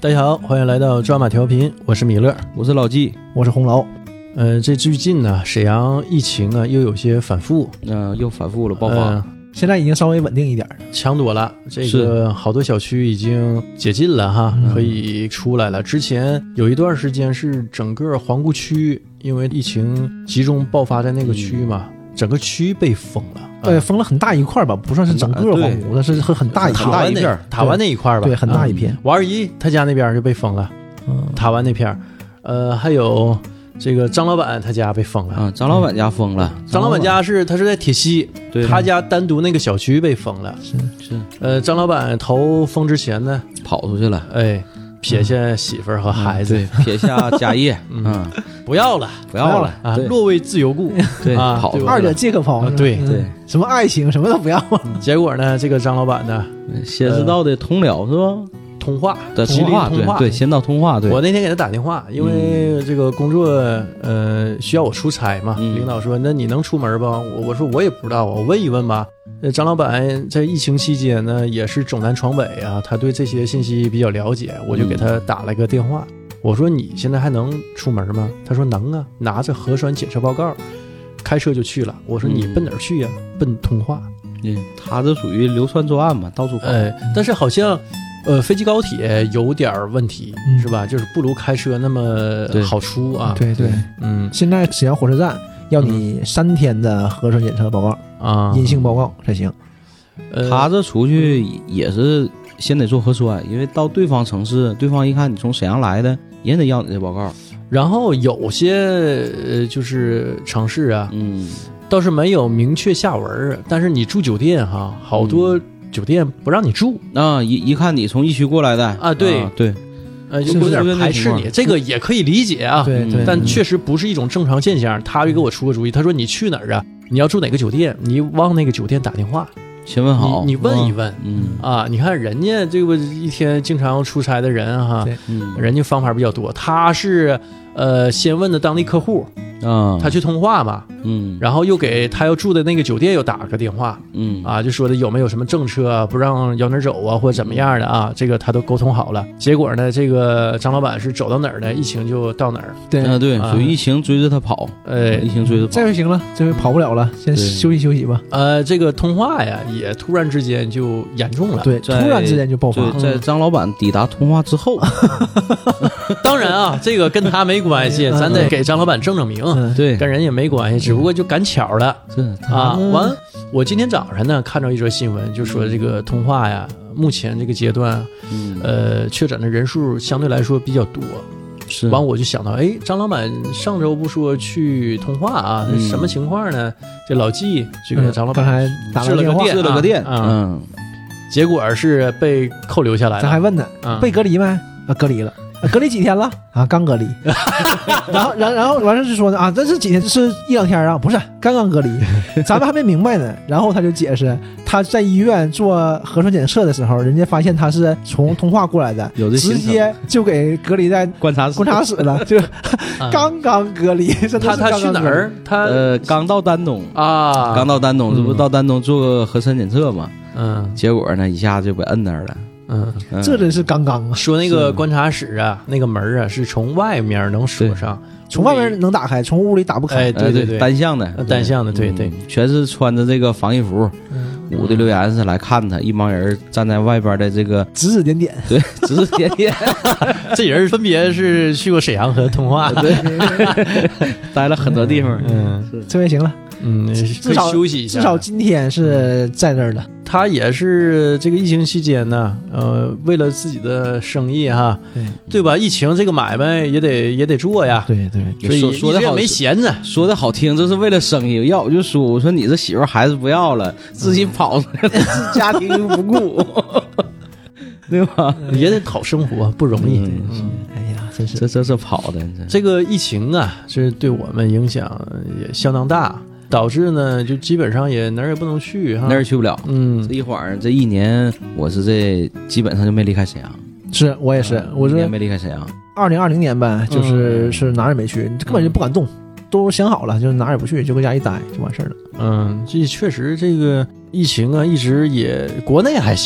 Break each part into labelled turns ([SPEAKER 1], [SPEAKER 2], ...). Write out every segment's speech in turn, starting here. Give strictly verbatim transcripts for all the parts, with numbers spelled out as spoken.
[SPEAKER 1] 大家好，欢迎来到抓马调频，我是米勒，
[SPEAKER 2] 我是老纪，
[SPEAKER 3] 我是红楼。
[SPEAKER 1] 呃，这最近呢，沈阳疫情啊又有些反复，
[SPEAKER 2] 嗯、呃，又反复了爆发、
[SPEAKER 1] 呃，
[SPEAKER 3] 现在已经稍微稳定一点，
[SPEAKER 1] 强多了。这个好多小区已经解禁了哈，可以出来了。之前有一段时间是整个皇姑区，因为疫情集中爆发在那个区嘛，嗯、整个区被封了。
[SPEAKER 3] 对，封了很大一块吧，不算是整个皇姑，但是很大一
[SPEAKER 1] 塔湾一片，塔湾那一块吧，
[SPEAKER 3] 对，很大一片。
[SPEAKER 1] 王二姨他家那边就被封了，嗯，塔湾那片，呃，还有这个张老板他家被封了，
[SPEAKER 2] 啊，张老板家封了。
[SPEAKER 1] 张老板家是他是在铁西，
[SPEAKER 2] 对，
[SPEAKER 1] 他家单独那个小区被封了，
[SPEAKER 3] 是
[SPEAKER 2] 是。
[SPEAKER 1] 呃，张老板头封之前呢，
[SPEAKER 2] 跑出去了，
[SPEAKER 1] 哎，撇下媳妇儿和孩子，
[SPEAKER 2] 嗯、对，撇下家业，嗯。
[SPEAKER 1] 不要了，
[SPEAKER 2] 不要了
[SPEAKER 1] 啊！若为自由故，
[SPEAKER 2] 对
[SPEAKER 1] 啊，
[SPEAKER 2] 跑
[SPEAKER 3] 二者皆可抛，
[SPEAKER 1] 啊、对
[SPEAKER 3] 对、
[SPEAKER 2] 嗯，
[SPEAKER 3] 什么爱情什么都不要。
[SPEAKER 1] 结果呢，这个张老板呢，
[SPEAKER 2] 先是到的通辽、呃、是吧？
[SPEAKER 1] 通话
[SPEAKER 2] 的通话，对对，先到通话。对，
[SPEAKER 1] 我那天给他打电话，因为这个工作呃需要我出差嘛，
[SPEAKER 2] 嗯、
[SPEAKER 1] 领导说那你能出门吧？我我说我也不知道，我问一问吧。呃，张老板在疫情期间呢，也是走南闯北啊，他对这些信息比较了解，我就给他打了个电话。嗯，我说你现在还能出门吗？他说能啊，拿着核酸检测报告开车就去了。我说你奔哪儿去呀、啊嗯、奔通化。
[SPEAKER 2] 嗯，他这属于流窜作案嘛，到处跑。
[SPEAKER 1] 哎，但是好像呃飞机高铁有点问题、嗯、是吧，就是不如开车那么好出啊。
[SPEAKER 3] 对对，
[SPEAKER 1] 嗯，
[SPEAKER 3] 现在沈阳火车站要你三天的核酸检测报告啊，阴性报告才行。
[SPEAKER 2] 呃，他这出去也是先得做核酸，因为到对方城市，对方一看你从沈阳来的，也得要你这报告。
[SPEAKER 1] 然后有些呃就是城市啊，
[SPEAKER 2] 嗯，
[SPEAKER 1] 倒是没有明确下文，但是你住酒店哈，好多酒店不让你住、
[SPEAKER 2] 嗯、啊，一一看你从疫区过来的
[SPEAKER 1] 啊，对、
[SPEAKER 2] 啊、对，
[SPEAKER 1] 呃，就有点排斥你，这个也可以理解啊，
[SPEAKER 3] 对对，
[SPEAKER 1] 但确实不是一种正常现象。他就给我出个主意，他说你去哪儿啊？你要住哪个酒店？你往那个酒店打电话。
[SPEAKER 2] 先问好，
[SPEAKER 1] 你你问一问，
[SPEAKER 2] 嗯
[SPEAKER 1] 啊，你看人家这个一天经常出差的人哈，
[SPEAKER 2] 嗯，
[SPEAKER 1] 人家方法比较多。他是呃先问的当地客户
[SPEAKER 2] 啊，
[SPEAKER 1] 他去通话嘛，
[SPEAKER 2] 嗯，
[SPEAKER 1] 然后又给他要住的那个酒店又打个电话，
[SPEAKER 2] 嗯
[SPEAKER 1] 啊，就说的有没有什么政策不让摇哪走啊，或者怎么样的啊，这个他都沟通好了。结果呢，这个张老板是走到哪儿呢，疫情就到哪儿。
[SPEAKER 3] 对
[SPEAKER 2] 啊，对，属于疫情追着他跑，
[SPEAKER 1] 呃，
[SPEAKER 2] 疫情追着跑。
[SPEAKER 3] 这回行了，这回跑不了了，先休息休息吧。
[SPEAKER 1] 呃，这个通话呀，也突然之间就严重了，
[SPEAKER 3] 对，突然之间就爆发。
[SPEAKER 2] 对，在张老板抵达通话之后，
[SPEAKER 1] 当然啊，这个跟他没关系，咱得给张老板证证明，
[SPEAKER 3] 嗯、
[SPEAKER 2] 对，
[SPEAKER 1] 跟人也没关系，只不过就赶巧了，
[SPEAKER 2] 是
[SPEAKER 1] 啊。完，我今天早上呢看到一则新闻，就说这个通话呀，目前这个阶段，
[SPEAKER 2] 嗯、
[SPEAKER 1] 呃，确诊的人数相对来说比较多。
[SPEAKER 2] 是，
[SPEAKER 1] 完我就想到，哎，张老板上周不说去通话啊，嗯、什么情况呢？这老纪这个张老板
[SPEAKER 3] 还打
[SPEAKER 1] 了个电，
[SPEAKER 2] 试了个电，
[SPEAKER 1] 啊、
[SPEAKER 2] 嗯，
[SPEAKER 1] 结果是被扣留下来了。
[SPEAKER 3] 咱还问呢，
[SPEAKER 1] 嗯、
[SPEAKER 3] 被隔离没？啊，隔离了。隔离几天了啊？刚隔离，然后，然然后完事就说呢啊，这是几天？是一两天啊？不是，刚刚隔离，咱们还没明白呢。然后他就解释，他在医院做核酸检测的时候，人家发现他是从通话过来的，
[SPEAKER 2] 有的
[SPEAKER 3] 直接就给隔离在
[SPEAKER 2] 观察室
[SPEAKER 3] 观察室了，就刚刚隔离。
[SPEAKER 1] 他他去哪儿？他
[SPEAKER 2] 呃，刚到丹东
[SPEAKER 1] 啊，
[SPEAKER 2] 刚到丹东，这不到丹东做核酸检测嘛？
[SPEAKER 1] 嗯，
[SPEAKER 2] 结果呢，一下就被摁那儿了。
[SPEAKER 1] 嗯，
[SPEAKER 3] 这真是刚刚啊！
[SPEAKER 1] 说那个观察室啊，那个门啊是从外面能锁上，
[SPEAKER 3] 从外面能打开，从屋里打不开。
[SPEAKER 1] 哎，对对对，
[SPEAKER 2] 单向的，
[SPEAKER 1] 单向的，对对，
[SPEAKER 2] 嗯、全是穿着这个防疫服，
[SPEAKER 3] 嗯、
[SPEAKER 2] 捂的溜严实来看他，一帮人站在外边的这个
[SPEAKER 3] 指指点点，
[SPEAKER 2] 对，指指点点。
[SPEAKER 1] 这人分别是去过沈阳和通化，
[SPEAKER 2] 对，待了很多地方。
[SPEAKER 1] 嗯，
[SPEAKER 3] 是这回行了。
[SPEAKER 1] 嗯，
[SPEAKER 3] 至少
[SPEAKER 1] 休息一下。
[SPEAKER 3] 至少今天是在那儿的。
[SPEAKER 1] 他也是这个疫情期间呢，呃，为了自己的生意哈，
[SPEAKER 3] 对
[SPEAKER 1] 对吧？疫情这个买卖也得也得做呀。
[SPEAKER 3] 对对，
[SPEAKER 1] 所以
[SPEAKER 2] 说说的好
[SPEAKER 1] 没闲着，
[SPEAKER 2] 说的好听，这是为了生意。要我就说，我说你这媳妇孩子不要了，自己跑出来了，家庭不顾，对吧？
[SPEAKER 1] 也得讨生活，不容易。
[SPEAKER 2] 嗯
[SPEAKER 1] 嗯，
[SPEAKER 3] 哎呀，真是
[SPEAKER 2] 这这这跑的，
[SPEAKER 1] 这个疫情啊，这对我们影响也相当大。导致呢，就基本上也哪儿也不能去哈，
[SPEAKER 2] 哪儿也去不了。
[SPEAKER 1] 嗯，
[SPEAKER 2] 这一会儿这一年，我是这基本上就没离开沈阳。
[SPEAKER 3] 是我也是，
[SPEAKER 2] 嗯、
[SPEAKER 3] 我是
[SPEAKER 2] 一年没离开沈阳。
[SPEAKER 3] 二零二零年呗，就是、
[SPEAKER 1] 嗯、
[SPEAKER 3] 是哪儿也没去，根本就不敢动，都想好了，就是哪儿也不去，就搁家一待就完事儿了。
[SPEAKER 1] 嗯，这确实这个疫情啊，一直也国内还行，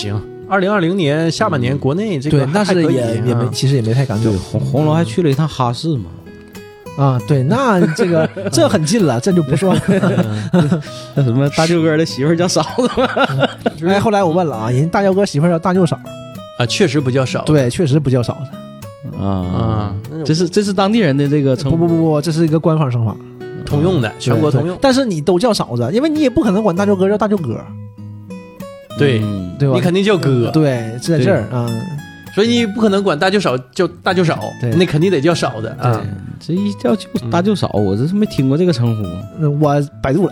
[SPEAKER 1] 二零二零年下半年国内这个
[SPEAKER 3] 对，那是也也没，
[SPEAKER 1] 啊
[SPEAKER 3] 其实也没太敢走
[SPEAKER 2] 对，红红楼还去了一趟哈市嘛。
[SPEAKER 3] 啊。对，那这个这很近了，这就不算。
[SPEAKER 2] 那什么大舅哥的媳妇儿叫嫂子吗？
[SPEAKER 3] 哎，后来我问了啊，人大舅哥媳妇儿叫大舅嫂，
[SPEAKER 1] 啊，确实不叫少。
[SPEAKER 3] 对，确实不叫嫂子。
[SPEAKER 2] 啊
[SPEAKER 1] 啊，
[SPEAKER 2] 这是这是当地人的这个称
[SPEAKER 3] 不不不不，这是一个官方称法，
[SPEAKER 1] 通用的，全国通用。
[SPEAKER 3] 但是你都叫嫂子，因为你也不可能管大舅哥叫大舅哥，
[SPEAKER 1] 对，
[SPEAKER 2] 嗯
[SPEAKER 3] 对吧？
[SPEAKER 1] 你肯定叫哥，
[SPEAKER 3] 对，是在这儿啊。
[SPEAKER 1] 所以你不可能管大舅嫂叫大舅嫂，
[SPEAKER 3] 对
[SPEAKER 1] 那肯定得叫嫂子啊。
[SPEAKER 2] 这一叫舅大舅嫂，我这是没听过这个称呼。
[SPEAKER 3] 嗯我百度了，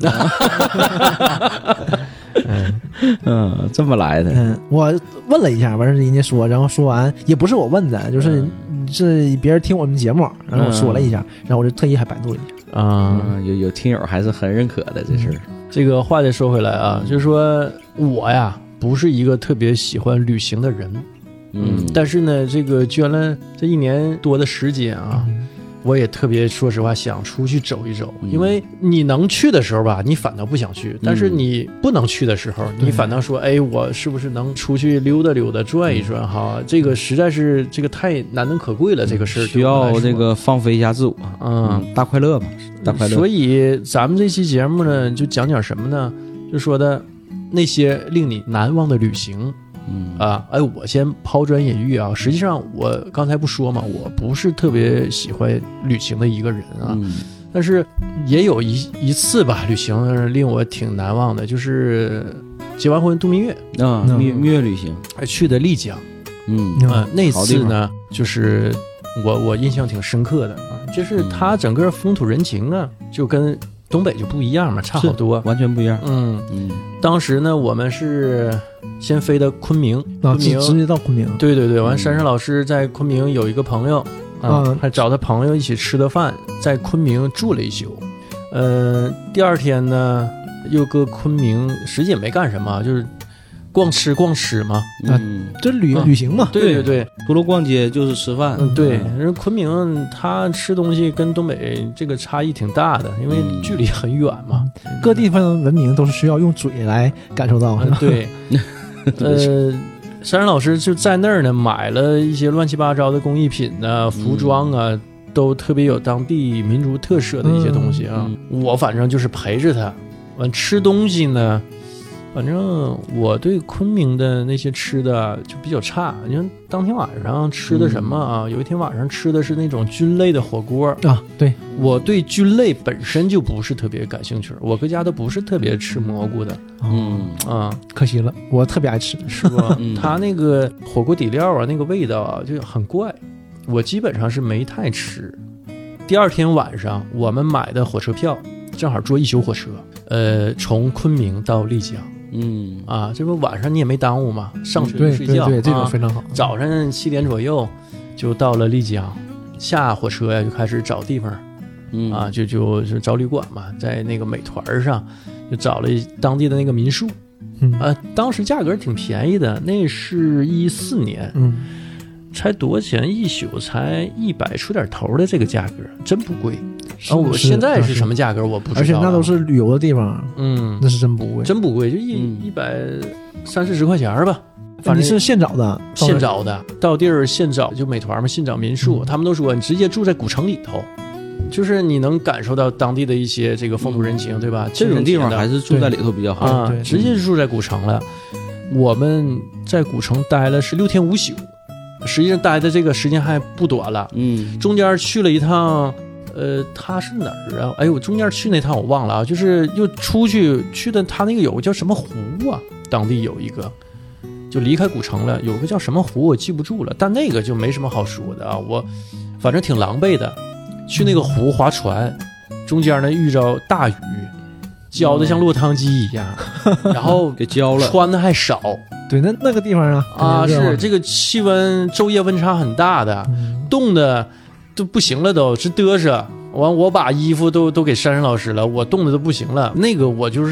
[SPEAKER 2] 嗯，这么来的。
[SPEAKER 3] 嗯，我问了一下，完事人家说，然后说完也不是我问的，就是是别人听我们节目，然后我说了一下，然后我就特意还百度了一下。
[SPEAKER 1] 啊、
[SPEAKER 2] 嗯，有有听友还是很认可的这事儿。
[SPEAKER 1] 这个话再说回来啊，就是说我呀不是一个特别喜欢旅行的人，
[SPEAKER 2] 嗯，
[SPEAKER 1] 但是呢，这个捐了这一年多的时间啊，
[SPEAKER 3] 嗯
[SPEAKER 1] 我也特别说实话想出去走一走，
[SPEAKER 2] 嗯
[SPEAKER 1] 因为你能去的时候吧，你反倒不想去；但是你不能去的时候，你反倒说，哎，我是不是能出去溜达溜达、转一转？哈，这个实在是这个太难能可贵了，这个事儿
[SPEAKER 2] 需要这个放飞一下自我，
[SPEAKER 1] 嗯，
[SPEAKER 2] 大快乐嘛，大快乐。
[SPEAKER 1] 所以咱们这期节目呢，就讲讲什么呢？就说的那些令你难忘的旅行。
[SPEAKER 2] 嗯
[SPEAKER 1] 啊，哎，我先抛砖引玉啊。实际上，我刚才不说嘛，我不是特别喜欢旅行的一个人啊。
[SPEAKER 2] 嗯
[SPEAKER 1] 但是也有一一次吧，旅行令我挺难忘的，就是结完婚度蜜月，
[SPEAKER 2] 啊，
[SPEAKER 3] 嗯
[SPEAKER 2] 蜜蜜月旅行，
[SPEAKER 1] 还去的丽江。
[SPEAKER 2] 嗯
[SPEAKER 3] 嗯
[SPEAKER 1] 呃，那
[SPEAKER 2] 好地方
[SPEAKER 1] 次呢，就是我我印象挺深刻的啊，就是它整个风土人情啊，就跟东北就不一样嘛，差好多。
[SPEAKER 2] 完全不一样。
[SPEAKER 1] 嗯，
[SPEAKER 2] 嗯
[SPEAKER 1] 当时呢，我们是先飞的昆明，
[SPEAKER 3] 啊，
[SPEAKER 1] 昆明
[SPEAKER 3] 直直接到昆明。
[SPEAKER 1] 对对对，完，珊珊老师在昆明有一个朋友啊，
[SPEAKER 3] 嗯
[SPEAKER 1] 还找他朋友一起吃的饭，在昆明住了一宿。呃，第二天呢，又搁昆明，实际也没干什么，就是逛吃逛吃嘛。
[SPEAKER 2] 嗯，
[SPEAKER 3] 这旅
[SPEAKER 1] 啊
[SPEAKER 3] 旅行嘛，
[SPEAKER 1] 对对对，
[SPEAKER 2] 除了逛街就是吃饭。
[SPEAKER 1] 嗯对，人昆明它吃东西跟东北这个差异挺大的，因为
[SPEAKER 2] 嗯
[SPEAKER 1] 距离很远嘛。
[SPEAKER 3] 各地方的文明都是需要用嘴来感受到，是吧？
[SPEAKER 1] 嗯对，呃。珊珊老师就在那儿呢，买了一些乱七八糟的工艺品啊、服装啊，都特别有当地民族特色的一些东西啊。
[SPEAKER 2] 嗯
[SPEAKER 1] 我反正就是陪着他，完吃东西呢，反正我对昆明的那些吃的就比较差。你看当天晚上吃的什么啊？有一天晚上吃的是那种菌类的火锅
[SPEAKER 3] 啊，对，
[SPEAKER 1] 我对菌类本身就不是特别感兴趣，我搁家都不是特别吃蘑菇的
[SPEAKER 2] 嗯
[SPEAKER 1] 啊。
[SPEAKER 3] 可惜了，我特别爱吃。
[SPEAKER 1] 是吧？
[SPEAKER 2] 嗯
[SPEAKER 1] 它那个火锅底料啊，那个味道啊，就很怪，我基本上是没太吃。第二天晚上，我们买的火车票正好坐一宿火车，呃，从昆明到丽江
[SPEAKER 2] 嗯
[SPEAKER 1] 啊，这不晚上你也没耽误嘛，上学
[SPEAKER 3] 对
[SPEAKER 1] 就睡觉，
[SPEAKER 3] 对对，这种
[SPEAKER 1] 啊
[SPEAKER 3] 非常好。
[SPEAKER 1] 早上七点左右就到了丽江，下火车呀就开始找地方
[SPEAKER 2] 嗯
[SPEAKER 1] 啊，就就就找旅馆嘛，在那个美团上就找了当地的那个民宿。
[SPEAKER 3] 嗯
[SPEAKER 1] 啊，当时价格挺便宜的，那是一四年，
[SPEAKER 3] 嗯，
[SPEAKER 1] 才多少钱一宿？才一百出点头的这个价格，真不贵。
[SPEAKER 3] 是
[SPEAKER 1] 啊，我
[SPEAKER 3] 是
[SPEAKER 1] 现在是
[SPEAKER 3] 是
[SPEAKER 1] 什么价格我不知道，
[SPEAKER 3] 而且那都是旅游的地方，
[SPEAKER 1] 嗯
[SPEAKER 3] 那，是真不贵。
[SPEAKER 1] 真不贵，就一
[SPEAKER 2] 嗯
[SPEAKER 1] 一百三四十块钱吧。反正
[SPEAKER 3] 你是现找的，
[SPEAKER 1] 现找的，到地儿现找，就美团嘛，现找民宿，
[SPEAKER 3] 嗯
[SPEAKER 1] 他们都说你直接住在古城里头，就是你能感受到当地的一些这个风土人情，对吧？
[SPEAKER 2] 这种地方还
[SPEAKER 1] 是
[SPEAKER 2] 是住在里头比较好。
[SPEAKER 1] 啊
[SPEAKER 3] 对，
[SPEAKER 1] 直接就住在古城了。我们在古城待了十六天五宿，实际上待的这个时间还不短了。
[SPEAKER 2] 嗯
[SPEAKER 1] 中间去了一趟，呃，他是哪儿啊？哎呦，我中间去那趟我忘了啊，就是又出去去的，他那个有个叫什么湖啊，当地有一个，就离开古城了，有个叫什么湖我记不住了，但那个就没什么好说的啊，我反正挺狼狈的，去那个湖划船，中间呢遇着大雨，浇的像落汤鸡一样，然后
[SPEAKER 2] 给浇了。
[SPEAKER 1] 穿的还少
[SPEAKER 3] 对，那那个地方啊，
[SPEAKER 1] 啊，
[SPEAKER 3] 肯定热
[SPEAKER 1] 是这个气温昼夜温差很大的，
[SPEAKER 3] 嗯
[SPEAKER 1] 冻的都不行了都，是嘚瑟。完，我把衣服都都给珊珊老师了，我冻的都不行了。那个我就是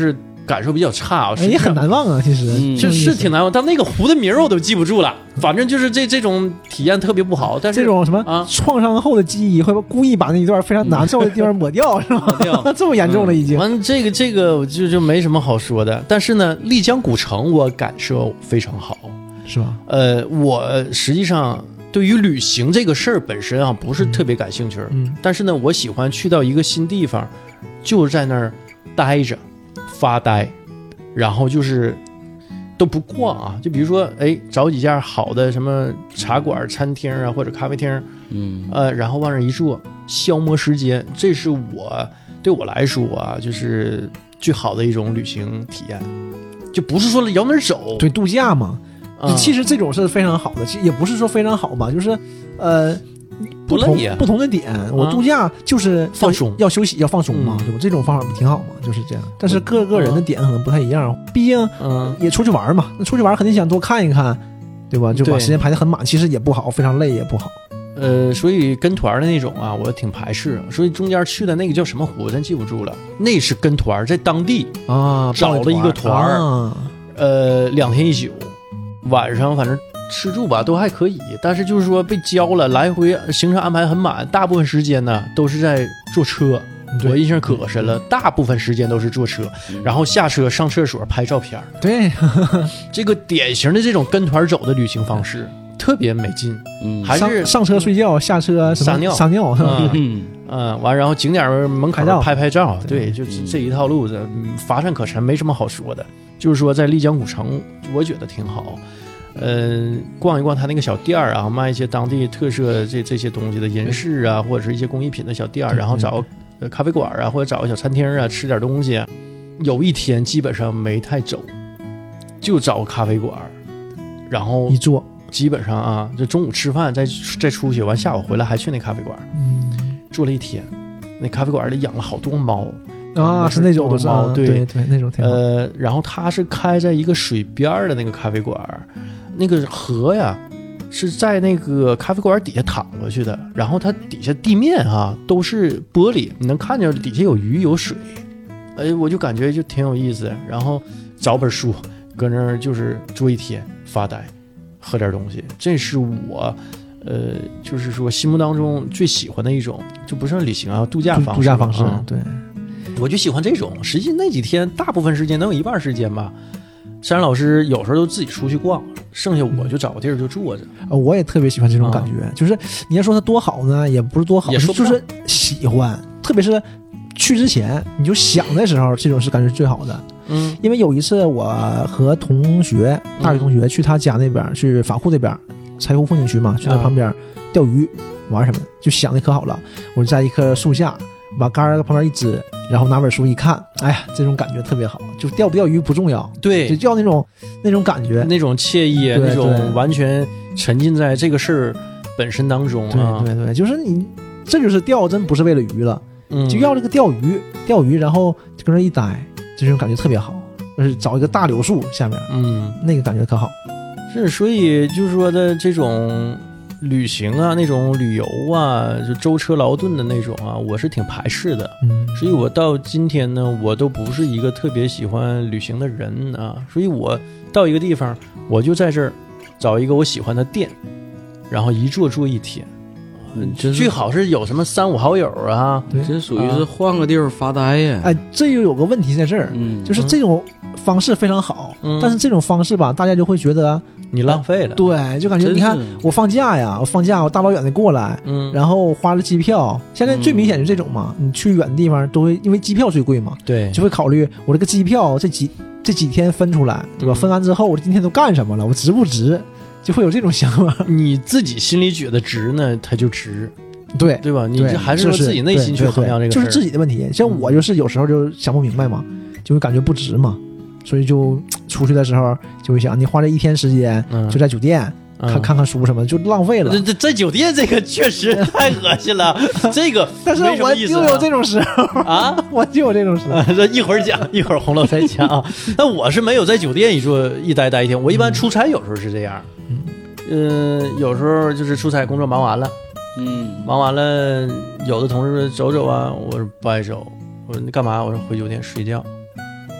[SPEAKER 1] 感受比较差，
[SPEAKER 3] 哎也很难忘啊，其实、
[SPEAKER 2] 嗯、
[SPEAKER 1] 是是挺难忘，但那个湖的名儿我都记不住了，反正就是这这种体验特别不好。但是
[SPEAKER 3] 这种什么
[SPEAKER 1] 啊
[SPEAKER 3] 创伤后的记忆，会故意把那一段非常难受的地方抹掉，是吧？这么严重了已经。
[SPEAKER 1] 完、嗯、这个这个我就就没什么好说的。但是呢，丽江古城我感受非常好，
[SPEAKER 3] 是吧？
[SPEAKER 1] 呃，我实际上对于旅行这个事儿本身啊，不是特别感兴趣。
[SPEAKER 3] 嗯，
[SPEAKER 1] 但是呢，我喜欢去到一个新地方，就在那儿待着。发呆，然后就是都不逛啊，就比如说，哎，找几家好的什么茶馆、餐厅啊，或者咖啡厅，
[SPEAKER 2] 嗯，
[SPEAKER 1] 呃，然后往那一坐，消磨时间，这是我对我来说啊，就是最好的一种旅行体验，就不是说往哪儿走，
[SPEAKER 3] 对，度假嘛，
[SPEAKER 1] 嗯、
[SPEAKER 3] 其实这种是非常好的，其实也不是说非常好吧，就是呃。不同不同的点，我度假就是
[SPEAKER 1] 放松，
[SPEAKER 3] 要休息，要放松嘛，对吧？这种方法不挺好嘛，就是这样。但是各个人的点可能不太一样，毕竟
[SPEAKER 1] 嗯
[SPEAKER 3] 也出去玩嘛，那出去玩肯定想多看一看，对吧？就把时间排得很满，其实也不好，非常累也不好。
[SPEAKER 1] 呃，所以跟团的那种啊，我挺排斥。所以中间去的那个叫什么湖，真记不住了。那是跟团，在当地
[SPEAKER 3] 啊
[SPEAKER 1] 找了一个团儿、啊，呃，两天一宿，晚上反正。吃住吧都还可以，但是就是说被教了，来回行程安排很满，大部分时间呢都是在坐车，我印象可深了，大部分时间都是坐车，然后下车上厕所拍照片。
[SPEAKER 3] 对，
[SPEAKER 1] 这个典型的这种跟团走的旅行方式特别没劲，嗯，还是
[SPEAKER 3] 上, 上车睡觉，下车
[SPEAKER 1] 撒尿
[SPEAKER 3] 撒尿，
[SPEAKER 1] 嗯嗯，完然后景点门口拍拍照，对，就这一套路子，乏善可陈，没什么好说的。就是说在丽江古城，我觉得挺好。呃，逛一逛他那个小店儿啊，卖一些当地特色这这些东西的银饰啊，或者是一些工艺品的小店儿，然后找咖啡馆啊，或者找个小餐厅啊，吃点东西。有一天基本上没太走，就找咖啡馆，然后
[SPEAKER 3] 一坐，
[SPEAKER 1] 基本上啊，就中午吃饭再再出去，完下午回来还去那咖啡馆，
[SPEAKER 3] 嗯，
[SPEAKER 1] 坐了一天。那咖啡馆里养了好多猫。
[SPEAKER 3] 啊，是那种的
[SPEAKER 1] 猫，对
[SPEAKER 3] 对对，那种挺好。
[SPEAKER 1] 呃，然后它是开在一个水边的那个咖啡馆，那个河呀是在那个咖啡馆底下淌过去的，然后它底下地面啊都是玻璃，你能看见底下有鱼有水，哎，我就感觉就挺有意思。然后找本书搁那儿就是坐一天发呆，喝点东西，这是我。呃，就是说心目当中最喜欢的一种，就不是旅行啊，度假方式，
[SPEAKER 3] 度假方式，
[SPEAKER 1] 嗯、
[SPEAKER 3] 对。
[SPEAKER 1] 我就喜欢这种，实际那几天大部分时间能有一半时间吧。山老师有时候都自己出去逛，剩下我就找个地儿就坐着。
[SPEAKER 3] 呃，我也特别喜欢这种感觉，嗯、就是你要说它多好呢，也不是多好，
[SPEAKER 1] 也说
[SPEAKER 3] 就是喜欢。特别是去之前你就想的时候，这种是感觉最好的。
[SPEAKER 1] 嗯，
[SPEAKER 3] 因为有一次我和同学，大学同学去他家那边，嗯、去法库那边柴湖风景区嘛，去他旁边钓鱼、玩什么的，就想的可好了。我就在一棵树下。把杆儿旁边一支，然后拿本书一看，哎呀，这种感觉特别好。就钓不钓鱼不重要，
[SPEAKER 1] 对，
[SPEAKER 3] 就钓那种那种感觉，
[SPEAKER 1] 那种惬意，那种完全沉浸在这个事儿本身当中啊。
[SPEAKER 3] 对对对，就是你，这就是钓，真不是为了鱼了，
[SPEAKER 1] 嗯，
[SPEAKER 3] 就要这个钓鱼，钓鱼，然后就跟那一待，这种感觉特别好。就是找一个大柳树下面，
[SPEAKER 1] 嗯，
[SPEAKER 3] 那个感觉可好。
[SPEAKER 1] 是，所以就是说的这种。旅行啊，那种旅游啊，就舟车劳顿的那种啊，我是挺排斥的。
[SPEAKER 3] 嗯，
[SPEAKER 1] 所以我到今天呢，我都不是一个特别喜欢旅行的人啊。所以我到一个地方，我就在这儿找一个我喜欢的店，然后一坐坐一天。嗯，最好是有什么三五好友啊，
[SPEAKER 2] 这属于是换个地方发呆呀。
[SPEAKER 3] 哎，这又有个问题在这儿，嗯，就是这种方式非常好，嗯，但是这种方式吧，大家就会觉得
[SPEAKER 1] 你浪费了，
[SPEAKER 3] 对，就感觉你看我放假呀，我放假我大老远的过来，
[SPEAKER 1] 嗯，
[SPEAKER 3] 然后花了机票，现在最明显是这种嘛，嗯、你去远的地方都会因为机票最贵嘛，
[SPEAKER 1] 对，
[SPEAKER 3] 就会考虑我这个机票这几这几天分出来，对吧？嗯、分完之后我今天都干什么了，我值不值？就会有这种想法。
[SPEAKER 1] 你自己心里觉得值呢，它就值。
[SPEAKER 3] 对
[SPEAKER 1] 对吧？你这还是说自己内心去衡量这个事，
[SPEAKER 3] 就是自己的问题。像我就是有时候就想不明白嘛，就会感觉不值嘛，所以就出去的时候就会想，你花这一天时间就在酒店、嗯、看看看书什么的，就浪费了。
[SPEAKER 1] 这在酒店这个确实太恶心了，这个
[SPEAKER 3] 但是我就有这种时候
[SPEAKER 1] 啊，
[SPEAKER 3] 我就有这种时候。
[SPEAKER 1] 这一会儿讲，一会儿红楼再讲啊。但我是没有在酒店一坐一待待一天，我一般出差有时候是这样，嗯，呃，有时候就是出差工作忙完了。
[SPEAKER 2] 嗯，
[SPEAKER 1] 忙完了，有的同事说走走啊，我说不爱走，我说你干嘛？我说回酒店睡觉，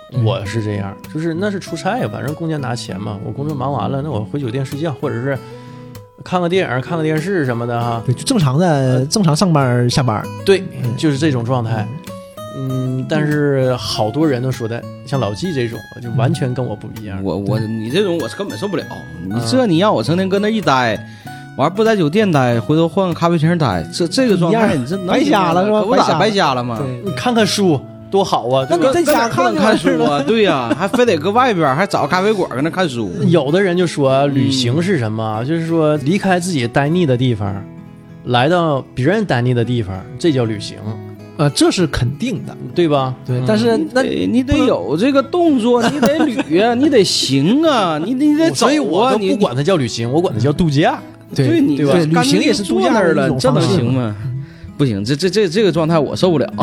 [SPEAKER 1] 我是这样，就是那是出差，反正公家拿钱嘛，我工作忙完了，那我回酒店睡觉，或者是看个电影、看个电视什么的哈。
[SPEAKER 3] 对，就正常的正常上班下班。
[SPEAKER 1] 对，就是这种状态。嗯，但是好多人都说的，像老纪这种，就完全跟我不一样。
[SPEAKER 2] 我我你这种我是根本受不了。你这你让我成天搁那一待。完不在酒店待，回头换个咖啡厅待，这这个状态你这
[SPEAKER 3] 白瞎了是吧？
[SPEAKER 2] 我咋白瞎了嘛？
[SPEAKER 1] 你看看书多好啊！
[SPEAKER 3] 那你在家看
[SPEAKER 2] 看书啊？对呀、啊，还非得搁外边还找咖啡馆搁那看书。
[SPEAKER 1] 有的人就说旅行是什么？嗯、就是说离开自己待腻的地方，来到别人待腻的地方，这叫旅行。
[SPEAKER 3] 呃，这是肯定的，
[SPEAKER 1] 对吧？
[SPEAKER 3] 对，但是那
[SPEAKER 2] 你, 你得有这个动作，你得旅啊，你得行啊，你你得走啊。
[SPEAKER 1] 所以我都不管它叫旅行，我管它叫度假。
[SPEAKER 3] 对
[SPEAKER 2] 你
[SPEAKER 3] 对吧？旅行也是度假的
[SPEAKER 2] 了，这能行吗？不行，这这这这个状态我受不了。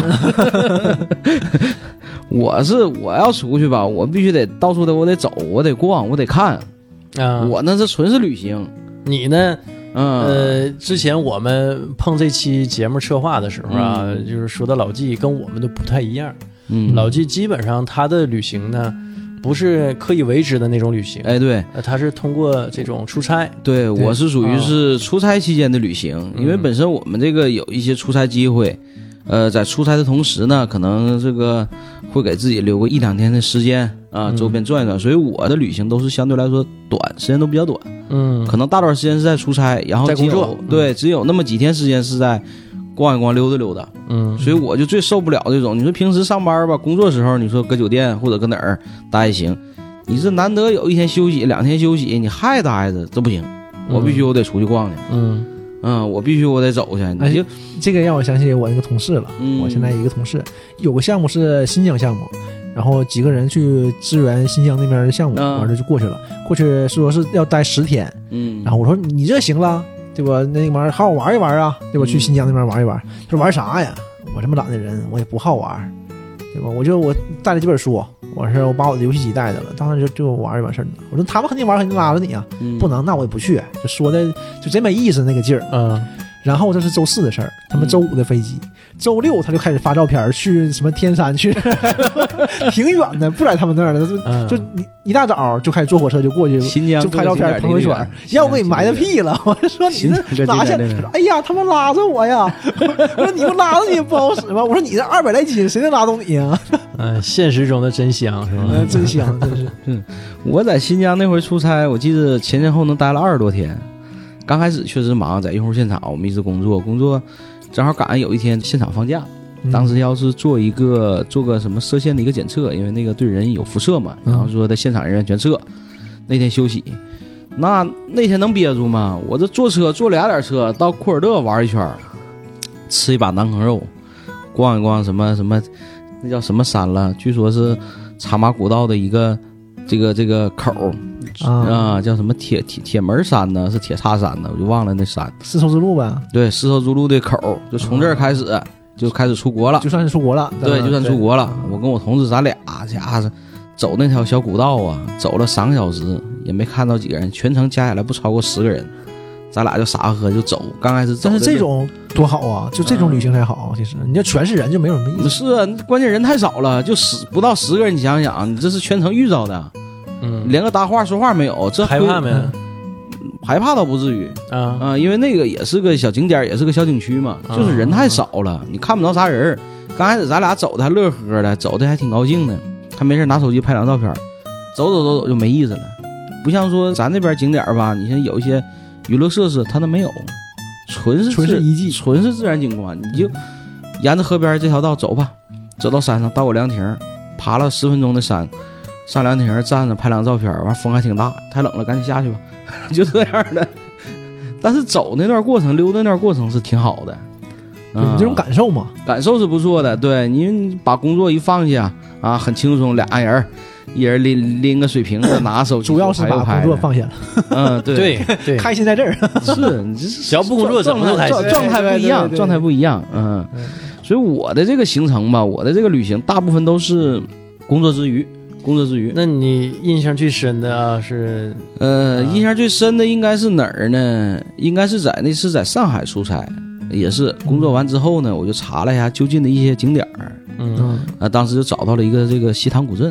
[SPEAKER 2] 我是我要出去吧，我必须得到处的，我得走，我得逛，我得看。啊，我那是纯是旅行。
[SPEAKER 1] 你呢？嗯，呃，之前我们碰这期节目策划的时候啊，嗯、就是说到老纪跟我们都不太一样。嗯，老纪基本上他的旅行呢。不是刻意为之的那种旅行，
[SPEAKER 2] 哎，对，
[SPEAKER 1] 他是通过这种出差。
[SPEAKER 2] 对，我是属于是出差期间的旅行，哦、因为本身我们这个有一些出差机会，呃，在出差的同时呢，可能这个会给自己留个一两天的时间啊，周边转一转，嗯、所以我的旅行都是相对来说短，时间都比较短。嗯，可能大段时间是在出差，然后
[SPEAKER 1] 在工作，
[SPEAKER 2] 对，只有那么几天时间是在逛一逛、溜达溜达。嗯，所以我就最受不了这种。你说平时上班吧，工作时候，你说搁酒店或者搁哪儿待也行，你这难得有一天休息、两天休息，你还待着，这不行。我必须我得出去逛去。嗯嗯，我必须我得走去。你就、
[SPEAKER 3] 哎、这个让我想起我那个同事了。嗯，我现在一个同事有个项目是新疆项目，然后几个人去支援新疆那边的项目，完了、嗯、就过去了。过去说是要待十天。嗯，然后我说你这行了。对吧？那个玩意儿好好玩一玩啊，对吧？去新疆那边玩一玩。他说玩啥呀？我这么懒的人，我也不好玩，对吧？我就我带了几本书，我是我把我的游戏机带着了，当时就就玩一完事儿。我说他们肯定玩，肯定拉着你啊，嗯、不能，那我也不去。就说的就真没意思那个劲儿。嗯。然后这是周四的事儿，他们周五的飞机，嗯、周六他就开始发照片去什么天山去，挺远的，不在他们那儿的，就、嗯、就一大早就开始坐火车就过去，
[SPEAKER 2] 新疆
[SPEAKER 3] 就拍照片朋友圈，要我给你埋汰屁了。我就说你这拿下，哎呀，他们拉着我呀！我说你不拉着你也不好使吗？我说你这二百来斤，谁能拉动你啊？
[SPEAKER 1] 嗯，现实中的真香是吧？
[SPEAKER 3] 嗯，真香，真是。
[SPEAKER 2] 嗯，我在新疆那回出差，我记得前前后能待了二十多天。刚开始确实忙，在用户现场我们一直工作，工作正好赶上有一天现场放假，当时要是做一个做个什么射线的一个检测，因为那个对人有辐射嘛，然后说的现场人员全撤，那天休息，那那天能憋住吗？我这坐车坐俩点车到库尔勒玩一圈，吃一把馕坑肉，逛一逛什么什么那叫什么山了，据说是茶马古道的一个这个这个口啊, 啊，叫什么铁铁铁门山呢？是铁叉山呢？我就忘了那山。
[SPEAKER 3] 丝绸之路呗。
[SPEAKER 2] 对，丝绸之路的口，就从这儿开始、嗯、就开始出国了，
[SPEAKER 3] 就算是出国了。
[SPEAKER 2] 对，就算出国了。我跟我同事咱俩家伙走那条小古道啊，走了三个小时，也没看到几个人，全程加起来不超过十个人。咱俩就傻呵呵就走，刚开始走。
[SPEAKER 3] 但是这种多好啊，就这种旅行才好。其实你要全是人就没有什么意思。
[SPEAKER 2] 不是啊，关键人太少了，就十不到十个人，你想想，你这是全程遇着的。嗯，连个搭话说话没有，这
[SPEAKER 1] 害怕没？
[SPEAKER 2] 害怕倒不至于啊啊，因为那个也是个小景点，也是个小景区嘛，啊、就是人太少了，你看不着啥人。刚开始咱俩走的还乐呵的，走的还挺高兴的，还没事拿手机拍两照片，走走走走就没意思了。不像说咱那边景点吧，你像有一些娱乐设施它都没有，纯是
[SPEAKER 3] 纯是遗迹，
[SPEAKER 2] 纯是自然景观。你就沿着河边这条道走吧，走到山上到我凉亭，爬了十分钟的山。上凉亭站着拍两照片，完风还挺大，太冷了，赶紧下去吧，就这样的。但是走那段过程，溜达那段过程是挺好的，
[SPEAKER 3] 嗯、你这种感受嘛，
[SPEAKER 2] 感受是不错的。对，你把工作一放下啊，很轻松，俩人一人拎拎个水瓶子，拿手机，
[SPEAKER 3] 主要是把工作放下了。
[SPEAKER 2] 嗯，对
[SPEAKER 1] 对对，
[SPEAKER 3] 开心在这儿。
[SPEAKER 2] 是，你这
[SPEAKER 1] 只要不工作，怎么都开心。
[SPEAKER 2] 状态不一样，状态不一样。嗯，所以我的这个行程吧，我的这个旅行大部分都是工作之余。工作之余，
[SPEAKER 1] 那你印象最深的啊是
[SPEAKER 2] 呃，印象最深的应该是哪儿呢？应该是在那次在上海出差，也是工作完之后呢，我就查了一下就近的一些景点儿，嗯啊，当时就找到了一个这个西塘古镇，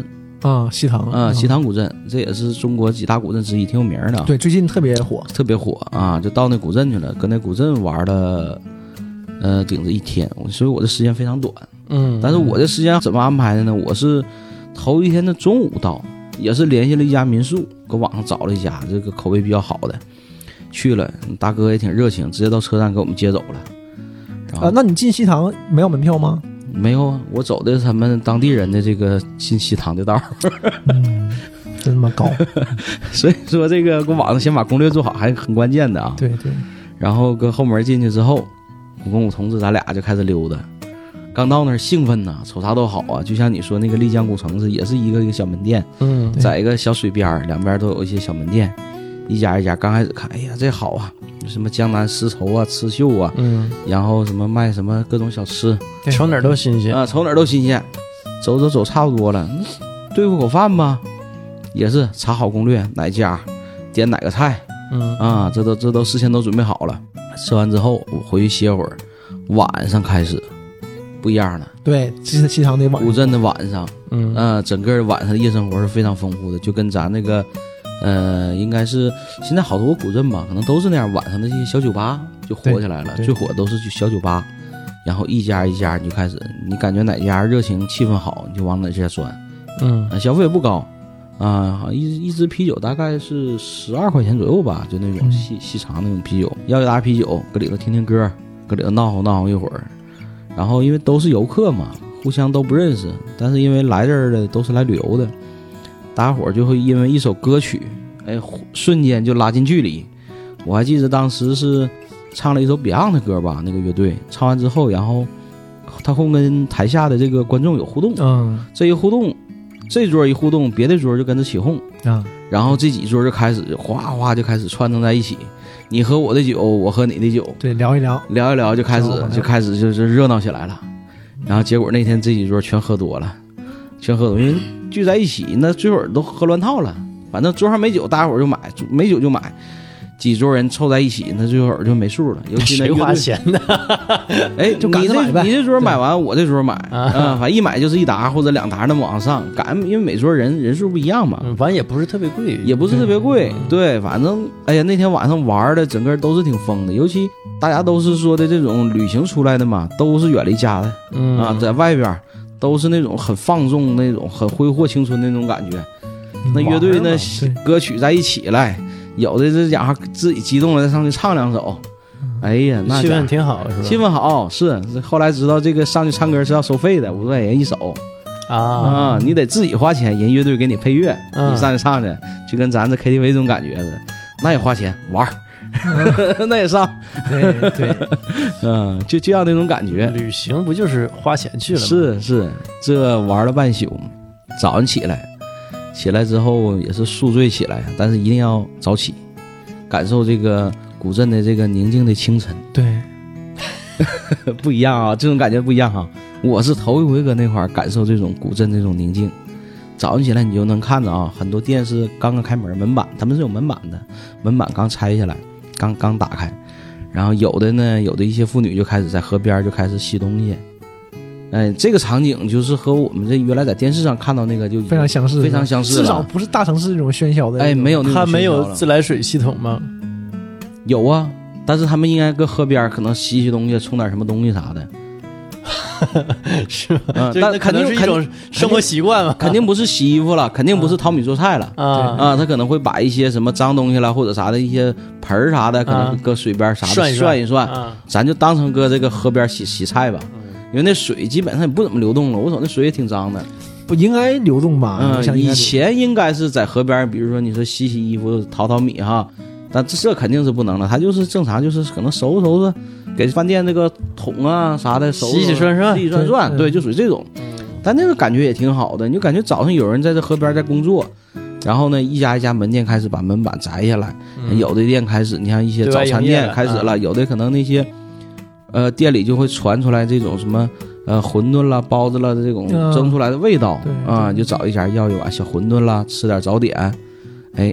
[SPEAKER 3] 啊，西塘
[SPEAKER 2] 啊，西塘古镇，这也是中国几大古镇之一，挺有名的。
[SPEAKER 3] 对，最近特别火，
[SPEAKER 2] 特别火啊！就到那古镇去了，搁那古镇玩了，呃，顶着一天，所以我的时间非常短。
[SPEAKER 1] 嗯，
[SPEAKER 2] 但是我这时间怎么安排的呢？我是头一天的中午到，也是联系了一家民宿，搁网上找了一家这个口碑比较好的，去了，大哥也挺热情，直接到车站给我们接走了。
[SPEAKER 3] 啊，那你进西塘没有门票吗？
[SPEAKER 2] 没有啊，我走的是他们当地人的这个进西塘的道。
[SPEAKER 3] 嗯，真他妈高。
[SPEAKER 2] 所以说这个搁网上先把攻略做好还是很关键的啊。
[SPEAKER 3] 对对。
[SPEAKER 2] 然后搁后门进去之后，我跟我同志咱俩就开始溜达。刚到那儿兴奋呐，瞅啥都好啊，就像你说那个丽江古城是也是一个一个小门店，
[SPEAKER 1] 嗯，
[SPEAKER 2] 在一个小水边，两边都有一些小门店，一家一家。刚开始看，哎呀这好啊，什么江南丝绸啊、刺绣啊，
[SPEAKER 1] 嗯，
[SPEAKER 2] 然后什么卖什么各种小吃，
[SPEAKER 1] 瞅哪儿都新鲜
[SPEAKER 2] 啊，瞅哪儿都新鲜。走走走，差不多了，对付口饭吧，也是查好攻略，哪家点哪个菜，
[SPEAKER 1] 嗯
[SPEAKER 2] 啊，这都这都事先都准备好了。吃完之后我回去歇会儿，晚上开始不一样了。
[SPEAKER 3] 对，西西塘的晚
[SPEAKER 2] 古镇的晚上，
[SPEAKER 1] 嗯
[SPEAKER 2] 呃，整个晚上的夜生活是非常丰富的，就跟咱那个，呃，应该是现在好多古镇吧，可能都是那样，晚上的这些小酒吧就火起来了，最火都是小酒吧，然后一家一家你就开始，你感觉哪家热情气氛好，你就往哪家钻，
[SPEAKER 1] 嗯，
[SPEAKER 2] 呃、消费也不高。啊，好像一一支啤酒大概是十二块钱左右吧，就那种细细长那种啤酒，要一打啤酒，搁里头听听歌，搁里头闹哄闹哄一会儿。然后因为都是游客嘛，互相都不认识，但是因为来这儿的都是来旅游的，大家伙就会因为一首歌曲，哎，瞬间就拉近距离。我还记得当时是唱了一首 Beyond 的歌吧，那个乐队唱完之后，然后他会跟台下的这个观众有互动，
[SPEAKER 3] 嗯，
[SPEAKER 2] 这一互动。这桌一互动，别的桌就跟着起哄
[SPEAKER 3] 啊，
[SPEAKER 2] 然后这几桌就开始哗哗就开始串成在一起，你喝我的酒，我喝你的酒，
[SPEAKER 3] 对，聊一聊，
[SPEAKER 2] 聊一聊就开始就开始就是热闹起来了。然后结果那天这几桌全喝多了，全喝多，因为聚在一起，那最后都喝乱套了。反正桌上没酒，大家伙就买，没酒就买。几桌人凑在一起，那最后就没数了。尤其那
[SPEAKER 1] 谁花钱呢？
[SPEAKER 2] 哎，
[SPEAKER 3] 就赶着买呗。
[SPEAKER 2] 你这桌买完，我这桌买啊、嗯，反正一买就是一沓或者两沓那么往上赶，因为每桌人人数不一样嘛。
[SPEAKER 1] 嗯，反正也不是特别贵，
[SPEAKER 2] 也不是特别贵。对，反正哎呀，那天晚上玩的整个都是挺疯的，尤其大家都是说的这种旅行出来的嘛，都是远离家的，
[SPEAKER 1] 嗯
[SPEAKER 2] 啊，在外边都是那种很放纵、那种很挥霍青春那种感觉。那乐队呢，歌曲在一起来。有的这家伙自己激动了，再上去唱两首，哎呀，那
[SPEAKER 1] 气氛挺好，是吧？
[SPEAKER 2] 气氛好，是。后来知道这个上去唱歌是要收费的，五十块钱一首
[SPEAKER 1] 啊
[SPEAKER 2] 啊，你得自己花钱，人乐队给你配乐，
[SPEAKER 1] 啊、
[SPEAKER 2] 你上去唱去，就跟咱这 K T V 这种感觉似的，那也花钱玩，那也上，
[SPEAKER 3] 对对，
[SPEAKER 2] 嗯，就这样那种感觉。
[SPEAKER 1] 旅行不就是花钱去了吗？
[SPEAKER 2] 是是，这玩了半宿，早上起来。起来之后也是宿醉起来，但是一定要早起，感受这个古镇的这个宁静的清晨。
[SPEAKER 3] 对，
[SPEAKER 2] 不一样啊，这种感觉不一样哈、啊。我是头一回搁那块儿感受这种古镇这种宁静。早上起来你就能看着啊，很多店是刚刚开门，门板他们是有门板的，门板刚拆下来，刚刚打开，然后有的呢，有的一些妇女就开始在河边就开始洗东西。哎，这个场景就是和我们这原来在电视上看到那个就
[SPEAKER 3] 非常相似，
[SPEAKER 2] 非常相似，
[SPEAKER 3] 至少不是大城市这种喧嚣的。
[SPEAKER 2] 哎，没有那种喧嚣了。
[SPEAKER 1] 它没有自来水系统吗？
[SPEAKER 2] 有啊，但是他们应该搁河边可能洗洗东西，冲点什么东西啥的。
[SPEAKER 1] 是吗？
[SPEAKER 2] 嗯，
[SPEAKER 1] 但肯定是一种生活习惯嘛，
[SPEAKER 2] 肯定不是洗衣服了，肯定不是淘米做菜了
[SPEAKER 1] 啊
[SPEAKER 2] 啊！他可能会把一些什么脏东西了或者啥的一些盆儿啥的，可能搁水边啥的
[SPEAKER 1] 涮
[SPEAKER 2] 涮一涮，
[SPEAKER 1] 啊、
[SPEAKER 2] 咱就当成搁这个河边洗洗菜吧。因为那水基本上也不怎么流动了，我瞅那水也挺脏的，
[SPEAKER 3] 不应该流动吧？
[SPEAKER 2] 嗯，以前应该是在河边，比如说你说洗洗衣服、淘淘米哈，但这这肯定是不能了，他就是正常，就是可能收拾收拾，给饭店这个桶啊啥的收拾
[SPEAKER 1] 洗洗涮涮，
[SPEAKER 2] 洗洗涮涮，对，就属于这种。但那个感觉也挺好的，你就感觉早上有人在这河边在工作，然后呢，一家一家门店开始把门板摘下来，嗯、有的店开始，你像一些早餐店开始了，
[SPEAKER 1] 嗯、
[SPEAKER 2] 有的可能那些。呃，店里就会传出来这种什么呃馄饨啦、包子啦的这种蒸出来的味道、
[SPEAKER 3] 嗯、
[SPEAKER 2] 啊，就找一家要一碗小馄饨啦，吃点早点，哎，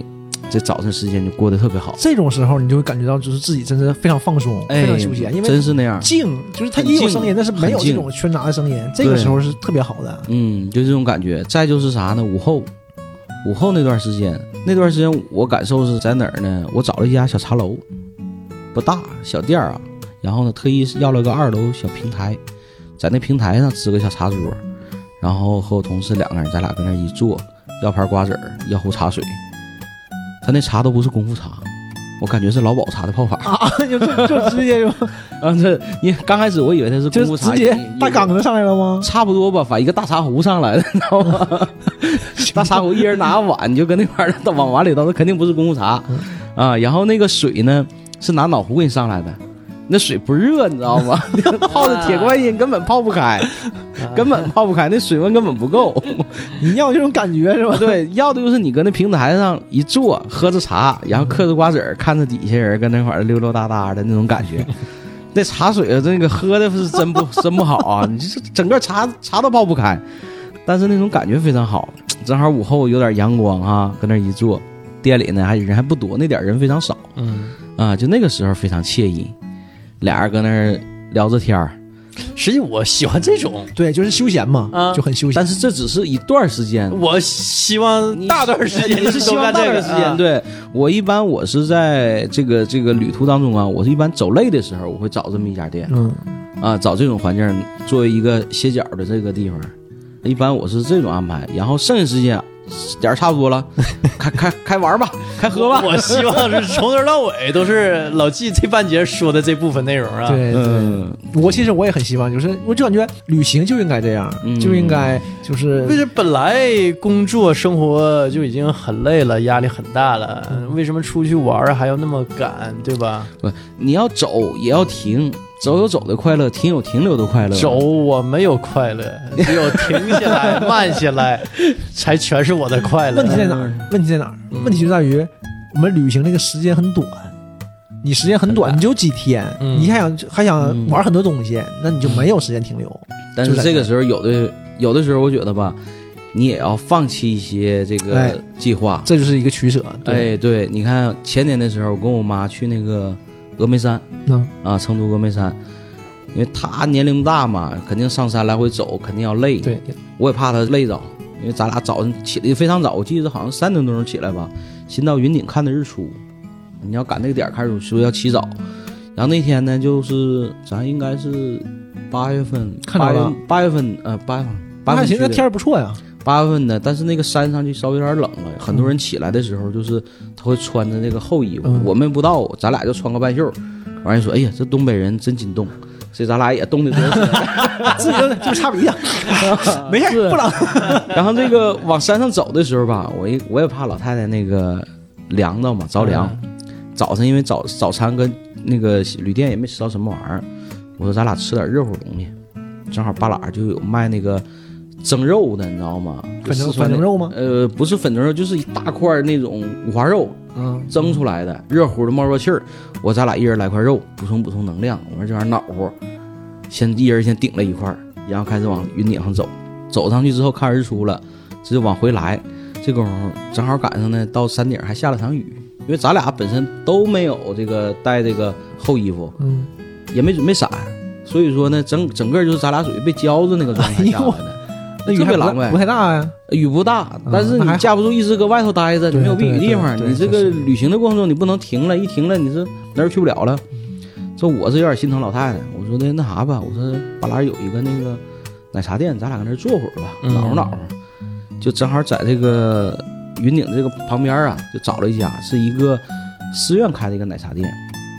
[SPEAKER 2] 这早晨时间就过得特别好。
[SPEAKER 3] 这种时候你就会感觉到就是自己真是非常放松、
[SPEAKER 2] 哎、
[SPEAKER 3] 非常休闲，因为
[SPEAKER 2] 真是那样
[SPEAKER 3] 静，就是它也有声音，但是没有这种喧杂的声音，这个时候是特别好的。
[SPEAKER 2] 嗯，就这种感觉。再就是啥呢？午后，午后那段时间，那段时间我感受是在哪儿呢？我找了一家小茶楼，不大小店啊，然后呢特意要了个二楼小平台，在那平台上支个小茶桌，然后和我同事两个人，咱俩跟那一坐，要盘瓜子儿，要壶茶水。他那茶都不是功夫茶，我感觉是老鸨茶的泡法
[SPEAKER 3] 啊，就就直接就
[SPEAKER 2] 啊，这你刚开始我以为他是功夫茶，
[SPEAKER 3] 直接大缸子上来了吗？
[SPEAKER 2] 差不多吧，把一个大茶壶上来了，你知道吗？大茶壶一人拿个碗，你就跟那块儿往碗里倒，那肯定不是功夫茶啊。然后那个水呢是拿脑壶给你上来的。那水不热，你知道吗？泡的铁观音根本泡不开，根本泡不开，那水温根本不够。
[SPEAKER 3] 你要这种感觉是吧？
[SPEAKER 2] 对，要的就是你搁那平台上一坐，喝着茶，然后嗑着瓜子儿，看着底下人跟那块儿溜溜达达的那种感觉。那茶水啊，这个喝的是真不真不好啊！你这整个茶茶都泡不开，但是那种感觉非常好。正好午后有点阳光啊，搁那一坐，店里呢还人还不多，那点人非常少。
[SPEAKER 1] 嗯
[SPEAKER 2] 啊，就那个时候非常惬意。俩人搁那儿聊着天儿，
[SPEAKER 1] 实际我喜欢这种，
[SPEAKER 3] 对，就是休闲嘛，啊、就很休闲。
[SPEAKER 2] 但是这只是一段时间，
[SPEAKER 1] 我希望大段时间，
[SPEAKER 2] 你是希望大段时间。
[SPEAKER 1] 啊、
[SPEAKER 2] 对我一般我是在这个这个旅途当中啊，我是一般走累的时候，我会找这么一家店，
[SPEAKER 3] 嗯，
[SPEAKER 2] 啊，找这种环境作为一个歇脚的这个地方，一般我是这种安排。然后剩下时间点差不多了，开开开玩吧，开喝吧。
[SPEAKER 1] 我希望是从头到尾都是老纪这半节说的这部分内容啊。
[SPEAKER 3] 对对、
[SPEAKER 2] 嗯，
[SPEAKER 3] 我其实我也很希望，就是我就感觉旅行就应该这样，嗯、就应该就是
[SPEAKER 1] 为什本来工作生活就已经很累了，压力很大了，嗯、为什么出去玩还要那么赶，对吧？
[SPEAKER 2] 不，你要走也要停。走有走的快乐，停有停留的快乐。
[SPEAKER 1] 走我没有快乐，只有停下来慢下来才全是我的快乐。
[SPEAKER 3] 问题在哪儿？问题在哪儿？嗯、问题就在于我们旅行那个时间很短，你时间很短，你就几天，嗯、你还想还想玩很多东西，嗯、那你就没有时间停留。
[SPEAKER 2] 但是这个时候有的有的时候我觉得吧，你也要放弃一些这个计划，
[SPEAKER 3] 哎、这就是一个取舍。
[SPEAKER 2] 对，哎，对，你看前年的时候，我跟我妈去那个峨眉山，
[SPEAKER 3] 嗯
[SPEAKER 2] 啊，成都峨眉山，因为他年龄大嘛，肯定上山来回走，肯定要累。
[SPEAKER 3] 对，我
[SPEAKER 2] 也怕他累着，因为咱俩早上起得非常早，我记得好像三点多钟起来吧，先到云顶看的日出。你要赶那个点看日出要起早，然后那天呢，就是咱应该是八月份，八月八月份，呃，八月份，八月份去的，
[SPEAKER 3] 那天不错呀。
[SPEAKER 2] 八月份的，但是那个山上就稍微有点冷了，很多人起来的时候就是他会穿着那个厚衣服，嗯、我们不到，咱俩就穿个半袖。完人说：“哎呀，这东北人真筋动。”所以咱俩也冻得多，
[SPEAKER 3] 自己就差不一样，没事不冷。
[SPEAKER 2] 然后这个往山上走的时候吧，我一我也怕老太太那个凉到嘛，着凉。嗯、早晨因为早早餐跟那个旅店也没吃到什么玩意儿，我说咱俩吃点热乎东西，正好巴拉就有卖那个。蒸肉的你知道吗？
[SPEAKER 3] 粉蒸粉蒸肉吗？
[SPEAKER 2] 呃，不是粉蒸肉，就是一大块那种五花肉，嗯，蒸出来的，热乎的冒热气儿。我咱俩一人来块肉，补充补充能量。我说这玩意儿暖和，先一人先顶了一块，然后开始往云顶上走。走上去之后看日出了，这就往回来。这功夫正好赶上呢，到山顶还下了场雨，因为咱俩本身都没有这个带这个厚衣服，嗯，也没准备伞，所以说呢，整整个就是咱俩属于被浇着那个状态下来的。
[SPEAKER 3] 那雨特别狼狈，不太大呀，
[SPEAKER 2] 雨不大，但是你架不住一直搁外头待着，你没有避雨地方。你这个旅行的过程中，你不能停了，一停了，你是哪儿去不了了。这我是有点心疼老太太，我说那那啥吧，我说巴拉有一个那个奶茶店，咱俩搁那儿坐会儿吧，挠挠挠。就正好在这个云顶这个旁边啊，就找了一家，是一个寺院开的一个奶茶店。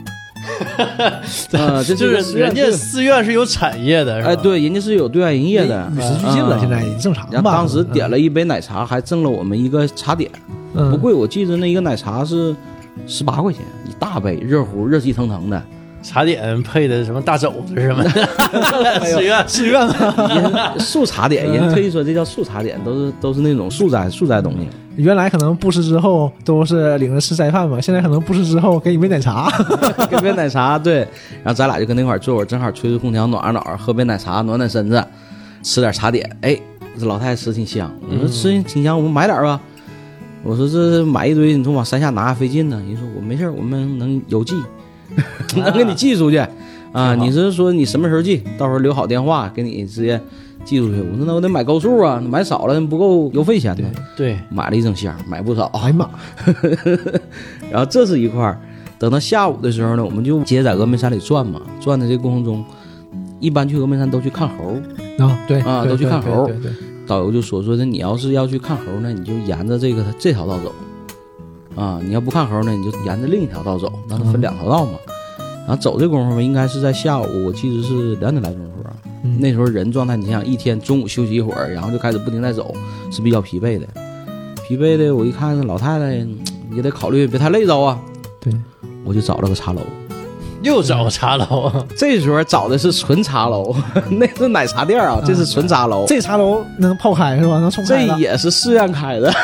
[SPEAKER 2] 啊，这
[SPEAKER 1] 就是人家寺院是有产业的，
[SPEAKER 2] 哎，对，人家是有对外营业的，
[SPEAKER 3] 与时俱进了，现在也正常吧。
[SPEAKER 2] 然后当时点了一杯奶茶，还赠了我们一个茶点，不贵，我记得那一个奶茶是十八块钱一大杯，热乎、热气腾腾的。
[SPEAKER 1] 茶点配的什么大肘子什么的，寺院
[SPEAKER 3] 寺院
[SPEAKER 2] 嘛，素茶点，人特意说这叫素茶点，都是都是那种素斋素斋东西。
[SPEAKER 3] 原来可能布施之后都是领着吃斋饭嘛，现在可能布施之后给你杯奶茶，
[SPEAKER 2] 给杯奶茶，对。然后咱俩就跟那块坐会儿，正好吹着空调暖和暖和，喝杯奶茶暖暖身子，吃点茶点。哎，这老太太吃挺香，我说吃挺香，我们买点吧。 我说这买一堆，你从往山下拿费劲呢。人说我没事，我们能邮寄，能给你寄出去啊。你是说你什么时候寄？到时候留好电话，给你直接寄出去。我说那我得买够数啊，买少了不够邮费钱呢。
[SPEAKER 1] 对，
[SPEAKER 2] 买了一整箱，买不少。
[SPEAKER 3] 哎呀妈！
[SPEAKER 2] 然后这是一块儿。等到下午的时候呢，我们就接着在峨眉山里转嘛。转的这个过程中，一般去峨眉山都去看猴
[SPEAKER 3] 啊，对
[SPEAKER 2] 啊，
[SPEAKER 3] 对
[SPEAKER 2] 都去看猴。
[SPEAKER 3] 对对对对
[SPEAKER 2] 导游就说说的，你要是要去看猴呢，你就沿着这个这条道走啊；你要不看猴呢，你就沿着另一条道走。那分两条道嘛。然后走这功夫应该是在下午，我记得是两点来钟时候。嗯、那时候人状态，你想一天中午休息一会儿，然后就开始不停在走，是比较疲惫的。疲惫的，我一看老太太也得考虑别太累着啊。
[SPEAKER 3] 对，
[SPEAKER 2] 我就找了个茶楼。
[SPEAKER 1] 又找个茶楼啊！
[SPEAKER 2] 这时候找的是纯茶楼，那是奶茶店啊，这是纯茶楼。
[SPEAKER 3] 这茶楼能泡开是吧？能冲开？
[SPEAKER 2] 这也是寺院开的，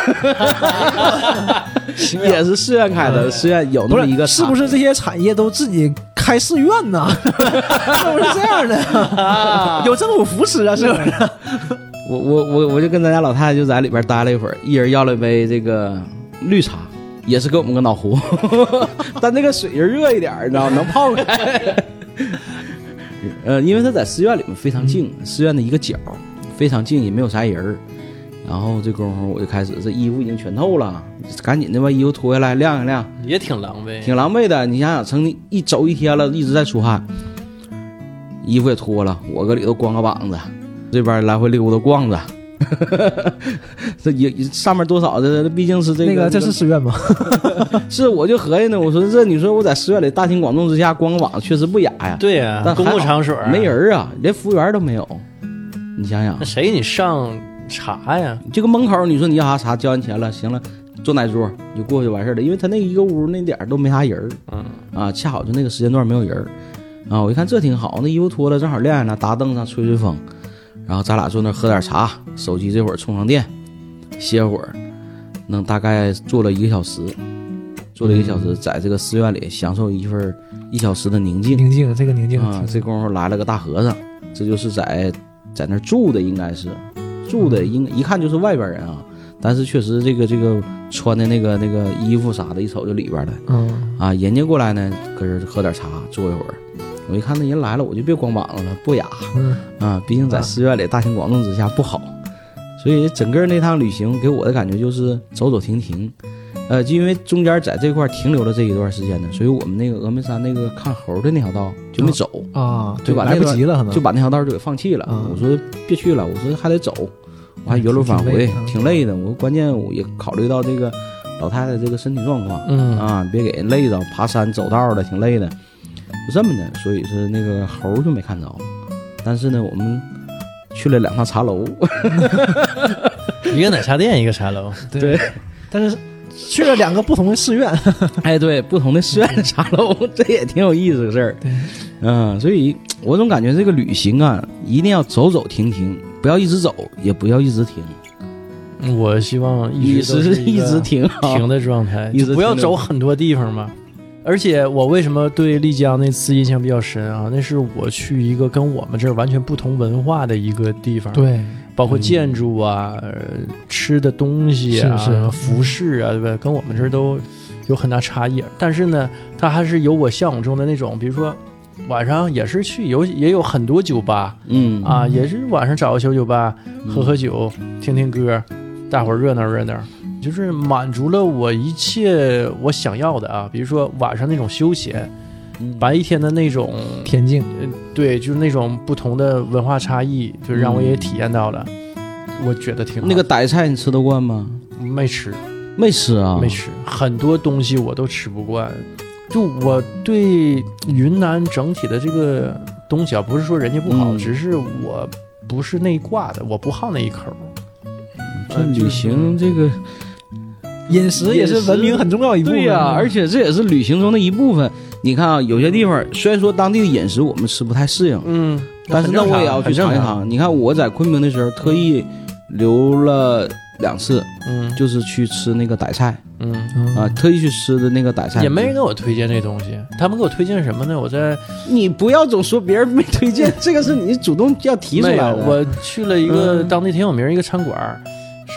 [SPEAKER 2] 也是寺院开的。寺院有那么一个，
[SPEAKER 3] 是不是这些产业都自己开寺院呢？是不是这样的？有政府扶持啊？是不是？
[SPEAKER 2] 我我我我就跟咱家老太太就在里边待了一会儿，一人要了一杯这个绿茶。也是给我们个脑壶，但那个水就热一点，你知道能泡开。呃，因为他在寺院里面非常静，嗯、寺院的一个角非常静，也没有啥人。然后这功夫我就开始，这衣服已经全透了，赶紧的把衣服脱下来晾一晾，
[SPEAKER 1] 也挺狼狈，
[SPEAKER 2] 挺狼狈的。你想想，成一走一天了，一直在出汗，衣服也脱了，我搁里头光个膀子，这边来回溜达逛着。这也上面多少的，毕竟是这个
[SPEAKER 3] 那个，这是寺院吗？
[SPEAKER 2] 是，我就合计呢，我说这你说我在寺院里大庭广众之下光个膀确实不雅呀。
[SPEAKER 1] 对呀、啊，公共场所
[SPEAKER 2] 没人啊，连服务员都没有。你想想，
[SPEAKER 1] 那谁给你上茶呀？
[SPEAKER 2] 这个门口你说你要啥茶，交完钱了，行了，坐哪桌你就过去完事了，因为他那一个屋那点都没啥人，嗯啊，恰好就那个时间段没有人啊。我一看这挺好，那衣服脱了正好晾下来，搭凳上吹吹风。然后咱俩坐那喝点茶，手机这会儿充上电，歇会儿，能大概坐了一个小时，坐了一个小时，在这个寺院里享受一份一小时的宁静。
[SPEAKER 3] 宁静，这个宁静
[SPEAKER 2] 啊！这功夫来了个大和尚，这就是在在那住的，应该是住的，应一看就是外边人啊。但是确实这个这个穿的那个那个衣服啥的，一瞅就里边的。嗯啊，人家过来呢，搁这喝点茶，坐一会儿。我一看那人来了，我就别光膀子了，不雅。嗯啊，毕竟在寺院里大庭广众之下不好，所以整个那趟旅行给我的感觉就是走走停停。呃，就因为中间在这块停留了这一段时间呢，所以我们那个峨眉山那个看猴的那条道就没走
[SPEAKER 3] 啊，
[SPEAKER 2] 就把
[SPEAKER 3] 来不及了，可能
[SPEAKER 2] 就把那条道就给放弃了。我说别去了，我说还得走，我还原路返回，挺累的。我关键我也考虑到这个老太太这个身体状况，嗯啊，别给人累着，爬山走道的挺累的。就这么的，所以是那个猴就没看着，但是呢，我们去了两趟茶楼，
[SPEAKER 1] 一个奶茶店，一个茶楼，
[SPEAKER 3] 对，对但是去了两个不同的寺院，
[SPEAKER 2] 哎，对，不同的寺院的茶楼，这也挺有意思的事儿。对，嗯，所以我总感觉这个旅行啊，一定要走走停停，不要一直走，也不要一直停。
[SPEAKER 1] 我希望一直
[SPEAKER 2] 是一直停
[SPEAKER 1] 停的状态，
[SPEAKER 2] 一直
[SPEAKER 1] 不要走很多地方嘛。而且我为什么对丽江那次印象比较深啊？那是我去一个跟我们这儿完全不同文化的一个地方，
[SPEAKER 3] 对，
[SPEAKER 1] 包括建筑啊、嗯、吃的东西啊、
[SPEAKER 3] 是是
[SPEAKER 1] 服饰啊，对吧？跟我们这儿都有很大差异。但是呢，它还是有我向往中的那种，比如说晚上也是去有也有很多酒吧，
[SPEAKER 2] 嗯
[SPEAKER 1] 啊，也是晚上找个小酒吧、嗯、喝喝酒、听听歌，大伙儿热闹热闹。就是满足了我一切我想要的啊，比如说晚上那种休闲，嗯、白一天的那种
[SPEAKER 3] 恬静，
[SPEAKER 1] 呃，对，就是那种不同的文化差异，就让我也体验到了，嗯、我觉得挺好。
[SPEAKER 2] 那个傣菜你吃得惯吗？
[SPEAKER 1] 没吃，
[SPEAKER 2] 没吃啊，
[SPEAKER 1] 没吃，很多东西我都吃不惯。就我对云南整体的这个东西啊，不是说人家不好，嗯、只是我不是那一挂的，我不好那一口。
[SPEAKER 2] 这旅行这个。
[SPEAKER 3] 饮食也是文明很重要一部分，
[SPEAKER 2] 对呀、啊，而且这也是旅行中的一部分。你看啊，有些地方虽然说当地的饮食我们吃不太适应，嗯，但是那我也要去尝一尝。你看我在昆明的时候，特意留了两次，嗯，就是去吃那个傣菜，嗯啊，特意去吃的那个傣菜，
[SPEAKER 1] 也没人给我推荐这东西。他们给我推荐什么呢？我在
[SPEAKER 2] 你不要总说别人没推荐，这个是你主动要提出来的。
[SPEAKER 1] 我去了一个当地挺有名一个餐馆。是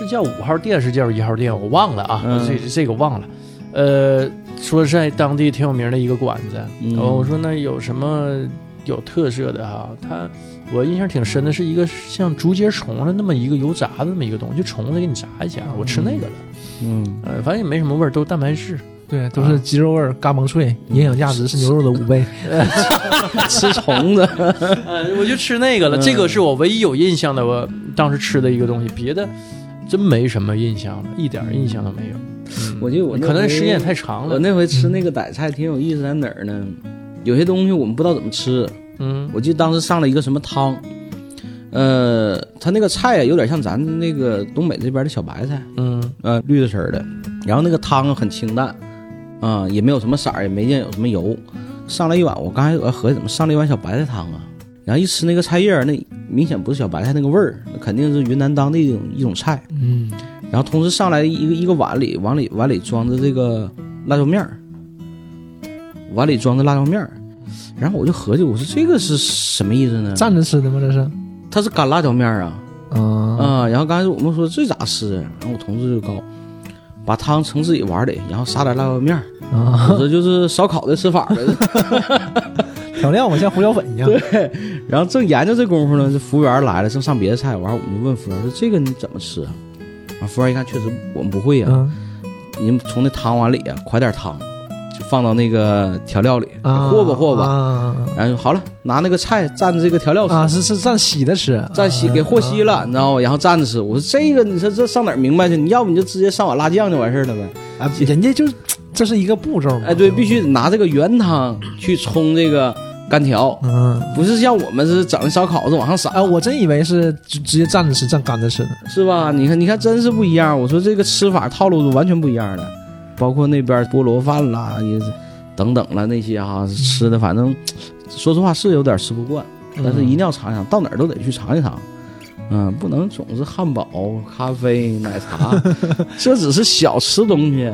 [SPEAKER 1] 是叫五号店是叫一号店，我忘了啊，
[SPEAKER 2] 嗯、
[SPEAKER 1] 这这个忘了。呃，说是在当地挺有名的一个馆子，
[SPEAKER 2] 嗯、
[SPEAKER 1] 然后我说那有什么有特色的哈？他我印象挺深的是一个像竹节虫的那么一个油炸的那么一个东西，就虫子给你炸一下，我吃那个了。
[SPEAKER 2] 嗯，
[SPEAKER 1] 呃，反正也没什么味儿，都是蛋白质。
[SPEAKER 3] 对，都是鸡肉味儿，嘎嘣脆，营养价值是牛肉的五倍。
[SPEAKER 2] 吃虫子，
[SPEAKER 1] 呃，我就吃那个了。这个是我唯一有印象的，我当时吃的一个东西，别的真没什么印象了，一点印象都没有。嗯、
[SPEAKER 2] 我觉得我
[SPEAKER 1] 可能时间也太长了。
[SPEAKER 2] 我那回吃那个傣菜挺有意思，在哪儿呢？有些东西我们不知道怎么吃。
[SPEAKER 1] 嗯，
[SPEAKER 2] 我记得当时上了一个什么汤，呃，它那个菜啊有点像咱那个东北这边的小白菜，
[SPEAKER 1] 嗯，
[SPEAKER 2] 呃，绿的色的，然后那个汤很清淡。啊、嗯，也没有什么色儿，也没见有什么油，上来一碗，我刚才我合计怎么上了一碗小白菜汤啊？然后一吃那个菜叶，那明显不是小白菜那个味儿，那肯定是云南当地的一种一种菜。
[SPEAKER 3] 嗯，
[SPEAKER 2] 然后同时上来一个一个碗里，碗里碗里装着这个辣椒面儿，碗里装着辣椒面儿，然后我就合计，我说这个是什么意思呢？
[SPEAKER 3] 蘸着吃的吗？这是？
[SPEAKER 2] 它是干辣椒面啊。
[SPEAKER 3] 啊、嗯、
[SPEAKER 2] 啊、嗯！然后刚才我们说这咋吃啊？然后我同事就告。把汤盛自己碗里，然后撒点辣椒面啊，这就是烧烤的吃法了。
[SPEAKER 3] 调料嘛，像胡椒粉一样。
[SPEAKER 2] 对，然后正研究这功夫呢，这服务员来了，正上别的菜，完我们就问服务员说：“这个你怎么吃啊？”啊，服务员一看，确实我们不会呀、啊。嗯、你们从那汤碗里啊，㧟点汤，就放到那个调料里，
[SPEAKER 3] 啊、
[SPEAKER 2] 和吧和吧。
[SPEAKER 3] 啊、
[SPEAKER 2] 然后好了，拿那个菜蘸着这个调料吃
[SPEAKER 3] 啊，是是蘸稀的吃，
[SPEAKER 2] 蘸稀给和稀了，啊、你知道吗？然后蘸着吃。我说这个，你说这上哪儿明白去？你要不你就直接上碗辣酱就完事儿了呗。
[SPEAKER 3] 啊，人家就这是一个步骤嘛。
[SPEAKER 2] 哎，对，必须拿这个原汤去冲这个干条，
[SPEAKER 3] 嗯，
[SPEAKER 2] 不是像我们是整的烧烤是往上撒。
[SPEAKER 3] 啊，我真以为是直直接蘸着吃，蘸干着吃的，
[SPEAKER 2] 是吧？你看，你看，真是不一样。我说这个吃法套路是完全不一样的，包括那边菠萝饭啦，也是等等了那些哈、啊、吃的，反正说实话是有点吃不惯，但是一定要尝一尝，到哪儿都得去尝一尝。嗯，不能总是汉堡、咖啡、奶茶，这只是小吃东西。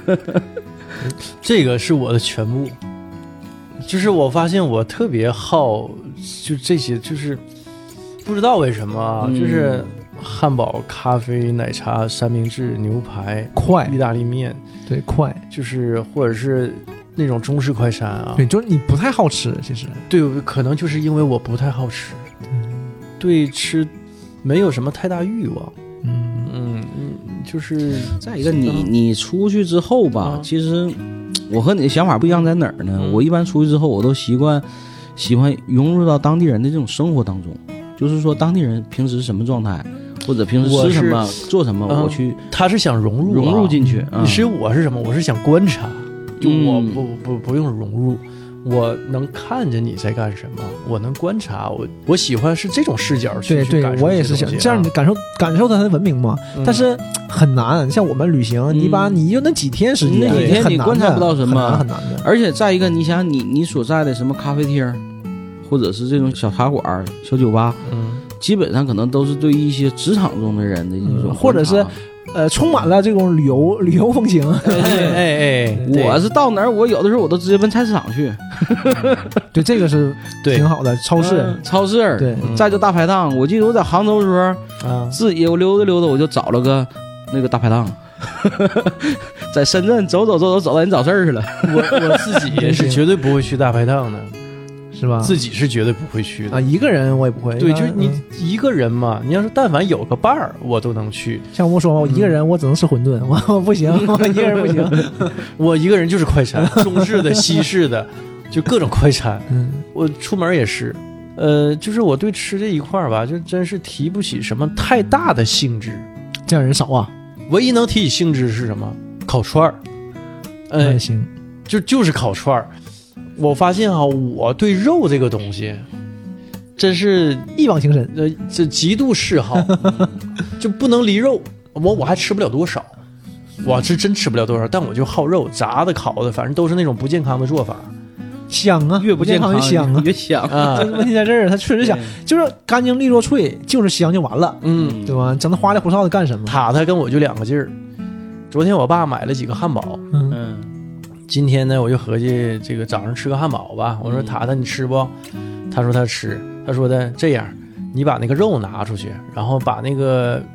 [SPEAKER 1] 这个是我的全部。就是我发现我特别好，就这些，就是不知道为什么啊，嗯、就是汉堡、咖啡、奶茶、三明治、牛排、
[SPEAKER 3] 快、
[SPEAKER 1] 意大利面，
[SPEAKER 3] 对，快，
[SPEAKER 1] 就是或者是那种中式快餐啊，
[SPEAKER 3] 对，就是你不太好吃，其实，
[SPEAKER 1] 对，可能就是因为我不太好吃，
[SPEAKER 3] 嗯、
[SPEAKER 1] 对吃没有什么太大欲望，
[SPEAKER 3] 嗯
[SPEAKER 1] 嗯，就是
[SPEAKER 2] 再一个你，你你出去之后吧，啊、其实。我和你的想法不一样在哪儿呢？嗯、我一般出去之后，我都习惯喜欢融入到当地人的这种生活当中，就是说当地人平时什么状态，或者平时吃什么做什么，我去，
[SPEAKER 1] 他是想融入、啊、
[SPEAKER 2] 融入进去。
[SPEAKER 1] 其实、嗯、我是什么？我是想观察，就我不、嗯、不不用融入，我能看着你在干什么，我能观察，我我喜欢是这种视角去。
[SPEAKER 3] 对对，我也是想这样，你感受感受到它的文明嘛。嗯、但是很难，像我们旅行，你把你就那几天时间，
[SPEAKER 2] 那几天你观察不到什么，
[SPEAKER 3] 很难的。
[SPEAKER 2] 而且再一个，你想你你所在的什么咖啡厅，或者是这种小茶馆、小酒吧，
[SPEAKER 1] 嗯，
[SPEAKER 2] 基本上可能都是对一些职场中的人的一种、
[SPEAKER 3] 嗯，或者是。呃，充满了这种旅游旅游风情。
[SPEAKER 1] 哎哎哎，
[SPEAKER 2] 我是到哪儿，我有的时候我都直接奔菜市场去。
[SPEAKER 3] 对，这个是挺好的。超市，
[SPEAKER 2] 嗯、超市，
[SPEAKER 3] 对，
[SPEAKER 2] 嗯、再就大排档。我记得我在杭州的时候，
[SPEAKER 3] 啊，
[SPEAKER 2] 自己我溜达溜达，我就找了个那个大排档。在深圳走走走走走到人找事儿去了。
[SPEAKER 1] 我我自己是绝对不会去大排档的。
[SPEAKER 3] 是吧？
[SPEAKER 1] 自己是绝对不会去的
[SPEAKER 3] 啊，一个人我也不会。
[SPEAKER 1] 对，就是你一个人嘛，你要是但凡有个伴儿，我都能去。
[SPEAKER 3] 像我说嘛，我一个人我只能吃馄饨，嗯、我我不行，我一个人不行。
[SPEAKER 1] 我一个人就是快餐，中式的、西式的，就各种快餐。
[SPEAKER 3] 嗯，
[SPEAKER 1] 我出门也是，呃，就是我对吃这一块吧，就真是提不起什么太大的兴致。
[SPEAKER 3] 这样人少啊，
[SPEAKER 1] 唯一能提起兴致是什么？烤串儿。
[SPEAKER 3] 呃，行，
[SPEAKER 1] 就就是烤串儿。我发现啊，我对肉这个东西真是
[SPEAKER 3] 一往情深，
[SPEAKER 1] 呃，这极度嗜好，就不能离肉。我我还吃不了多少，我是真吃不了多少，但我就好肉，炸的、烤的，反正都是那种不健康的做法。
[SPEAKER 3] 香啊，
[SPEAKER 2] 越不健康
[SPEAKER 3] 越香啊，
[SPEAKER 2] 越香
[SPEAKER 3] 啊！问题在这儿，它确实香，就是干净利落脆，就是香就完了，
[SPEAKER 1] 嗯，
[SPEAKER 3] 对吧？整那花里胡哨的干什么？
[SPEAKER 1] 塔塔跟我就两个劲儿。昨天我爸买了几个汉堡，
[SPEAKER 3] 嗯。
[SPEAKER 1] 今天呢，我就合计这个早上吃个汉堡吧。我说塔塔你吃不？他说他吃。他说的这样，你把那个肉拿出去，然后把那个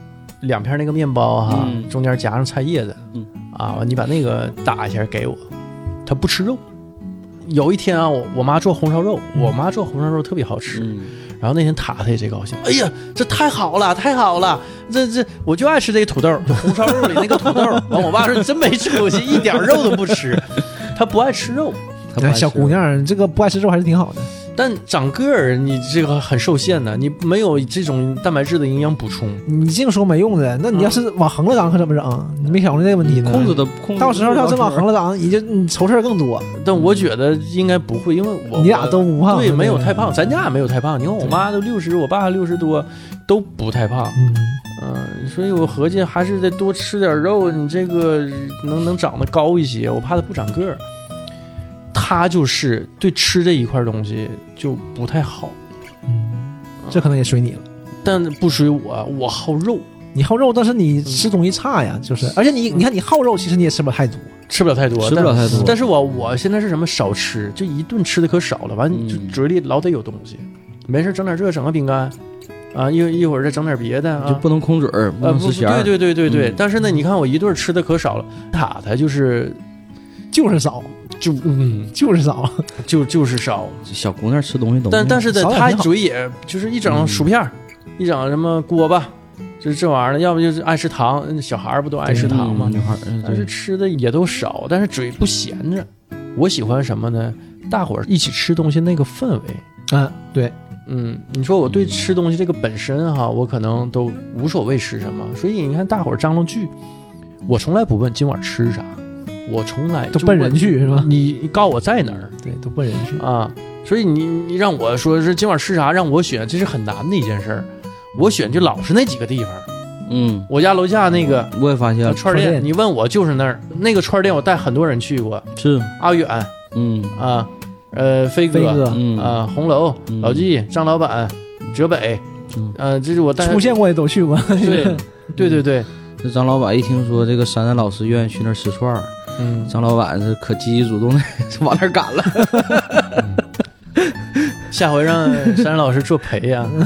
[SPEAKER 1] 两片那个面包哈，
[SPEAKER 2] 嗯、
[SPEAKER 1] 中间夹上菜叶子，
[SPEAKER 2] 嗯
[SPEAKER 1] 啊，你把那个打一下给我，他不吃肉。有一天啊，我我妈做红烧肉，我妈做红烧肉特别好吃。嗯然后那天塔塔也贼高兴，哎呀，这太好了，太好了，这这我就爱吃这个土豆，就红烧肉里那个土豆。完，我爸说你真没出息，一点肉都不吃。他不爱吃肉，
[SPEAKER 3] 哎，小姑娘这个不爱吃肉还是挺好的。
[SPEAKER 1] 但长个儿你这个很受限的，你没有这种蛋白质的营养补充。
[SPEAKER 3] 你净说没用的，那你要是往横了长可怎么整？你没想过这个问题呢？
[SPEAKER 2] 控制的控制，
[SPEAKER 3] 到时候要真往横了长，你就你愁事更多。
[SPEAKER 1] 但我觉得应该不会，因为我
[SPEAKER 3] 你俩都不胖，
[SPEAKER 1] 对，没有太胖，咱家也没有太胖。你看我妈都六十，我爸六十多，都不太胖。
[SPEAKER 3] 嗯
[SPEAKER 1] 嗯、呃，所以我合计还是得多吃点肉，你这个能能长得高一些，我怕他不长个儿。他就是对吃这一块东西就不太好，
[SPEAKER 3] 嗯，这可能也随你了，
[SPEAKER 1] 但不随我，我好肉。
[SPEAKER 3] 你好肉，但是你吃东西差呀，就是，而且你你看你好肉，其实你也吃不了太多，
[SPEAKER 1] 吃不了太多，
[SPEAKER 2] 吃不了太多。
[SPEAKER 1] 但是我我现在是什么少吃，就一顿吃的可少了，完就嘴里老得有东西，没事整点这，整个饼干。啊，一一会儿再整点别的、啊，
[SPEAKER 2] 就不能空嘴儿，不能吃咸。
[SPEAKER 1] 对对对对对、嗯。但是呢，你看我一顿吃的可少了，塔塔就是
[SPEAKER 3] 就是少。
[SPEAKER 1] 就嗯，
[SPEAKER 3] 就是少，
[SPEAKER 1] 就就是少。
[SPEAKER 2] 小姑娘吃东西都，
[SPEAKER 1] 但但是呢，她嘴也就是一整薯片、嗯，一整什么锅巴，就是这玩意儿，要不就是爱吃糖，小孩不都爱吃糖吗？
[SPEAKER 2] 女孩，
[SPEAKER 1] 但是吃的也都少，但是嘴不闲着。我喜欢什么呢？大伙儿一起吃东西那个氛围。
[SPEAKER 3] 嗯，对，
[SPEAKER 1] 嗯，你说我对吃东西这个本身哈，我可能都无所谓吃什么，所以你看大伙儿张罗剧，我从来不问今晚吃啥。我从来
[SPEAKER 3] 都奔人去是吧？
[SPEAKER 1] 你告我在哪儿？
[SPEAKER 3] 对，都奔人去
[SPEAKER 1] 啊！所以你你让我说是今晚吃啥，让我选，这是很难的一件事儿。我选就老是那几个地方。
[SPEAKER 2] 嗯，
[SPEAKER 1] 我家楼下那个
[SPEAKER 2] 我也发现
[SPEAKER 1] 串店，你问我就是那儿。那个串店我带很多人去过，
[SPEAKER 2] 是
[SPEAKER 1] 阿远，
[SPEAKER 2] 嗯
[SPEAKER 1] 啊，呃，飞哥，
[SPEAKER 3] 飞哥
[SPEAKER 2] 嗯
[SPEAKER 1] 啊，红楼，
[SPEAKER 2] 嗯、
[SPEAKER 1] 老纪，张老板，浙北，
[SPEAKER 2] 嗯，
[SPEAKER 1] 呃，这是我带
[SPEAKER 3] 出现过的都去过。
[SPEAKER 1] 对，对对对。
[SPEAKER 2] 这张老板一听说这个珊珊老师愿意去那儿吃串儿。
[SPEAKER 1] 嗯，
[SPEAKER 2] 张老板是可积极主动的往那儿赶了、
[SPEAKER 1] 嗯，下回让珊老师做陪呀、啊。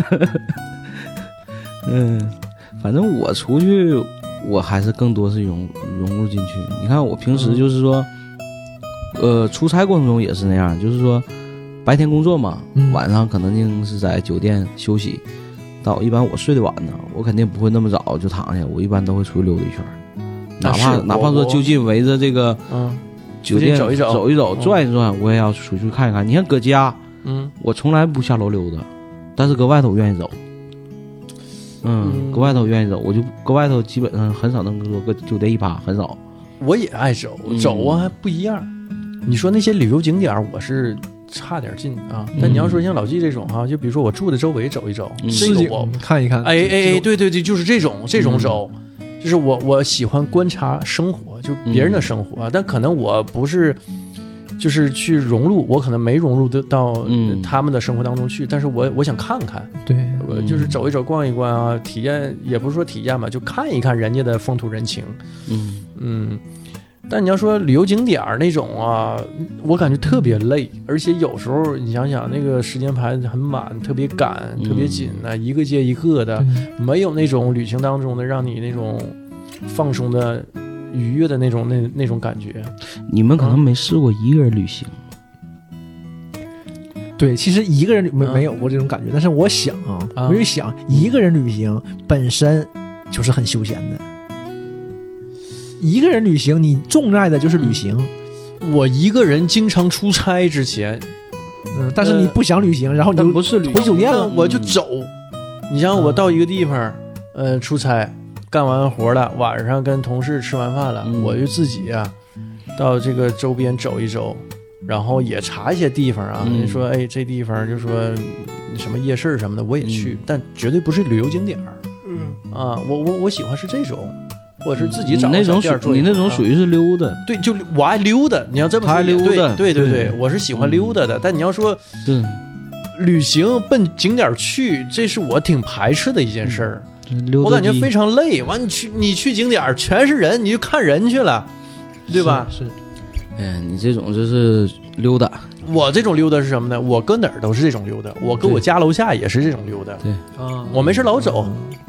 [SPEAKER 2] 嗯，反正我出去，我还是更多是融融入进去。你看我平时就是说，嗯、呃，出差过程中也是那样，就是说白天工作嘛，
[SPEAKER 3] 嗯、
[SPEAKER 2] 晚上可能是在酒店休息。到一般我睡得晚呢，我肯定不会那么早就躺下，我一般都会出去溜达一圈。哪怕哪怕说就近围着这个酒店
[SPEAKER 1] 走一走
[SPEAKER 2] 走一走转一转，我也要出去看一看。你看搁家，
[SPEAKER 1] 嗯，
[SPEAKER 2] 我从来不下楼溜达，但是搁外头我愿意走。嗯，搁外头愿意走，我就搁外头基本上很少能说搁酒店一趴，很少。
[SPEAKER 1] 我也爱走，走啊还不一样。你说那些旅游景点，我是差点劲啊。但你要说像老纪这种哈，就比如说我住的周围走一走，这个我
[SPEAKER 3] 看一看。
[SPEAKER 1] 哎哎哎，对对对，就是这种这种走。就是我我喜欢观察生活，就别人的生活、嗯、但可能我不是就是去融入，我可能没融入到他们的生活当中去、嗯、但是我我想看看，
[SPEAKER 3] 对，
[SPEAKER 1] 我就是走一走逛一逛啊，体验也不是说体验吧，就看一看人家的风土人情。
[SPEAKER 2] 嗯
[SPEAKER 1] 嗯，但你要说旅游景点那种啊，我感觉特别累，而且有时候你想想那个时间排很满，特别赶，特别紧啊，一个接一个的，没有那种旅行当中的让你那种放松的、愉悦的那种那那种感觉。
[SPEAKER 2] 你们可能没试过一个人旅行。
[SPEAKER 3] 对，其实一个人没没有过这种感觉，但是我想啊，我就想一个人旅行本身就是很休闲的。一个人旅行，你重在的就是旅行。
[SPEAKER 1] 我一个人经常出差之前，
[SPEAKER 3] 嗯，但是你不想旅行，呃、然后你就
[SPEAKER 2] 不是旅
[SPEAKER 3] 回酒店了，
[SPEAKER 1] 我就走。你像我到一个地方，呃，出差干完活了，晚上跟同事吃完饭了，嗯、我就自己啊，到这个周边走一走，然后也查一些地方啊。你、嗯、说，哎，这地方就说什么夜市什么的，我也去，嗯、但绝对不是旅游景点。嗯啊，我我我喜欢是这种。或者是自己找
[SPEAKER 2] 那种属你那种属于是溜达、啊，
[SPEAKER 1] 对，就我爱溜达。你要这么说，
[SPEAKER 2] 溜达，
[SPEAKER 1] 对对对对，我是喜欢溜达的。嗯、但你要说，
[SPEAKER 2] 对，
[SPEAKER 1] 旅行奔景点去，这是我挺排斥的一件事儿、
[SPEAKER 2] 嗯。
[SPEAKER 1] 我感觉非常累。完，你去你去景点全是人，你就看人去了，对吧？
[SPEAKER 3] 是。是
[SPEAKER 2] 哎，你这种就是溜达。
[SPEAKER 1] 我这种溜达是什么呢？我搁哪儿都是这种溜达，我搁我家楼下也是这种溜达。
[SPEAKER 2] 对
[SPEAKER 3] 啊，
[SPEAKER 1] 我没事老走。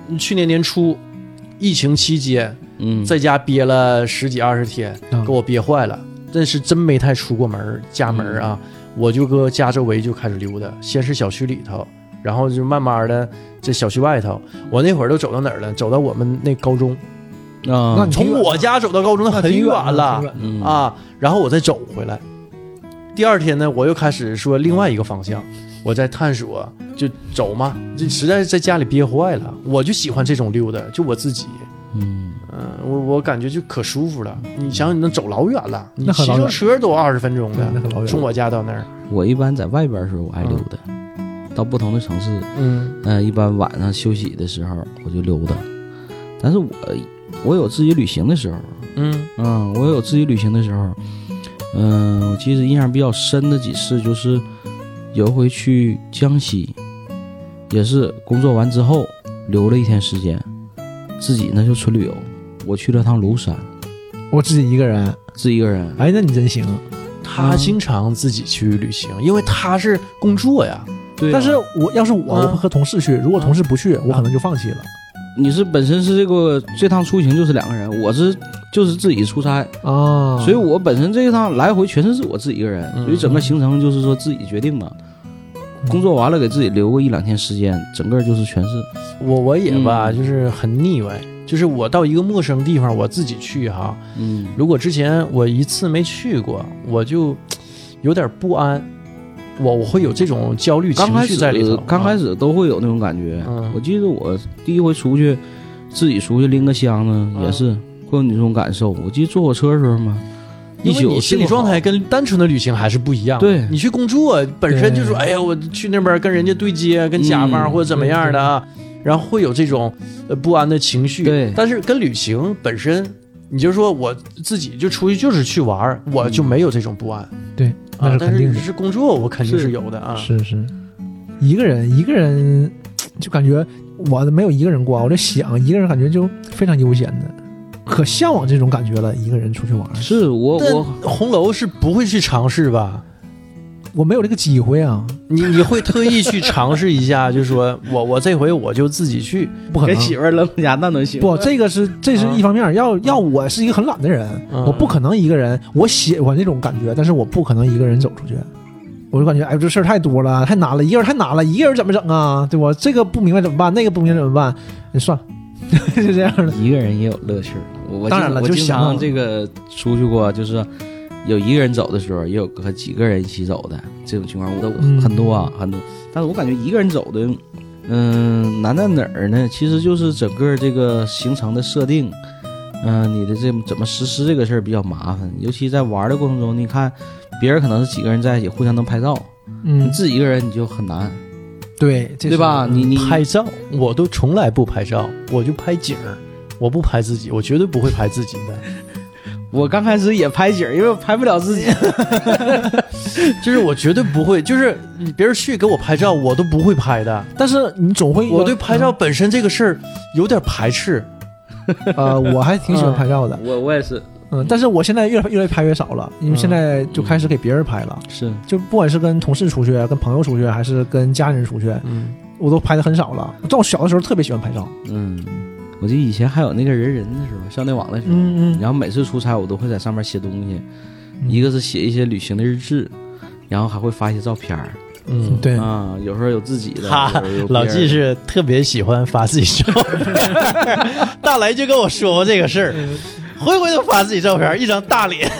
[SPEAKER 1] 去年年初疫情期间，
[SPEAKER 2] 嗯，
[SPEAKER 1] 在家憋了十几二十天，
[SPEAKER 3] 嗯
[SPEAKER 1] 给我憋坏了。但是真没太出过门家门啊，
[SPEAKER 2] 嗯、
[SPEAKER 1] 我就搁家周围就开始溜达，先是小区里头，然后就慢慢的这小区外头。我那会儿都走到哪儿了？走到我们那高中
[SPEAKER 2] 啊，
[SPEAKER 1] 从我家走到高中那很远了
[SPEAKER 3] 嗯、
[SPEAKER 1] 啊，然后我再走回来。第二天呢，我又开始说另外一个方向，我在探索，就走嘛，就实在是在家里憋坏了，我就喜欢这种溜达，就我自己。
[SPEAKER 2] 嗯
[SPEAKER 1] 嗯，我我感觉就可舒服了。你想，你能走老远了，你骑自行车都二十分钟的，从我家到那儿。
[SPEAKER 2] 我一般在外边的时候，我爱溜达，嗯、到不同的城市，
[SPEAKER 1] 嗯，
[SPEAKER 2] 呃，一般晚上休息的时候我就溜达。但是我我有自己旅行的时候，
[SPEAKER 1] 嗯
[SPEAKER 2] 嗯，我有自己旅行的时候，嗯、呃，我记得印象比较深的几次就是有一回去江西，也是工作完之后留了一天时间。自己呢就纯旅游，我去了趟庐山，
[SPEAKER 3] 我自己一个人，
[SPEAKER 2] 自己一个人。
[SPEAKER 3] 哎，那你真行。
[SPEAKER 1] 他经常自己去旅行，因为他是工作呀。
[SPEAKER 2] 对、啊。
[SPEAKER 3] 但是我要是我，
[SPEAKER 1] 啊、
[SPEAKER 3] 我会和同事去，如果同事不去，啊、我可能就放弃了。
[SPEAKER 2] 你是本身是这个这趟出行就是两个人，我是就是自己出差
[SPEAKER 3] 啊，
[SPEAKER 2] 所以我本身这一趟来回全是我自己一个人，
[SPEAKER 1] 嗯、
[SPEAKER 2] 所以整个行程就是说自己决定嘛。嗯、工作完了给自己留个一两天时间，整个就是全是。
[SPEAKER 1] 我我也吧，嗯、就是很腻歪，就是我到一个陌生地方，我自己去哈。
[SPEAKER 2] 嗯，
[SPEAKER 1] 如果之前我一次没去过，我就有点不安，我我会有这种焦虑情绪在里头。
[SPEAKER 2] 刚开始都会有那种感觉。
[SPEAKER 1] 嗯，
[SPEAKER 2] 我记得我第一回出去，自己出去拎个箱子，嗯、也是会有那种感受。我记得坐火车的时候嘛。
[SPEAKER 1] 因为你心理状态跟单纯的旅行还是不一样。
[SPEAKER 2] 对，
[SPEAKER 1] 你去工作本身就说，哎呀，我去那边跟人家对接，跟甲方或者怎么样的啊，嗯、然后会有这种呃不安的情绪。
[SPEAKER 2] 对，
[SPEAKER 1] 但是跟旅行本身，你就说我自己就出去就是去玩，我就没有这种不安。
[SPEAKER 3] 嗯、对，那是肯定的。
[SPEAKER 1] 啊、但是是工作，我肯定是有的啊。
[SPEAKER 3] 是是，一个人一个人就感觉我没有一个人过，我就想一个人感觉就非常悠闲的。可向往这种感觉了，一个人出去玩。
[SPEAKER 2] 是我我
[SPEAKER 1] 红楼是不会去尝试吧？
[SPEAKER 3] 我没有这个机会啊。
[SPEAKER 1] 你你会特意去尝试一下，就是说我我这回我就自己去，
[SPEAKER 3] 不可能
[SPEAKER 2] 给媳妇儿扔家那能行？
[SPEAKER 3] 不，这个是这是一方面。啊、要要我是一个很懒的人，
[SPEAKER 1] 嗯、
[SPEAKER 3] 我不可能一个人。我喜欢这种感觉，但是我不可能一个人走出去。我就感觉哎，这事儿太多了，太难了，一个人太难了，一个人怎么整啊？对吧？这个不明白怎么办？那个不明白怎么办？那算了。就这样的，
[SPEAKER 2] 一个人也有乐趣。我
[SPEAKER 3] 当然了，
[SPEAKER 2] 我
[SPEAKER 3] 就
[SPEAKER 2] 经常这个出去过，就是有一个人走的时候，也有和几个人一起走的这种情况，我都很多啊，嗯、很多。但是我感觉一个人走的，嗯、呃，难在哪儿呢？其实就是整个这个行程的设定，嗯、呃，你的这怎么实施这个事儿比较麻烦，尤其在玩的过程中，你看别人可能是几个人在一起互相能拍照，
[SPEAKER 3] 嗯，
[SPEAKER 2] 你自己一个人你就很难。
[SPEAKER 3] 对，
[SPEAKER 2] 对吧？你你
[SPEAKER 1] 拍照，我都从来不拍照，我就拍景儿，我不拍自己，我绝对不会拍自己的。
[SPEAKER 2] 我刚开始也拍景儿，因为我拍不了自己，
[SPEAKER 1] 就是我绝对不会，就是别人去给我拍照，我都不会拍的。
[SPEAKER 3] 但是你总会，
[SPEAKER 1] 我对拍照本身这个事儿有点排斥。
[SPEAKER 3] 呃，我还挺喜欢拍照的，
[SPEAKER 2] 嗯、我我也是。
[SPEAKER 3] 嗯，但是我现在越越来越拍越少了，因为现在就开始给别人拍了。
[SPEAKER 2] 是、嗯，
[SPEAKER 3] 就不管是跟同事出去、跟朋友出去，还是跟家人出去，
[SPEAKER 1] 嗯，
[SPEAKER 3] 我都拍的很少了。在我小的时候特别喜欢拍照。
[SPEAKER 2] 嗯，我记得以前还有那个人人的时候，校内网的时候，
[SPEAKER 3] 嗯嗯，
[SPEAKER 2] 然后每次出差我都会在上面写东西，嗯、一个是写一些旅行的日志，然后还会发一些照片。
[SPEAKER 1] 嗯，
[SPEAKER 3] 对
[SPEAKER 2] 啊，有时候有自己的。
[SPEAKER 1] 他老纪是特别喜欢发自己照片，大雷就跟我说过这个事儿。回回都发自己照片，一张大脸。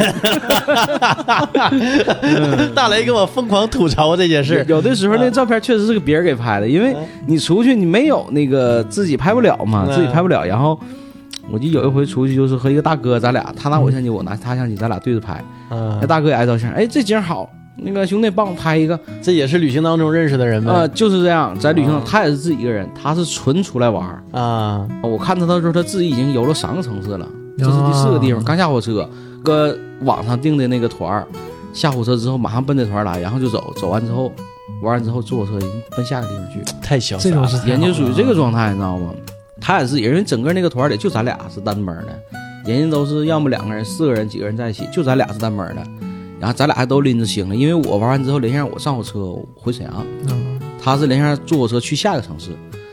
[SPEAKER 1] 大雷跟我疯狂吐槽这件事。
[SPEAKER 2] 有的时候那照片确实是个别人给拍的，因为你出去你没有那个自己拍不了嘛，自己拍不了。然后我就有一回出去，就是和一个大哥，咱俩他拿我相机，我拿他相机，咱俩对着拍。那大哥也爱照相，哎，这景好，那个兄弟帮我拍一个。
[SPEAKER 1] 这也是旅行当中认识的人吗？
[SPEAKER 2] 啊、呃，就是这样，在旅行上他也是自己一个人，他是纯出来玩
[SPEAKER 1] 啊。
[SPEAKER 2] 我看他的时候，他自己已经游了三个城市了。这是第四个地方，刚下火车，搁网上订的那个团儿，下火车之后马上奔这团来，然后就走，走完之后玩完之后坐火车已经奔下个地方去，
[SPEAKER 1] 太潇洒了。
[SPEAKER 3] 这种是
[SPEAKER 2] 人家属于这个状态，你知道吗？他也是，因为整个那个团里就咱俩是单门的，人家都是要么两个人、四个人、几个人在一起，就咱俩是单门的，然后咱俩还都拎着行李，因为我玩完之后连上我上火车回沈阳，
[SPEAKER 3] 嗯，
[SPEAKER 2] 他是连上坐火车去下个城市。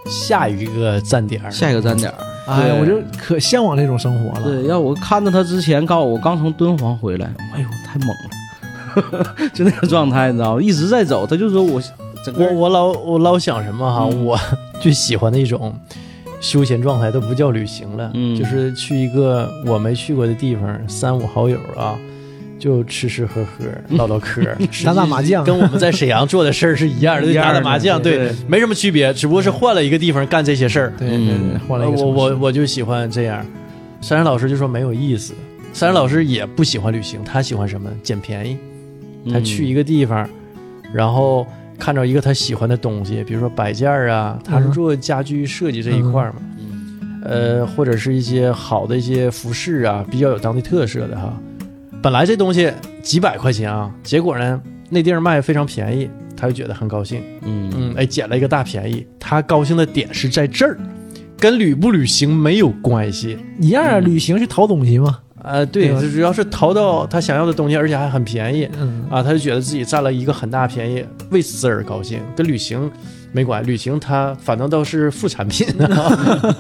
[SPEAKER 1] 下一个站点，
[SPEAKER 2] 下一个站点。
[SPEAKER 3] 哎呀，我就可向往这种生活了。
[SPEAKER 2] 对，要我看到他之前，告诉我刚从敦煌回来，哎呦，太猛了，就那个状态，你知道吗？一直在走，他就说我整个
[SPEAKER 1] 我我老我老想什么哈，
[SPEAKER 2] 嗯、
[SPEAKER 1] 我最喜欢的一种休闲状态都不叫旅行了，
[SPEAKER 2] 嗯，
[SPEAKER 1] 就是去一个我没去过的地方，三五好友啊。就吃吃喝喝唠唠嗑
[SPEAKER 3] 打打麻将，
[SPEAKER 1] 跟我们在沈阳做的事儿是一样的，打打麻将，对，没什么区别，只不过是换了一个地方干这些事儿。
[SPEAKER 3] 对对对，换了一个。
[SPEAKER 1] 我我我就喜欢这样。珊珊老师就说没有意思，珊珊老师也不喜欢旅行，他喜欢什么？捡便宜。他去一个地方，嗯、然后看着一个他喜欢的东西，比如说摆件啊，他是做家居设计这一块嘛，嗯、呃，或者是一些好的一些服饰啊，比较有当地特色的哈。本来这东西几百块钱啊，结果呢那地儿卖非常便宜，他就觉得很高兴。
[SPEAKER 2] 嗯
[SPEAKER 1] 嗯，哎，捡了一个大便宜。他高兴的点是在这儿，跟旅不旅行没有关系。
[SPEAKER 3] 一样啊，嗯、旅行是淘东西嘛。
[SPEAKER 1] 呃，对，对主要是淘到他想要的东西，而且还很便宜。
[SPEAKER 3] 嗯
[SPEAKER 1] 啊，他就觉得自己占了一个很大便宜，为此而高兴，跟旅行没关系。旅行他反正都是副产品啊。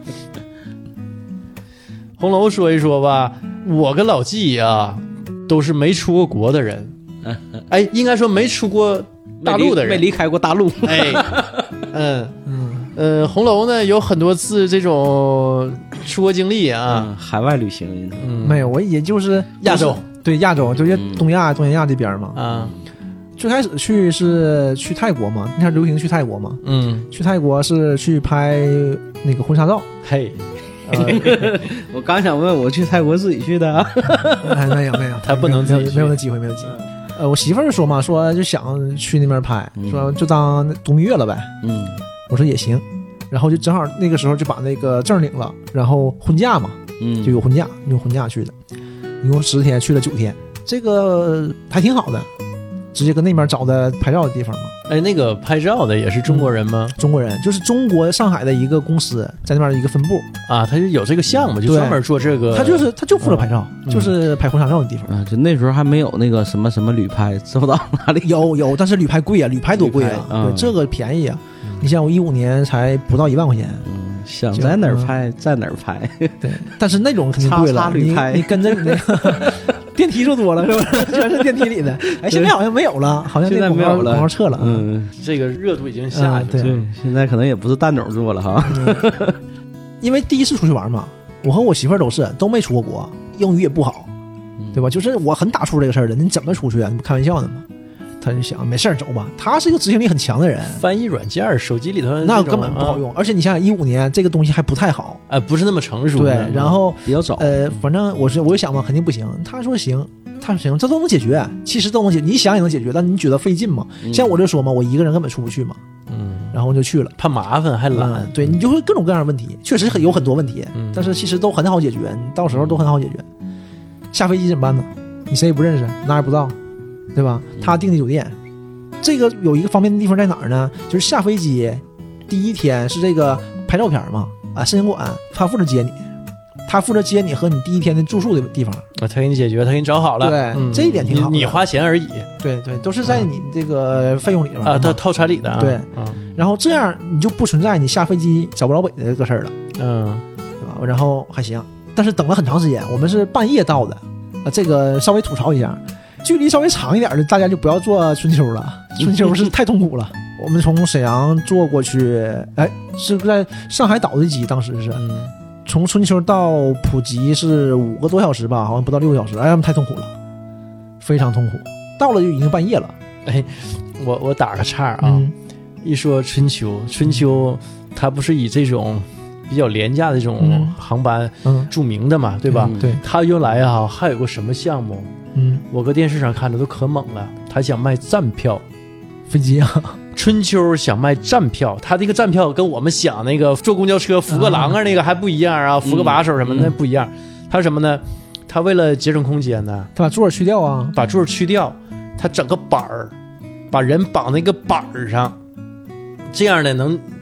[SPEAKER 1] 红楼说一说吧。我跟老纪啊，都是没出过国的人，哎，应该说没出过大陆的人，
[SPEAKER 2] 没离开过大陆，
[SPEAKER 1] 哎，嗯嗯呃，红楼呢有很多次这种出国经历啊，
[SPEAKER 2] 嗯、海外旅行，
[SPEAKER 3] 嗯，没有，我也就是
[SPEAKER 1] 亚洲，
[SPEAKER 3] 对亚洲，就是东亚、嗯、东南亚这边嘛，
[SPEAKER 1] 啊，
[SPEAKER 3] 最开始去是去泰国嘛，那天流行去泰国嘛，
[SPEAKER 1] 嗯，
[SPEAKER 3] 去泰国是去拍那个婚纱照，
[SPEAKER 1] 嘿。
[SPEAKER 2] 呃、我刚想问，我去泰国自己去的、啊
[SPEAKER 3] 哎，没有没有，
[SPEAKER 1] 他不能自己去，
[SPEAKER 3] 没有那机会，没有机会。呃，我媳妇儿说嘛，说就想去那边拍，
[SPEAKER 2] 嗯、
[SPEAKER 3] 说就当度蜜月了呗。
[SPEAKER 2] 嗯，
[SPEAKER 3] 我说也行，然后就正好那个时候就把那个证领了，然后婚假嘛，
[SPEAKER 2] 嗯，
[SPEAKER 3] 就有婚假，用婚假去的，一共十天，去了九天，这个还挺好的。直接跟那边找的拍照的地方嘛。
[SPEAKER 1] 哎，那个拍照的也是中国人吗？
[SPEAKER 3] 嗯、中国人，就是中国上海的一个公司，在那边的一个分部
[SPEAKER 1] 啊，他就有这个项目，就专门做这个。
[SPEAKER 3] 他就是他就负责拍照，嗯、就是拍婚纱照的地方
[SPEAKER 2] 啊。就那时候还没有那个什么什么旅拍，知道哪里
[SPEAKER 3] 有有，但是旅拍贵啊，旅拍多贵啊，
[SPEAKER 2] 嗯、
[SPEAKER 3] 对，这个便宜啊。嗯、你像我一五年才不到一万块钱。
[SPEAKER 2] 嗯想在哪儿拍在哪儿拍，
[SPEAKER 3] 对，但是那种肯定贵了。你你跟着你那个电梯就多了，是不是？全是电梯里的。哎，现在好像没有了，好像
[SPEAKER 2] 现在没有了，
[SPEAKER 3] 广告撤了。
[SPEAKER 1] 嗯，这个热度已经下去
[SPEAKER 3] 了。
[SPEAKER 2] 对，现在可能也不是蛋总做了哈。
[SPEAKER 3] 嗯、因为第一次出去玩嘛，我和我媳妇儿都是都没出过国，英语也不好，对吧？就是我很打怵这个事儿的。你怎么出去啊？你不开玩笑呢吗？他就想没事儿走吧，他是一个执行力很强的人。
[SPEAKER 1] 翻译软件手机里头
[SPEAKER 3] 那根本不好用，啊、而且你想想一五年这个东西还不太好，
[SPEAKER 1] 呃，不是那么成熟。
[SPEAKER 3] 对，然后
[SPEAKER 2] 比较早。
[SPEAKER 3] 呃，反正我是我就想嘛，肯定不行。他说行，他说行，这都能解决，其实都能解决，你想也能解决，但你觉得费劲嘛？嗯、像我就说嘛，我一个人根本出不去嘛，
[SPEAKER 1] 嗯，
[SPEAKER 3] 然后就去了，
[SPEAKER 1] 怕麻烦还懒，
[SPEAKER 3] 嗯、对你就会各种各样的问题，确实很有很多问题，嗯、但是其实都很好解决，你到时候都很好解决。下飞机怎么办呢？你谁也不认识，哪也不知道，对吧？他订的酒店。这个有一个方便的地方在哪儿呢？就是下飞机第一天是这个拍照片嘛，啊，摄影馆他负责接你，他负责接你和你第一天的住宿的地方，
[SPEAKER 1] 啊，他给你解决，他给你找好了，
[SPEAKER 3] 对，嗯、这一点挺好的
[SPEAKER 1] 你，你花钱而已，
[SPEAKER 3] 对对，都是在你这个费用里边
[SPEAKER 1] 啊，他套餐里的、啊，
[SPEAKER 3] 对，
[SPEAKER 1] 嗯，
[SPEAKER 3] 然后这样你就不存在你下飞机找不着北的这个事儿了，
[SPEAKER 1] 嗯，
[SPEAKER 3] 对吧？然后还行，但是等了很长时间，我们是半夜到的，啊，这个稍微吐槽一下。距离稍微长一点的，大家就不要坐春秋了。春秋是太痛苦了。我们从沈阳坐过去，哎，是在上海岛的机，当时是、嗯、从春秋到普吉是五个多小时吧，好像不到六个小时。哎呀，太痛苦了，非常痛苦。到了就已经半夜了。
[SPEAKER 1] 哎，我我打个岔啊，
[SPEAKER 3] 嗯、
[SPEAKER 1] 一说春秋，春秋它不是以这种比较廉价的这种航班著名的嘛，
[SPEAKER 3] 嗯、
[SPEAKER 1] 对吧？
[SPEAKER 3] 嗯、对，
[SPEAKER 1] 它原来啊还有个什么项目？
[SPEAKER 3] 嗯，
[SPEAKER 1] 我搁电视上看着都可猛了，他想卖站票，
[SPEAKER 3] 飞机啊，
[SPEAKER 1] 春秋想卖站票，他这个站票跟我们想那个坐公交车扶个栏啊那个还不一样啊，扶个把手什么的、嗯、不一样。他什么呢？他为了节省空间呢，
[SPEAKER 3] 他把座去掉啊，
[SPEAKER 1] 把座去掉，他整个板儿，把人绑那个板儿上，这样的能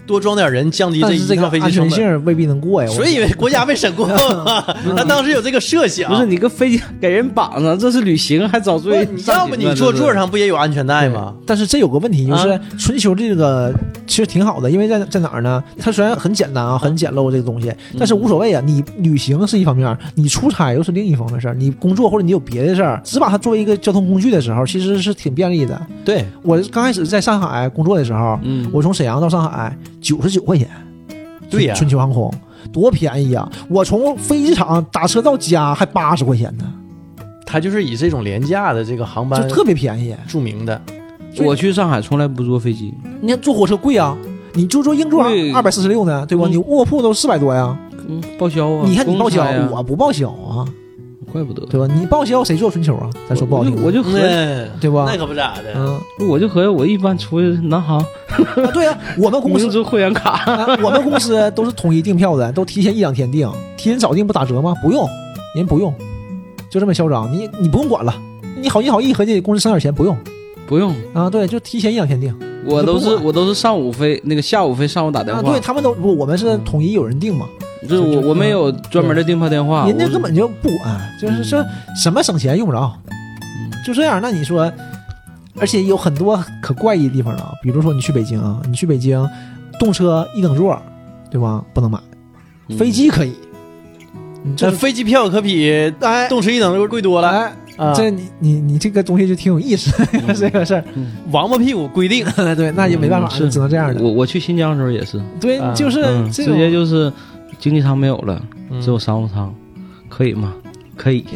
[SPEAKER 1] 多装点人，降低这一
[SPEAKER 3] 但是这个
[SPEAKER 1] 趟飞机成本。
[SPEAKER 3] 安全性未必能过呀。
[SPEAKER 1] 所以国家没审过嘛，他当时有这个设想。
[SPEAKER 2] 不是你个飞机给人绑上，这是旅行还遭罪？
[SPEAKER 1] 要不你坐座上不也有安全带吗？
[SPEAKER 3] 但是这有个问题，就是
[SPEAKER 1] 啊
[SPEAKER 3] 春秋这个其实挺好的，因为在在哪儿呢？它虽然很简单啊，很简陋这个东西，但是无所谓啊。你旅行是一方面，你出差又是另一方面事儿。你工作或者你有别的事儿，只把它作为一个交通工具的时候，其实是挺便利的。
[SPEAKER 1] 对，
[SPEAKER 3] 我刚开始在上海工作的时候，
[SPEAKER 2] 嗯，
[SPEAKER 3] 我从沈阳到上海九十九块钱，
[SPEAKER 1] 对呀
[SPEAKER 3] 春秋航空多便宜啊！我从飞机场打车到家还八十块钱呢，
[SPEAKER 1] 他就是以这种廉价的这个航班
[SPEAKER 3] 就特别便宜。
[SPEAKER 1] 著名的。
[SPEAKER 2] 我去上海从来不坐飞机，
[SPEAKER 3] 你看坐火车贵啊，你就坐硬座
[SPEAKER 2] 对
[SPEAKER 3] 二百四十六呢，对吧？
[SPEAKER 2] 嗯
[SPEAKER 3] 你卧铺都四百多呀。
[SPEAKER 2] 嗯，报销啊！
[SPEAKER 3] 你看你报销，
[SPEAKER 2] 公差啊
[SPEAKER 3] 我不报销啊，
[SPEAKER 2] 怪不得，
[SPEAKER 3] 对吧？你报销谁坐春秋啊？咱说不好听，
[SPEAKER 2] 我就我就合计，
[SPEAKER 1] 嗯，
[SPEAKER 3] 对吧？
[SPEAKER 1] 那可不咋的。
[SPEAKER 3] 嗯，
[SPEAKER 2] 我就合计我一般出去南航，
[SPEAKER 3] 啊，对呀、啊，我们公司
[SPEAKER 2] 明珠会员卡，
[SPEAKER 3] 啊，我们公司都是统一订票的，都提前一两天订，提前早订不打折吗？不用，人不用，就这么嚣张，你你不用管了，你好心好意合计公司省点钱，不用
[SPEAKER 2] 不用，
[SPEAKER 3] 啊，对，就提前一两天订。
[SPEAKER 2] 我都是
[SPEAKER 3] 不管
[SPEAKER 2] 我都是上午飞，那个下午飞，上午打电
[SPEAKER 3] 啊，
[SPEAKER 2] 话。
[SPEAKER 3] 对他们都不，我们是统一有人订嘛，
[SPEAKER 2] 就是我我没有专门的订票电话，
[SPEAKER 3] 人家
[SPEAKER 2] 我是
[SPEAKER 3] 根本就不管，就是说什么省钱用不着，就这样。那你说，而且有很多可怪异的地方了，比如说你去北京啊，你去北京，动车一等座，对吧？不能买，
[SPEAKER 2] 嗯
[SPEAKER 3] 飞机可以。你这
[SPEAKER 1] 这飞机票可比
[SPEAKER 3] 哎
[SPEAKER 1] 动车一等座贵多了。
[SPEAKER 3] 哎，
[SPEAKER 1] 啊，
[SPEAKER 3] 这你你你这个东西就挺有意思，这个事儿。
[SPEAKER 1] 王八屁股规定。
[SPEAKER 3] 对，那也没办法，
[SPEAKER 2] 嗯是
[SPEAKER 3] 只能这样的。
[SPEAKER 2] 我我去新疆的时候也是，
[SPEAKER 3] 对，
[SPEAKER 1] 啊
[SPEAKER 3] 就是
[SPEAKER 2] 嗯，直
[SPEAKER 3] 这种。
[SPEAKER 2] 接就是经济舱没有了，
[SPEAKER 1] 嗯
[SPEAKER 2] 只有商务舱，可以吗？可以。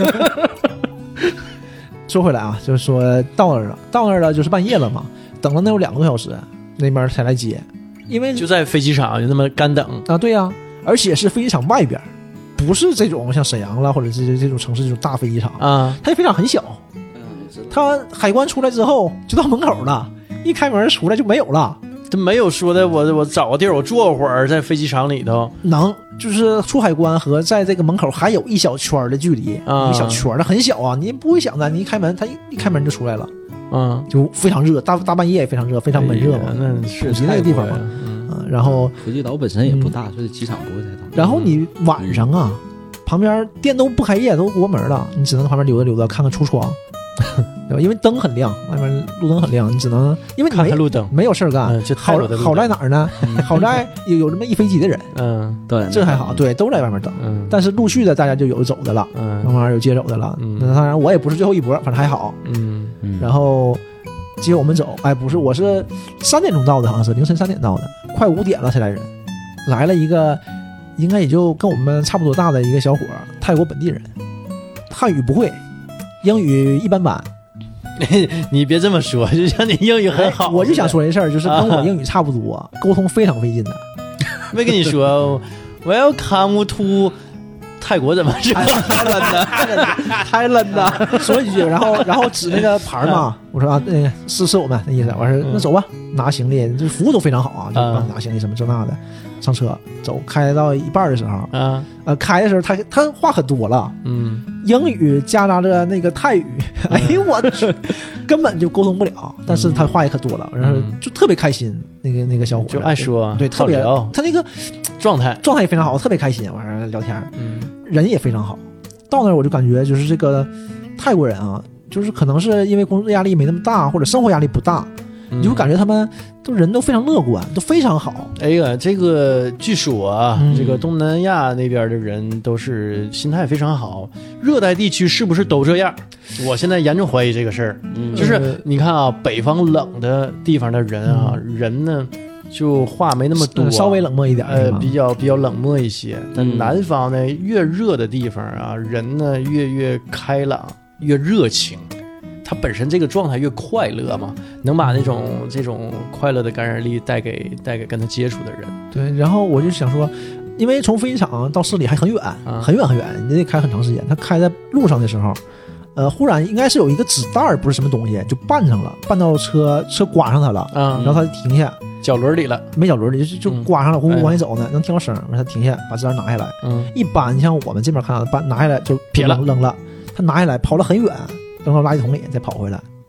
[SPEAKER 3] 说回来啊，就是说到那儿了，到那儿了就是半夜了嘛，等了能有两个多小时，那边才来接，因为
[SPEAKER 1] 就在飞机场就那么干等。
[SPEAKER 3] 啊，对呀、啊，而且是飞机场外边，不是这种像沈阳了或者是这种城市这种大飞机场，
[SPEAKER 1] 啊，
[SPEAKER 3] 它飞机场很小，它海关出来之后就到门口了，一开门出来就没有了。
[SPEAKER 1] 这没有说的我我找个地儿我坐会儿在飞机场里头。
[SPEAKER 3] 能就是出海关和在这个门口还有一小圈的距离，
[SPEAKER 1] 啊
[SPEAKER 3] 一小圈的很小啊，你不会想的，你一开门，它一一开门就出来了，
[SPEAKER 1] 嗯，
[SPEAKER 3] 就非常热，大大半夜也非常热，非常闷热嘛
[SPEAKER 1] 哎呀，那是
[SPEAKER 3] 普吉那个地方嘛
[SPEAKER 1] 泰国呀。嗯
[SPEAKER 3] 嗯，然后
[SPEAKER 2] 普吉岛本身也不大，所以机场不会太大。
[SPEAKER 3] 然后你晚上啊，旁边店都不开业，都关门了，你只能旁边溜达溜达，看看橱窗，对吧？因为灯很亮，外面路灯很亮，你只能因为你没
[SPEAKER 1] 看看路灯。
[SPEAKER 3] 没有事儿干
[SPEAKER 1] 嗯，这泰
[SPEAKER 3] 好
[SPEAKER 1] 国的路灯
[SPEAKER 3] 好在哪儿呢？好在有有这么一飞机的人，
[SPEAKER 1] 嗯
[SPEAKER 2] 对，
[SPEAKER 3] 这还好，对，都在外面等。
[SPEAKER 1] 嗯，
[SPEAKER 3] 但是陆续的大家就有走的了，慢
[SPEAKER 1] 嗯
[SPEAKER 3] 慢有接走的了。
[SPEAKER 1] 嗯
[SPEAKER 3] 那当然我也不是最后一波，反正还好。
[SPEAKER 1] 嗯
[SPEAKER 2] 嗯，
[SPEAKER 3] 然后接我们走，哎，不是，我是三点钟到的，好像是凌晨三点到的，快五点了才来人，来了一个应该也就跟我们差不多大的一个小伙，泰国本地人，汉语不会，英语一般般。
[SPEAKER 1] 你别这么说，就像你英语很好。
[SPEAKER 3] 哎我就想说这事儿，就是跟我英语差不多，沟通非常费劲的。
[SPEAKER 1] 没跟你说，Welcome to 泰国怎么说？
[SPEAKER 3] 太冷了，太冷了，说几句，然后然后指那个牌嘛，我说啊，那个是是我们那意思，我说那走吧，拿行李，这服务都非常好啊，就帮你拿行李什么这那的，上车走，开到一半的时候，
[SPEAKER 1] 啊，
[SPEAKER 3] 呃，开的时候他他话可多了，
[SPEAKER 1] 嗯，
[SPEAKER 3] 英语夹杂着那个泰语，哎呦我去，根本就沟通不了，但是他话也可多了，然后就特别开心，那个那个小伙子
[SPEAKER 1] 就爱说，
[SPEAKER 3] 对，特别
[SPEAKER 1] 好聊
[SPEAKER 3] 他那个
[SPEAKER 1] 状态，
[SPEAKER 3] 状态也非常好，特别开心，完事儿聊天。
[SPEAKER 1] 嗯
[SPEAKER 3] 人也非常好。到那儿我就感觉就是这个泰国人啊，就是可能是因为工作压力没那么大，或者生活压力不大，你就感觉他们都人都非常乐观，都非常好。
[SPEAKER 1] 哎呀，这个据说啊，
[SPEAKER 3] 嗯
[SPEAKER 1] 这个东南亚那边的人都是心态非常好。热带地区是不是都这样？我现在严重怀疑这个事儿。
[SPEAKER 2] 嗯
[SPEAKER 1] 就是你看啊，北方冷的地方的人啊，人呢就话没那么多，
[SPEAKER 3] 呃稍微冷漠一点，
[SPEAKER 1] 呃，
[SPEAKER 3] 是吗
[SPEAKER 1] 比较比较冷漠一些。但
[SPEAKER 2] 嗯
[SPEAKER 1] 南方呢，越热的地方啊，人呢越越开朗，越热情。他本身这个状态越快乐嘛，能把那种这种快乐的感染力带给带给跟他接触的人。
[SPEAKER 3] 对。然后我就想说，因为从飞机场到市里还很远，
[SPEAKER 1] 啊
[SPEAKER 3] 很远很远，你得开很长时间。他开在路上的时候，呃，忽然应该是有一个纸袋儿，不是什么东西，就绊上了，绊到车车刮上他了，
[SPEAKER 1] 啊
[SPEAKER 3] 然后他就停下，
[SPEAKER 1] 脚轮里了，
[SPEAKER 3] 没脚轮里就就
[SPEAKER 1] 嗯
[SPEAKER 3] 刮上了，呼呼
[SPEAKER 1] 哎
[SPEAKER 3] 往前走呢，能听到声儿，完他停下，把纸袋拿下来。
[SPEAKER 1] 嗯
[SPEAKER 3] 一般像我们这边看到的，把拿下来就
[SPEAKER 1] 撇了
[SPEAKER 3] 扔扔了，他拿下来跑了很远，扔到垃圾桶里再跑回来。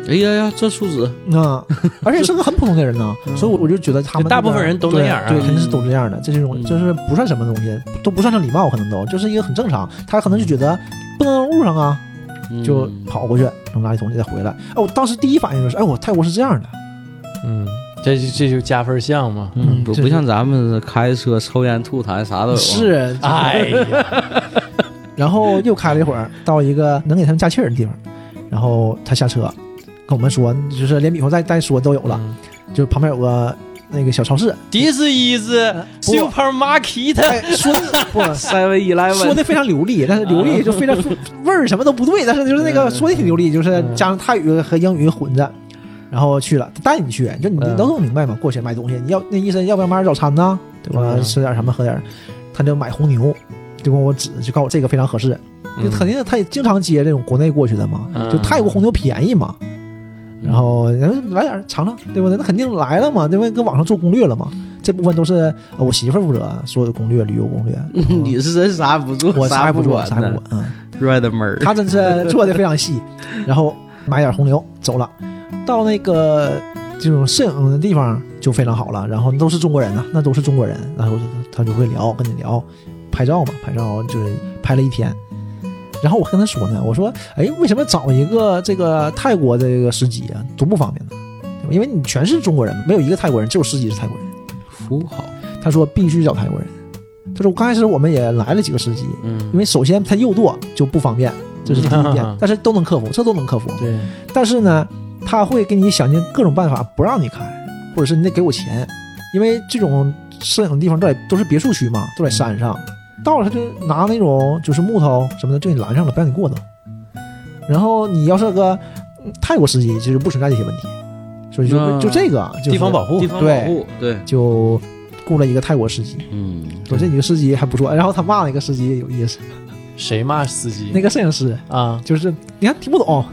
[SPEAKER 2] 哎呀呀，这素质
[SPEAKER 3] 啊，而且是个很普通的人呢，所以我就觉得他们、那个、
[SPEAKER 1] 大部分人都那样、啊，
[SPEAKER 3] 对，肯定是都这样的，这是种就是不算什么东西，都不算成礼貌，可能都就是一个很正常。他可能就觉得不能路上啊，就跑过去扔垃圾桶里再回来。哎，我当时第一反应就是，哎，我泰国是这样的，
[SPEAKER 1] 嗯。这这就加分项嘛，
[SPEAKER 2] 嗯，不不像咱们开车抽烟吐痰啥都有。
[SPEAKER 3] 是，
[SPEAKER 1] 哎呀，
[SPEAKER 3] 然后又开了一会儿，到一个能给他们加气儿的地方，然后他下车跟我们说，就是连比方再再说都有了，嗯、就旁边有个那个小超市
[SPEAKER 1] ，This is supermarket，、
[SPEAKER 3] 哎、说的不
[SPEAKER 2] seven eleven
[SPEAKER 3] 说的非常流利，但是流利就非常味儿什么都不对，但是就是那个说的挺流利，就是加上泰语和英语混着。然后去了，带你去，就你都能明白嘛。过去买东西，你要那意思要不要买点早餐呢？对吧？嗯、吃点什么，喝点，他就买红牛，就跟我指，就告诉我这个非常合适。嗯、就肯定他也经常接这种国内过去的嘛，嗯、就泰国红牛便宜嘛。然后来点尝尝，对不对？那肯定来了嘛，对吧？跟网上做攻略了嘛。这部分都是我媳妇负责所有的攻略，旅游攻略。
[SPEAKER 2] 嗯、你是真啥不做，
[SPEAKER 3] 我啥也不做，啥
[SPEAKER 2] 也
[SPEAKER 3] 不管。嗯
[SPEAKER 2] ，Red 门儿，
[SPEAKER 3] 他真是做的非常细。然后买点红牛走了。到那个这种摄影的地方就非常好了，然后都是中国人呢，那都是中国人，然后他就会聊，跟你聊，拍照嘛，拍照就是拍了一天。然后我跟他说呢，我说，哎，为什么找一个这个泰国的这个司机啊，多不方便呢？因为你全是中国人，没有一个泰国人，只有司机是泰国人，
[SPEAKER 2] 服务好。
[SPEAKER 3] 他说必须找泰国人。他说刚开始我们也来了几个司机，嗯，因为首先他右舵就不方便，这是第一点，但是都能克服，这都能克服。
[SPEAKER 1] 对，
[SPEAKER 3] 但是呢。他会给你想尽各种办法不让你开，或者是你得给我钱，因为这种摄影的地方都在都是别墅区嘛，都在山上，到了他就拿那种就是木头什么的就给你拦上了，不让你过走。然后你要是个泰国司机，就是不存在这些问题，所以就、嗯、就这个、就是、
[SPEAKER 1] 地方保护，
[SPEAKER 2] 地方保护，对，
[SPEAKER 3] 对就雇了一个泰国司机，
[SPEAKER 2] 嗯，
[SPEAKER 3] 说这几个司机还不错，然后他骂那个司机也有意思。
[SPEAKER 1] 谁骂司机？
[SPEAKER 3] 那个摄影师
[SPEAKER 1] 啊，
[SPEAKER 3] 就是你看听不懂，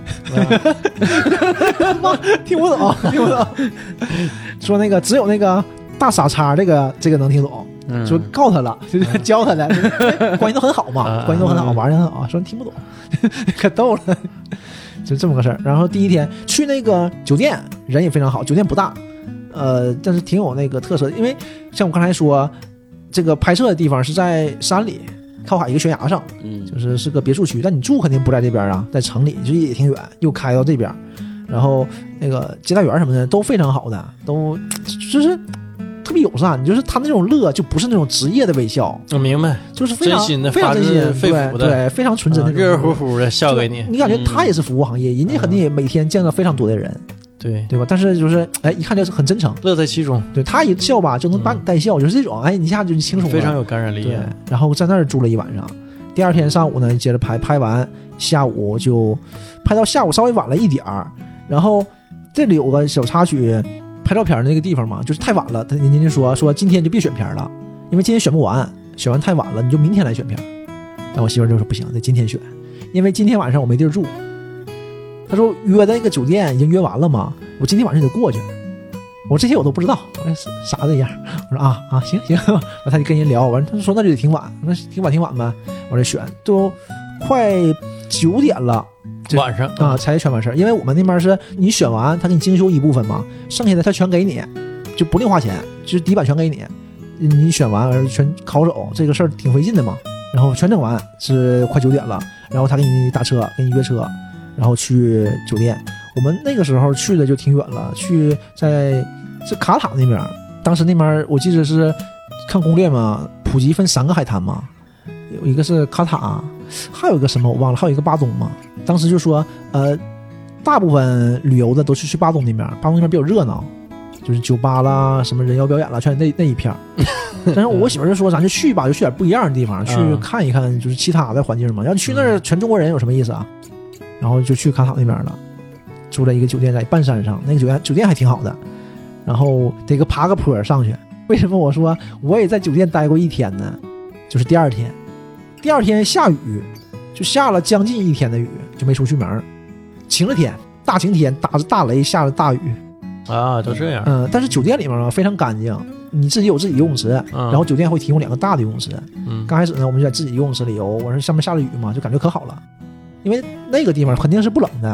[SPEAKER 3] 妈、啊、听不懂，听不懂。说那个只有那个大傻叉，这个这个能听懂。嗯、说告他了，就是教他的，嗯、关系都很好嘛，啊、关系都很好，玩的很好。说你听不懂，可逗了，就这么个事儿。然后第一天去那个酒店，人也非常好，酒店不大，呃，但是挺有那个特色的，因为像我刚才说，这个拍摄的地方是在山里。靠海一个悬崖上，嗯，就是是个别墅区，但你住肯定不在这边啊，在城里就也挺远，又开到这边，然后那个接待员什么的都非常好的，都就是特别友善，就是他那种乐就不是那种职业的微笑，
[SPEAKER 1] 我明白，
[SPEAKER 3] 就是非常
[SPEAKER 1] 真心的，
[SPEAKER 3] 非常真心
[SPEAKER 1] 肺腑的，
[SPEAKER 3] 对，非常纯真的，
[SPEAKER 1] 热热乎乎的笑给你，
[SPEAKER 3] 你感觉他也是服务行业，嗯、人家肯定也每天见到非常多的人。
[SPEAKER 1] 对
[SPEAKER 3] 对吧？但是就是哎，一看就是很真诚，
[SPEAKER 1] 乐在其中。
[SPEAKER 3] 对他一笑吧，就能把你带笑，嗯、就是这种哎，你一下就轻松了，
[SPEAKER 1] 非常有感染力。
[SPEAKER 3] 对，然后在那儿住了一晚上，第二天上午呢接着拍，拍完下午就拍到下午稍微晚了一点儿，然后这里有个小插曲，拍照片那个地方嘛，就是太晚了，他人家就说说今天就别选片了，因为今天选不完，选完太晚了，你就明天来选片。但我媳妇就说不行，得今天选，因为今天晚上我没地儿住。他说约的那个酒店已经约完了嘛，我今天晚上得过去。我这些我都不知道，我说啥这样？我说啊啊行行，完他就跟人聊，完他就说那就得挺晚，那挺晚挺晚呗。我这选都快九点了，
[SPEAKER 1] 晚上
[SPEAKER 3] 啊才全完事儿，因为我们那边是你选完他给你精修一部分嘛，剩下的他全给你，就不另花钱，就是底板全给你，你选完而全拷走，这个事儿挺费劲的嘛。然后全整完是快九点了，然后他给你打车，给你约车。然后去酒店，我们那个时候去的就挺远了，去在是卡塔那边，当时那边我记得是看攻略嘛，普吉分三个海滩嘛，有一个是卡塔，还有一个什么我忘了，还有一个巴东嘛。当时就说呃，大部分旅游的都是去巴东那边，巴东那边比较热闹，就是酒吧啦，什么人妖表演啦，全那那一片。但是我媳妇就说咱就去吧，就去点不一样的地方，去看一看就是其他的环境嘛。要去那儿全中国人有什么意思啊？然后就去卡塔那边了，住了一个酒店在半山上，那个酒店酒店还挺好的，然后得个爬个坡上去。为什么我说我也在酒店待过一天呢？就是第二天，第二天下雨，就下了将近一天的雨，就没出去门。晴了天，大晴天，打着大雷，下着大雨
[SPEAKER 1] 啊，就这样。
[SPEAKER 3] 嗯，但是酒店里面非常干净，你自己有自己游泳池，嗯、然后酒店会提供两个大的游泳池。嗯，刚开始呢，我们就在自己游泳池里游，我说上面下着雨嘛，就感觉可好了。因为那个地方肯定是不冷的，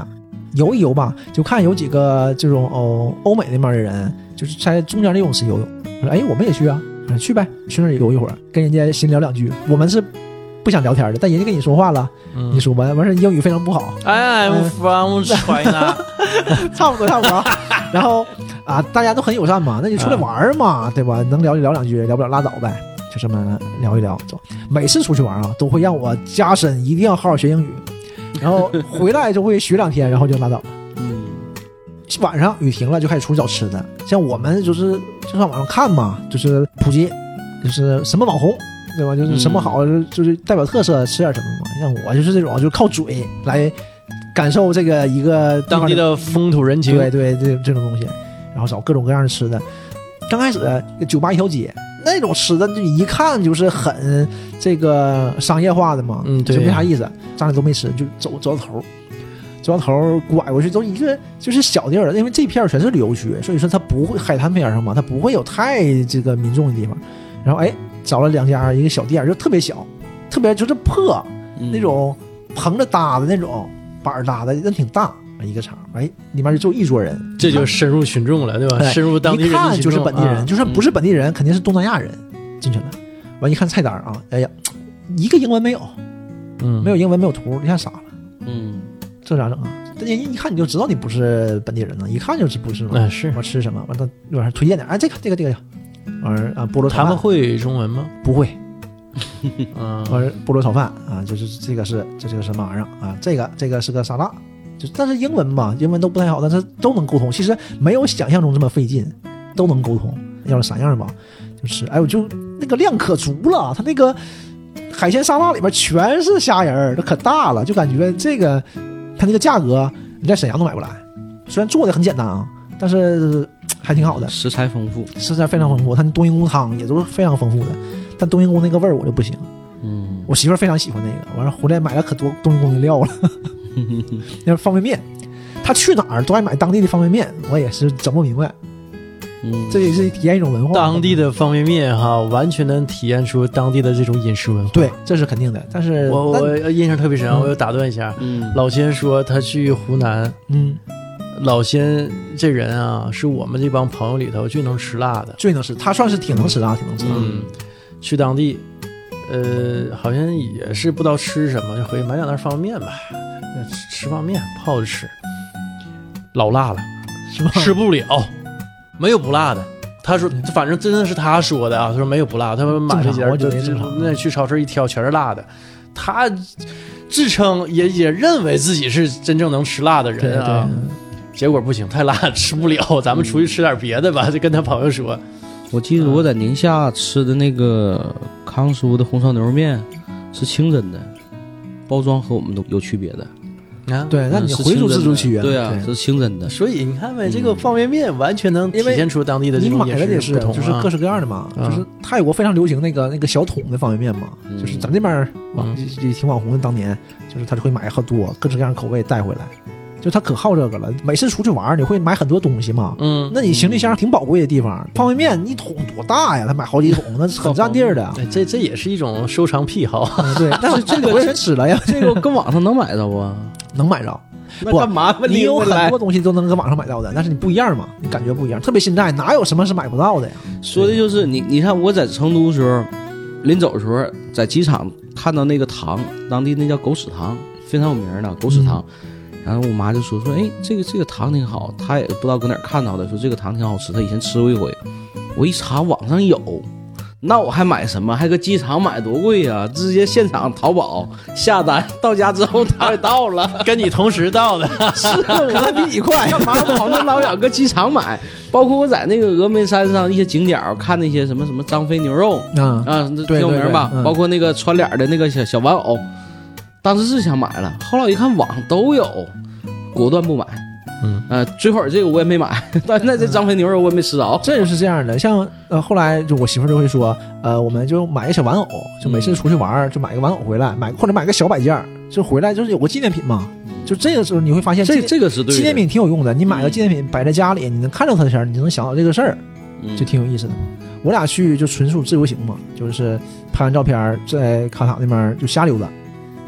[SPEAKER 3] 游一游吧，就看有几个这种欧欧美那边的人，就是在中间的游泳池游泳。我说哎，我们也去啊，我说去呗，去那儿游一会儿，跟人家闲聊两句。我们是不想聊天的，但人家跟你说话了，
[SPEAKER 1] 嗯、
[SPEAKER 3] 你说吧，完事英语非常不好。
[SPEAKER 1] I'm from China，
[SPEAKER 3] 差不多差不多。然后啊，大家都很友善嘛，那你出来玩嘛，对吧？能聊就聊两句，聊不了拉倒呗，就这么聊一聊。走，每次出去玩啊，都会让我加深，一定要好好学英语。然后回来就会学两天，然后就拉倒了。
[SPEAKER 2] 嗯，
[SPEAKER 3] 晚上雨停了就开始出去找吃的，像我们就是就上网上看嘛，就是普及，就是什么网红，对吧？就是什么好，嗯、就是代表特色，吃点什么嘛。像我就是这种，就是靠嘴来感受这个一个
[SPEAKER 1] 当地的风土人情，
[SPEAKER 3] 对对，这这种东西，然后找各种各样的吃的。刚开始酒吧一条街。那种吃的就一看就是很这个商业化的嘛，
[SPEAKER 1] 嗯，对，
[SPEAKER 3] 就没啥意思，咱俩都没吃，就走走到头，走到头拐过去，都一个就是小地儿，因为这片全是旅游区，所以说它不会海滩边上嘛，它不会有太这个民众的地方。然后哎，找了两家一个小店，就特别小，特别就是破、嗯、那种棚子搭的那种板搭的，人挺大。一个场，哎，里面就只有一桌人，
[SPEAKER 1] 这就深入群众了，对吧？
[SPEAKER 3] 对，
[SPEAKER 1] 深入当地人，
[SPEAKER 3] 一看就是本地人，
[SPEAKER 1] 啊、
[SPEAKER 3] 就算不是本地人，嗯、肯定是东南亚人进去了。完一看菜单啊，哎呀，一个英文没有，
[SPEAKER 1] 嗯，
[SPEAKER 3] 没有英文，没有图，一下傻了，
[SPEAKER 2] 嗯，
[SPEAKER 3] 这咋整啊？人家一看你就知道你不是本地人了，一看就是不是嘛。
[SPEAKER 1] 嗯，是。
[SPEAKER 3] 我吃什么？完了晚上推荐点，哎，这个这个这个，完了啊，菠萝炒饭。
[SPEAKER 1] 他们会中文吗？
[SPEAKER 3] 不会。
[SPEAKER 1] 嗯，
[SPEAKER 3] 完了菠萝炒饭啊，就是这个是这这个什么玩意儿啊？这个这个是个沙拉。就但是英文嘛，英文都不太好，但是都能沟通。其实没有想象中这么费劲，都能沟通。要是啥样吧，就是哎，我就那个量可足了。它那个海鲜沙拉里边全是虾仁，这可大了，就感觉这个它那个价格你在沈阳都买不来。虽然做的很简单啊，但是还挺好的，
[SPEAKER 2] 食材丰富，
[SPEAKER 3] 食材非常丰富。它冬阴功汤也都是非常丰富的，但冬阴功那个味儿我就不行。
[SPEAKER 2] 嗯，我
[SPEAKER 3] 媳妇儿非常喜欢那个，完了回来买了可多冬阴功的料了。那方便面，他去哪儿都爱买当地的方便面，我也是整不明白。
[SPEAKER 2] 嗯，
[SPEAKER 3] 这也是体验一种文化。
[SPEAKER 1] 当地的方便面哈，完全能体验出当地的这种饮食文化。
[SPEAKER 3] 对，这是肯定的。但是
[SPEAKER 1] 我我印象特别深，
[SPEAKER 3] 嗯、
[SPEAKER 1] 我要打断一下。
[SPEAKER 2] 嗯，
[SPEAKER 1] 老仙说他去湖南，
[SPEAKER 3] 嗯，
[SPEAKER 1] 老仙这人啊，是我们这帮朋友里头最能吃辣的，
[SPEAKER 3] 最能吃。他算是挺能吃辣，挺能吃辣。
[SPEAKER 1] 嗯，去当地，呃，好像也是不知道吃什么，就回去买两袋方便面吧。吃方便面泡着吃，老辣了，
[SPEAKER 3] 是吗？
[SPEAKER 1] 吃不了，没有不辣的。他说，反正真的是他说的啊，他说没有不辣，他说买这家就那去超市一挑全是辣的。他自称也也认为自己是真正能吃辣的人啊，
[SPEAKER 3] 对对，
[SPEAKER 1] 结果不行，太辣吃不了，咱们出去吃点别的吧。就跟他朋友说，
[SPEAKER 2] 我记得我在宁夏吃的那个康师傅的红烧牛肉面是清真的，包装和我们都有区别的。
[SPEAKER 1] 啊，
[SPEAKER 3] 对，那你回族自助区啊？
[SPEAKER 2] 对啊，是清真的。
[SPEAKER 1] 所以你看呗，这个方便面完全能体现出当地的这种饮食不同，
[SPEAKER 3] 就是各式各样的嘛。就是泰国非常流行那个那个小桶的方便面嘛，就是咱这边网也挺网红的，当年就是他就会买很多各式各样口味带回来。就他可好这个了，每次出去玩你会买很多东西嘛，
[SPEAKER 1] 嗯，
[SPEAKER 3] 那你行李箱挺宝贵的地方，方便面一桶多大呀？他买好几桶，那很占地儿的。
[SPEAKER 1] 这这也是一种收藏癖好，
[SPEAKER 3] 嗯、对。但是这个我也吃了呀，
[SPEAKER 2] 这个跟网上能买到啊？
[SPEAKER 3] 能买着。
[SPEAKER 2] 那干嘛？
[SPEAKER 3] 你有很多东西都能搁网上买到的，但是你不一样嘛，你感觉不一样。特别现在哪有什么是买不到的呀？
[SPEAKER 2] 说的就是你，你看我在成都的时候，临走的时候在机场看到那个糖，当地那叫狗屎糖，非常有名的狗屎糖。嗯，然后我妈就说说，哎，这个这个糖挺好，她也不知道搁哪儿看到的，说这个糖挺好吃，她以前吃过一回。我一查网上有，那我还买什么？还搁机场买多贵呀、啊？直接现场淘宝下单，到家之后他也到了，
[SPEAKER 1] 跟你同时到的，
[SPEAKER 3] 是可能比你快。
[SPEAKER 2] 干嘛跑那老远搁机场买？包括我在那个峨眉山上一些景点看那些什么什么张飞牛肉
[SPEAKER 3] 啊
[SPEAKER 2] 啊，挺有名吧？包括那个穿脸的那个小小玩偶。当时是想买了，后来一看网上都有，果断不买。
[SPEAKER 1] 嗯，
[SPEAKER 2] 呃，最后这个我也没买，但是那这张飞牛肉我也没吃着。
[SPEAKER 3] 这就是这样的，像呃后来就我媳妇就会说，呃，我们就买个小玩偶，就每次出去玩就买个玩偶回来，买或者买个小摆件，就回来就是有个纪念品嘛。就这个时候你会发现
[SPEAKER 2] 这这个是对的，
[SPEAKER 3] 纪念品挺有用的。你买个纪念品摆在家里，你能看着它的时候，你就能想到这个事儿，就挺有意思的。我俩去就纯属自由行嘛，就是拍完照片在卡塔那边就瞎溜达。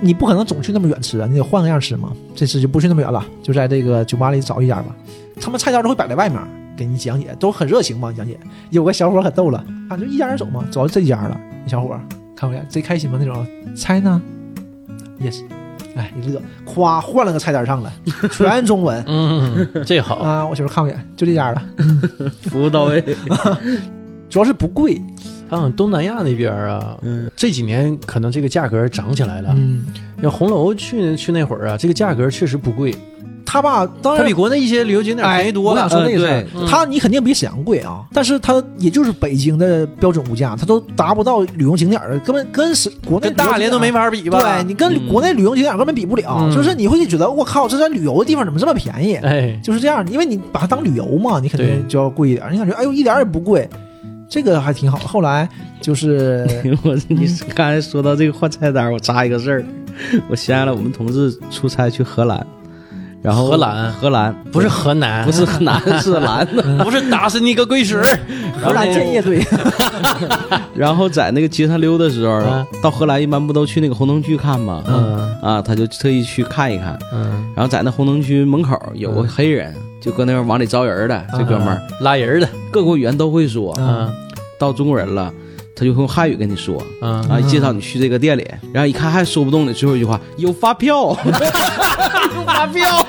[SPEAKER 3] 你不可能总去那么远吃啊，你得换个样吃嘛。这次就不去那么远了，就在这个酒吧里找一家吧。他们菜单都会摆在外面给你讲解，都很热情嘛。讲解有个小伙可逗了，啊，就一家人走嘛，走到这家了，那小伙看我脸贼开心嘛那种。菜呢 ？Yes。哎，一乐，夸换了个菜单上了，全中文。
[SPEAKER 1] 嗯，这好
[SPEAKER 3] 啊！我媳妇看不眼，就这家了，
[SPEAKER 2] 服务到位。
[SPEAKER 3] 主要是不贵。
[SPEAKER 1] 好像东南亚那边啊，嗯，这几年可能这个价格涨起来了。
[SPEAKER 3] 嗯，
[SPEAKER 1] 要红楼去去那会儿啊，这个价格确实不贵。
[SPEAKER 3] 它吧，当然
[SPEAKER 1] 它比国内一些旅游景点便宜多了。
[SPEAKER 3] 我想说那个事儿，
[SPEAKER 1] 嗯、
[SPEAKER 3] 它你肯定比沈阳贵啊，但是它也就是北京的标准物价，它都达不到旅游景点的，根本跟是国内
[SPEAKER 1] 跟大连都没法比吧？
[SPEAKER 3] 对，你跟国内旅游景点根本比不了，
[SPEAKER 1] 嗯、
[SPEAKER 3] 就是你会觉得我靠，这在旅游的地方怎么这么便宜？
[SPEAKER 1] 哎，
[SPEAKER 3] 就是这样，因为你把它当旅游嘛，你肯定就要贵一点。你感觉哎呦一点也不贵。这个还挺好。后来就是
[SPEAKER 2] 我，你刚才说到这个换菜单，我插一个事儿，我想起来我们同事出差去荷兰，然后
[SPEAKER 1] 荷兰
[SPEAKER 2] 荷兰
[SPEAKER 1] 不是河南，
[SPEAKER 2] 不是河南是兰的，
[SPEAKER 1] 不是打死你个龟屎！
[SPEAKER 3] 荷兰建业队。
[SPEAKER 2] 然后在那个街上溜的时候，啊、到荷兰一般不都去那个红灯区看吗？
[SPEAKER 1] 嗯
[SPEAKER 2] 啊，他就特意去看一看。
[SPEAKER 1] 嗯，
[SPEAKER 2] 然后在那红灯区门口有个黑人。嗯就搁那边往里招人的，这哥们儿、
[SPEAKER 1] 嗯、拉人的，
[SPEAKER 2] 各国语言都会说。
[SPEAKER 1] 嗯，
[SPEAKER 2] 到中国人了，他就用汉语跟你说，
[SPEAKER 1] 嗯
[SPEAKER 2] 啊，介绍你去这个店里，然后一看还说不动的，最后一句话有发票，有发票。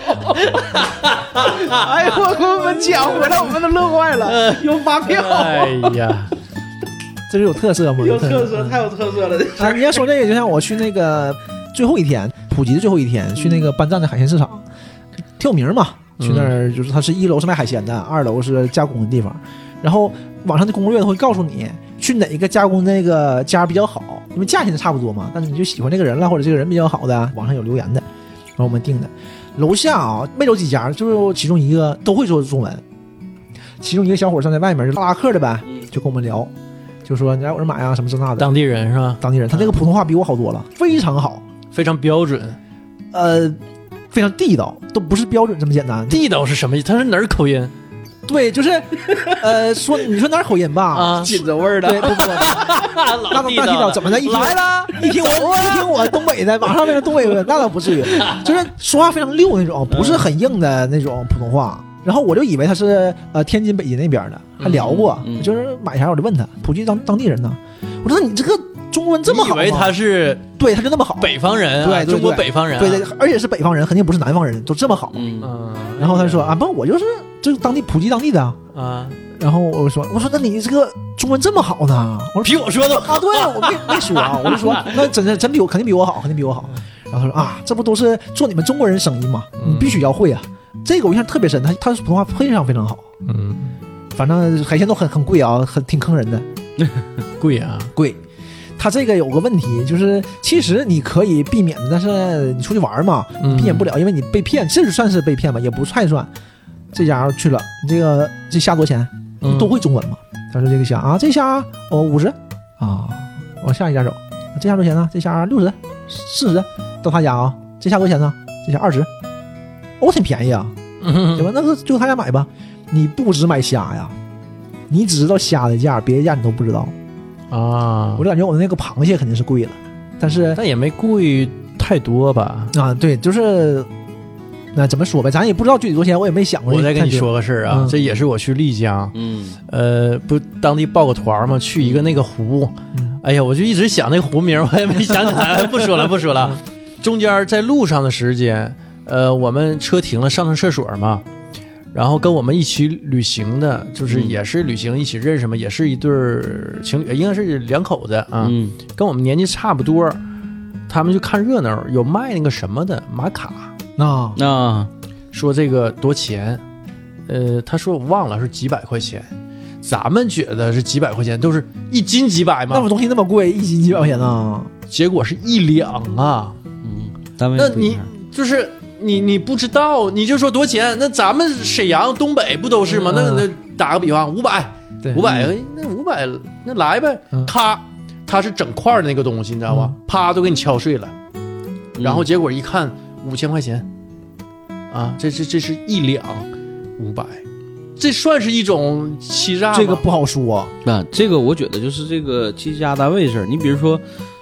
[SPEAKER 2] 哎呦，我跟我们讲回来，我们都乐坏了，有发票。
[SPEAKER 1] 哎呀，
[SPEAKER 3] 这是有特色吗？
[SPEAKER 2] 有特色，太有特色了。
[SPEAKER 3] 啊，你要说这个，就像我去那个最后一天，普吉的最后一天，去那个班站的海鲜市场，挺有名嘛。去那儿就是它是一楼是卖海鲜的，二楼是加工的地方，然后网上的攻略都会告诉你去哪个加工那个家比较好，因为价钱差不多嘛，但是你就喜欢这个人了，或者这个人比较好的，网上有留言的，然后我们订的。楼下啊没有几家，就是其中一个都会说中文，其中一个小伙站在外面就拉客的呗，就跟我们聊，就说你来我这买啊什么这那的，
[SPEAKER 1] 当地人是吧？
[SPEAKER 3] 当地人，他这个普通话比我好多了，非常好，
[SPEAKER 1] 非常标准，
[SPEAKER 3] 呃。非常地道，都不是标准这么简单。
[SPEAKER 1] 地道是什么？它是哪儿口音？
[SPEAKER 3] 对，就是，呃，说你说哪儿口音吧？
[SPEAKER 1] 啊，
[SPEAKER 2] 锦州味儿的。
[SPEAKER 3] 对，不不不，那地道，地道怎么的？一听
[SPEAKER 1] 来了，
[SPEAKER 3] 一听我，一听我东北的，马上变成东北人，那倒不至于，就是说话非常溜那种，不是很硬的那种普通话。然后我就以为他是呃天津、北京那边的，还聊过，
[SPEAKER 2] 嗯嗯、
[SPEAKER 3] 就是买啥我就问他，普吉当当地人呢，我说你这个。中文这么好吗？
[SPEAKER 1] 以为他是
[SPEAKER 3] 对，他就那么好，
[SPEAKER 1] 北方人、啊，
[SPEAKER 3] 对，对对
[SPEAKER 1] 中国北方人、啊，
[SPEAKER 3] 对对，而且是北方人，肯定不是南方人，都这么好。
[SPEAKER 2] 嗯，
[SPEAKER 3] 然后他说啊，不，我就是就是当地普吉当地的
[SPEAKER 1] 啊。
[SPEAKER 3] 然后我说，我说那你这个中文这么好呢？我说
[SPEAKER 1] 比我说的
[SPEAKER 3] 啊，对，我没没说啊，我就说那真是真比我肯定比我好，肯定比我好。然后他说啊，这不都是做你们中国人生意吗？你必须要会啊。这个我印象特别深，他他普通话非常非常好。
[SPEAKER 1] 嗯，
[SPEAKER 3] 反正海鲜都很很贵啊，很挺坑人的，
[SPEAKER 1] 贵啊，
[SPEAKER 3] 贵。它这个有个问题，就是其实你可以避免的，但是你出去玩嘛，你避免不了，因为你被骗，这就算是被骗吧，也不太算。这家去了，你这个这虾多少钱？都会中文嘛？他说这个虾啊，这虾哦五十啊，往下一家走，这虾多少钱呢？这虾六十、四十，到他家啊，这虾多少钱呢？这虾二十，哦，挺便宜啊，对吧？那个就他家买吧。你不只买虾呀，你只知道虾的价，别的价你都不知道。
[SPEAKER 1] 啊，
[SPEAKER 3] 我就感觉我的那个螃蟹肯定是贵了，但是
[SPEAKER 1] 但也没贵太多吧？
[SPEAKER 3] 啊，对，就是那怎么说呗，咱也不知道具体多少钱，我也没想过。
[SPEAKER 1] 我再跟你说个事儿啊、嗯，这也是我去丽江，
[SPEAKER 2] 嗯，
[SPEAKER 1] 呃，不当地报个团嘛，去一个那个湖，嗯、哎呀，我就一直想那个湖名，我也没想起来，不说了，不说了。中间在路上的时间，呃，我们车停了，上趟厕所嘛。然后跟我们一起旅行的，就是也是旅行一起认识嘛，嗯、也是一对情侣，应该是两口子啊，
[SPEAKER 2] 嗯、
[SPEAKER 1] 跟我们年纪差不多。他们就看热闹，有卖那个什么的玛卡
[SPEAKER 3] 啊
[SPEAKER 2] 啊，
[SPEAKER 1] 说这个多钱？呃，他说我忘了是几百块钱，咱们觉得是几百块钱，都是一斤几百嘛，
[SPEAKER 3] 那种东西那么贵，一斤几百块钱啊？
[SPEAKER 1] 结果是一两啊，
[SPEAKER 2] 嗯，单位
[SPEAKER 1] 那你就是。你你不知道，你就说多少钱？那咱们沈阳、东北不都是吗？嗯、那那打个比方，五百，五百，那五百，那来呗。嗯、咔，它是整块的那个东西，你知道吗？嗯、啪都给你敲碎了，然后结果一看五千块钱，啊，这这这是一两五百，这算是一种欺诈吗？
[SPEAKER 3] 这个不好说。
[SPEAKER 2] 那、啊、这个我觉得就是这个计价单位事儿。你比如说。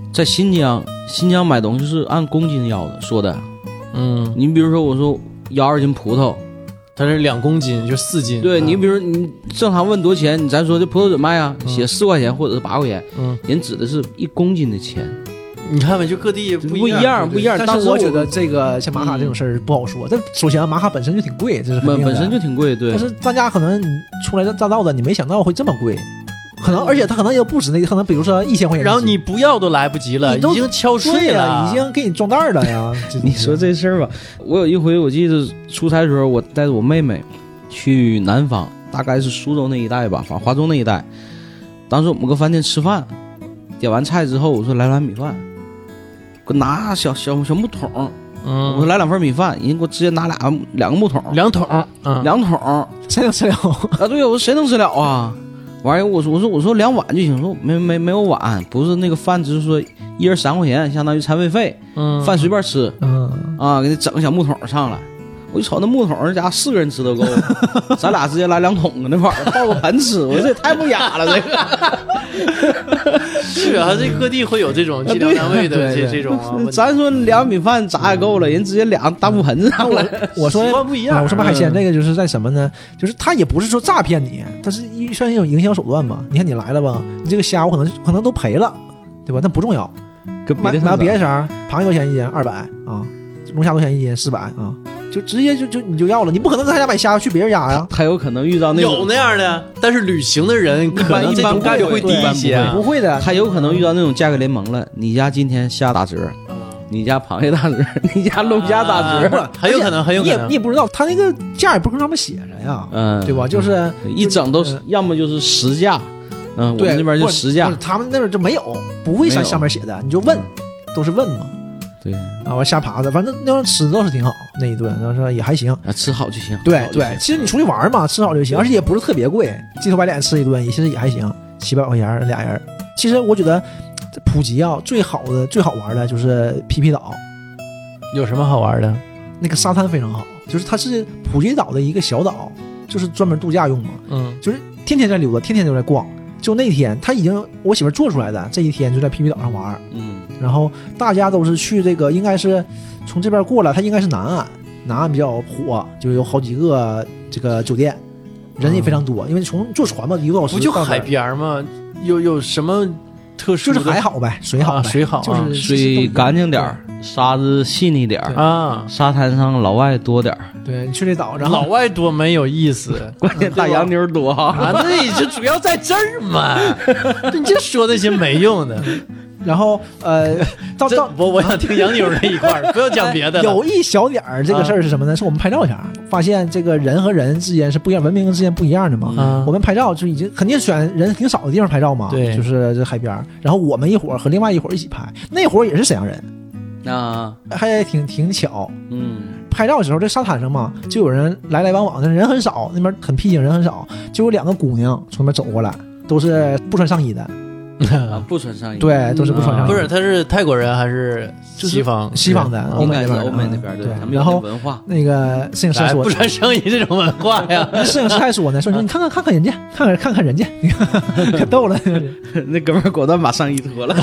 [SPEAKER 2] 在新疆，新疆买东西是按公斤要的，说的。
[SPEAKER 1] 嗯，
[SPEAKER 2] 你比如说，我说要二斤葡萄，
[SPEAKER 1] 它是两公斤，就四斤。
[SPEAKER 2] 对、
[SPEAKER 1] 啊、
[SPEAKER 2] 你比如你正常问多少钱，你咱说这葡萄怎么卖啊？
[SPEAKER 1] 嗯、
[SPEAKER 2] 写四块钱或者是八块钱，
[SPEAKER 1] 嗯，
[SPEAKER 2] 人指的是一公斤的钱。
[SPEAKER 1] 你看没？就各地
[SPEAKER 2] 不
[SPEAKER 1] 一
[SPEAKER 2] 样，不一样。
[SPEAKER 3] 但是我觉得这个像玛卡这种事儿不好说。这、嗯、首先玛卡本身就挺贵，这是肯定的，
[SPEAKER 2] 本身就挺贵，对。
[SPEAKER 3] 但是大家可能初来乍到的，你没想到会这么贵。可能，而且他可能也不止那，可能比如说一千块钱，
[SPEAKER 1] 然后你不要都来不及了，已经敲碎
[SPEAKER 3] 了，已经给你装袋了呀。
[SPEAKER 2] 你说这事儿吧，我有一回我记得出差的时候，我带着我妹妹去南方，大概是苏州那一带吧，反正华中那一带。当时我们搁饭店吃饭，点完菜之后，我说来碗米饭，给我拿小小小木桶，嗯，我说来两份米饭，人家给我直接拿俩两个木桶，
[SPEAKER 1] 两桶，
[SPEAKER 2] 嗯，两桶，
[SPEAKER 3] 谁能吃了
[SPEAKER 2] 啊？对，我说谁能吃了啊？完了，我说我说我说两碗就行，说没没没有碗，不是那个饭，只是说一人三块钱，相当于餐位费，嗯，饭随便吃，嗯啊，给你整个小木桶上来，我一瞅那木桶，人家四个人吃都够，咱俩直接来两桶搁那块儿抱个盆吃，我说这也太不雅了，这个
[SPEAKER 1] 是啊，这各地会有这种计量单位的这这种、啊，
[SPEAKER 2] 咱说两米饭咋也够了，人直接俩大木盆子上来，
[SPEAKER 3] 我说
[SPEAKER 1] 不一样，
[SPEAKER 3] 我说马海鲜这个就是在什么呢？就是他也不是说诈骗你，他是一算一种营销手段嘛。你看你来了吧，你这个虾我可能可能都赔了，对吧？那不重要，买买别的啥，螃蟹多少钱一斤？二百啊，龙虾多少钱一斤？四百啊。就直接就就你就要了，你不可能在他家买虾去别人家呀。
[SPEAKER 2] 他有可能遇到那种
[SPEAKER 1] 有那样的，但是旅行的人可能这种概率会低一些，
[SPEAKER 3] 不会的。
[SPEAKER 2] 他有可能遇到那种价格联盟了，你家今天虾打折，你家螃蟹打折，你家龙虾打折，
[SPEAKER 1] 啊、很有可能，很有可能。
[SPEAKER 3] 你也你也不知道，他那个价也不跟他们写着呀，嗯，对吧？就是
[SPEAKER 2] 一整都是，嗯、要么就是实价，嗯，我们那边就实价，
[SPEAKER 3] 他们那边就没有，不会上上面写的，你就问，都是问嘛。
[SPEAKER 2] 对
[SPEAKER 3] 啊，我虾爬子，反正那顿吃倒是挺好，那一顿，然后说也还行，
[SPEAKER 2] 啊，吃好就行。
[SPEAKER 3] 对对，其实你出去玩嘛，吃好就行，而且也不是特别贵，鸡头白脸吃一顿，其实也还行，七百块钱俩人。其实我觉得普吉啊，最好的最好玩的就是皮皮岛。
[SPEAKER 1] 有什么好玩的？
[SPEAKER 3] 那个沙滩非常好，就是它是普吉岛的一个小岛，就是专门度假用嘛。嗯，就是天天在溜达，天天都在逛。就那天他已经我媳妇做出来的，这一天就在皮皮岛上玩。嗯，然后大家都是去这个，应该是从这边过来，它应该是南岸，南岸比较火，就有好几个这个酒店，人也非常多，嗯、因为从坐船嘛，一个多小时。
[SPEAKER 1] 不就海边吗？有有什么特殊的？
[SPEAKER 3] 就是海好呗，水好呗，
[SPEAKER 1] 啊、水好、啊，
[SPEAKER 3] 就是
[SPEAKER 2] 水干净点儿，沙子细腻点儿啊，沙滩上老外多点儿。
[SPEAKER 3] 对，你去这岛上，
[SPEAKER 1] 老外多没有意思，
[SPEAKER 2] 关键大洋妞多哈。
[SPEAKER 1] 啊，那也就主要在这儿嘛。你就说那些没用的。
[SPEAKER 3] 然后呃，到到
[SPEAKER 1] 我我想听洋妞那一块儿，不要讲别的了。
[SPEAKER 3] 有一小点儿这个事儿是什么呢？啊、是我们拍照前发现这个人和人之间是不一样，文明之间不一样的嘛。嗯、我们拍照就已经肯定选人挺少的地方拍照嘛，
[SPEAKER 1] 对，
[SPEAKER 3] 就是这海边。然后我们一伙儿和另外一伙儿一起拍，那伙儿也是沈阳人
[SPEAKER 2] 啊，
[SPEAKER 3] 还挺挺巧，
[SPEAKER 2] 嗯。
[SPEAKER 3] 拍照的时候，在沙滩上嘛，就有人来来往往的，人很少，那边很僻静，人很少，就有两个姑娘从那边走过来，都是不穿上衣的。
[SPEAKER 2] 啊，不穿上衣，
[SPEAKER 3] 对，都是不穿上衣。
[SPEAKER 1] 不是，他是泰国人还是西方？
[SPEAKER 3] 西方的，
[SPEAKER 2] 应该是欧美那边对。
[SPEAKER 3] 然后
[SPEAKER 2] 文化，
[SPEAKER 3] 那个摄影师说
[SPEAKER 1] 不穿上衣这种文化呀。
[SPEAKER 3] 摄影师还说呢，说你看看看看人家，看看看看人家，你看可逗了。
[SPEAKER 2] 那哥们儿果断把上衣脱了。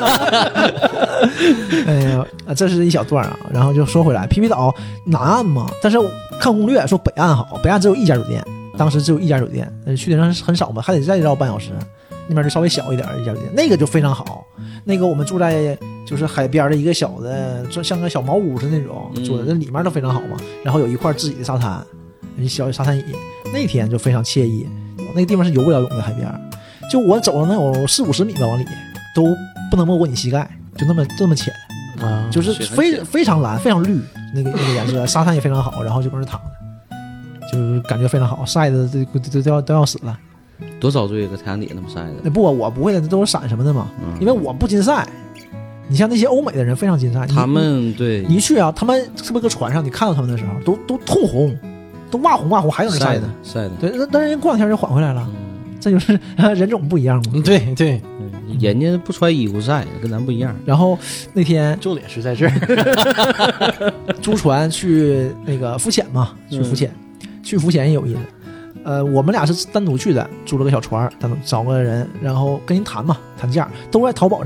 [SPEAKER 3] 哎呀，这是一小段啊。然后就说回来，皮皮岛南岸嘛，但是看攻略说北岸好，北岸只有一家酒店，当时只有一家酒店，去的人很少嘛，还得再绕半小时。那边就稍微小一点一家酒店，那个就非常好。那个我们住在就是海边的一个小的，就像个小茅屋似的那种，住的那里面都非常好嘛。然后有一块自己的沙滩，一小沙滩椅，那天就非常惬意。那个地方是游不了泳的海边，就我走了能有四五十米吧，往里都不能没过你膝盖，就那么这么浅啊，就是非非常蓝，非常绿，那个那个颜色，沙滩也非常好，然后就搁那躺着，就是感觉非常好，晒的都都都要都要死了。
[SPEAKER 2] 多遭罪，搁太阳底那么晒的。
[SPEAKER 3] 那不，我不会的，都是伞什么的嘛，嗯、因为我不禁晒。你像那些欧美的人非常禁晒，
[SPEAKER 2] 他们对
[SPEAKER 3] 你一去啊，他们特别搁船上，你看到他们的时候，都都通红，都哇红哇红，还有那晒
[SPEAKER 2] 的晒的。
[SPEAKER 3] 对，但是人过两天就缓回来了，嗯、这就是人种不一样嘛。
[SPEAKER 1] 对对，
[SPEAKER 2] 人家不穿衣服晒，跟咱不一样。
[SPEAKER 3] 然后那天
[SPEAKER 1] 重点是在这儿，
[SPEAKER 3] 租船去那个浮潜嘛，去浮潜，嗯、去浮潜也有意思。呃，我们俩是单独去的，租了个小船，单独找个人，然后跟人谈嘛，谈价，都在淘宝上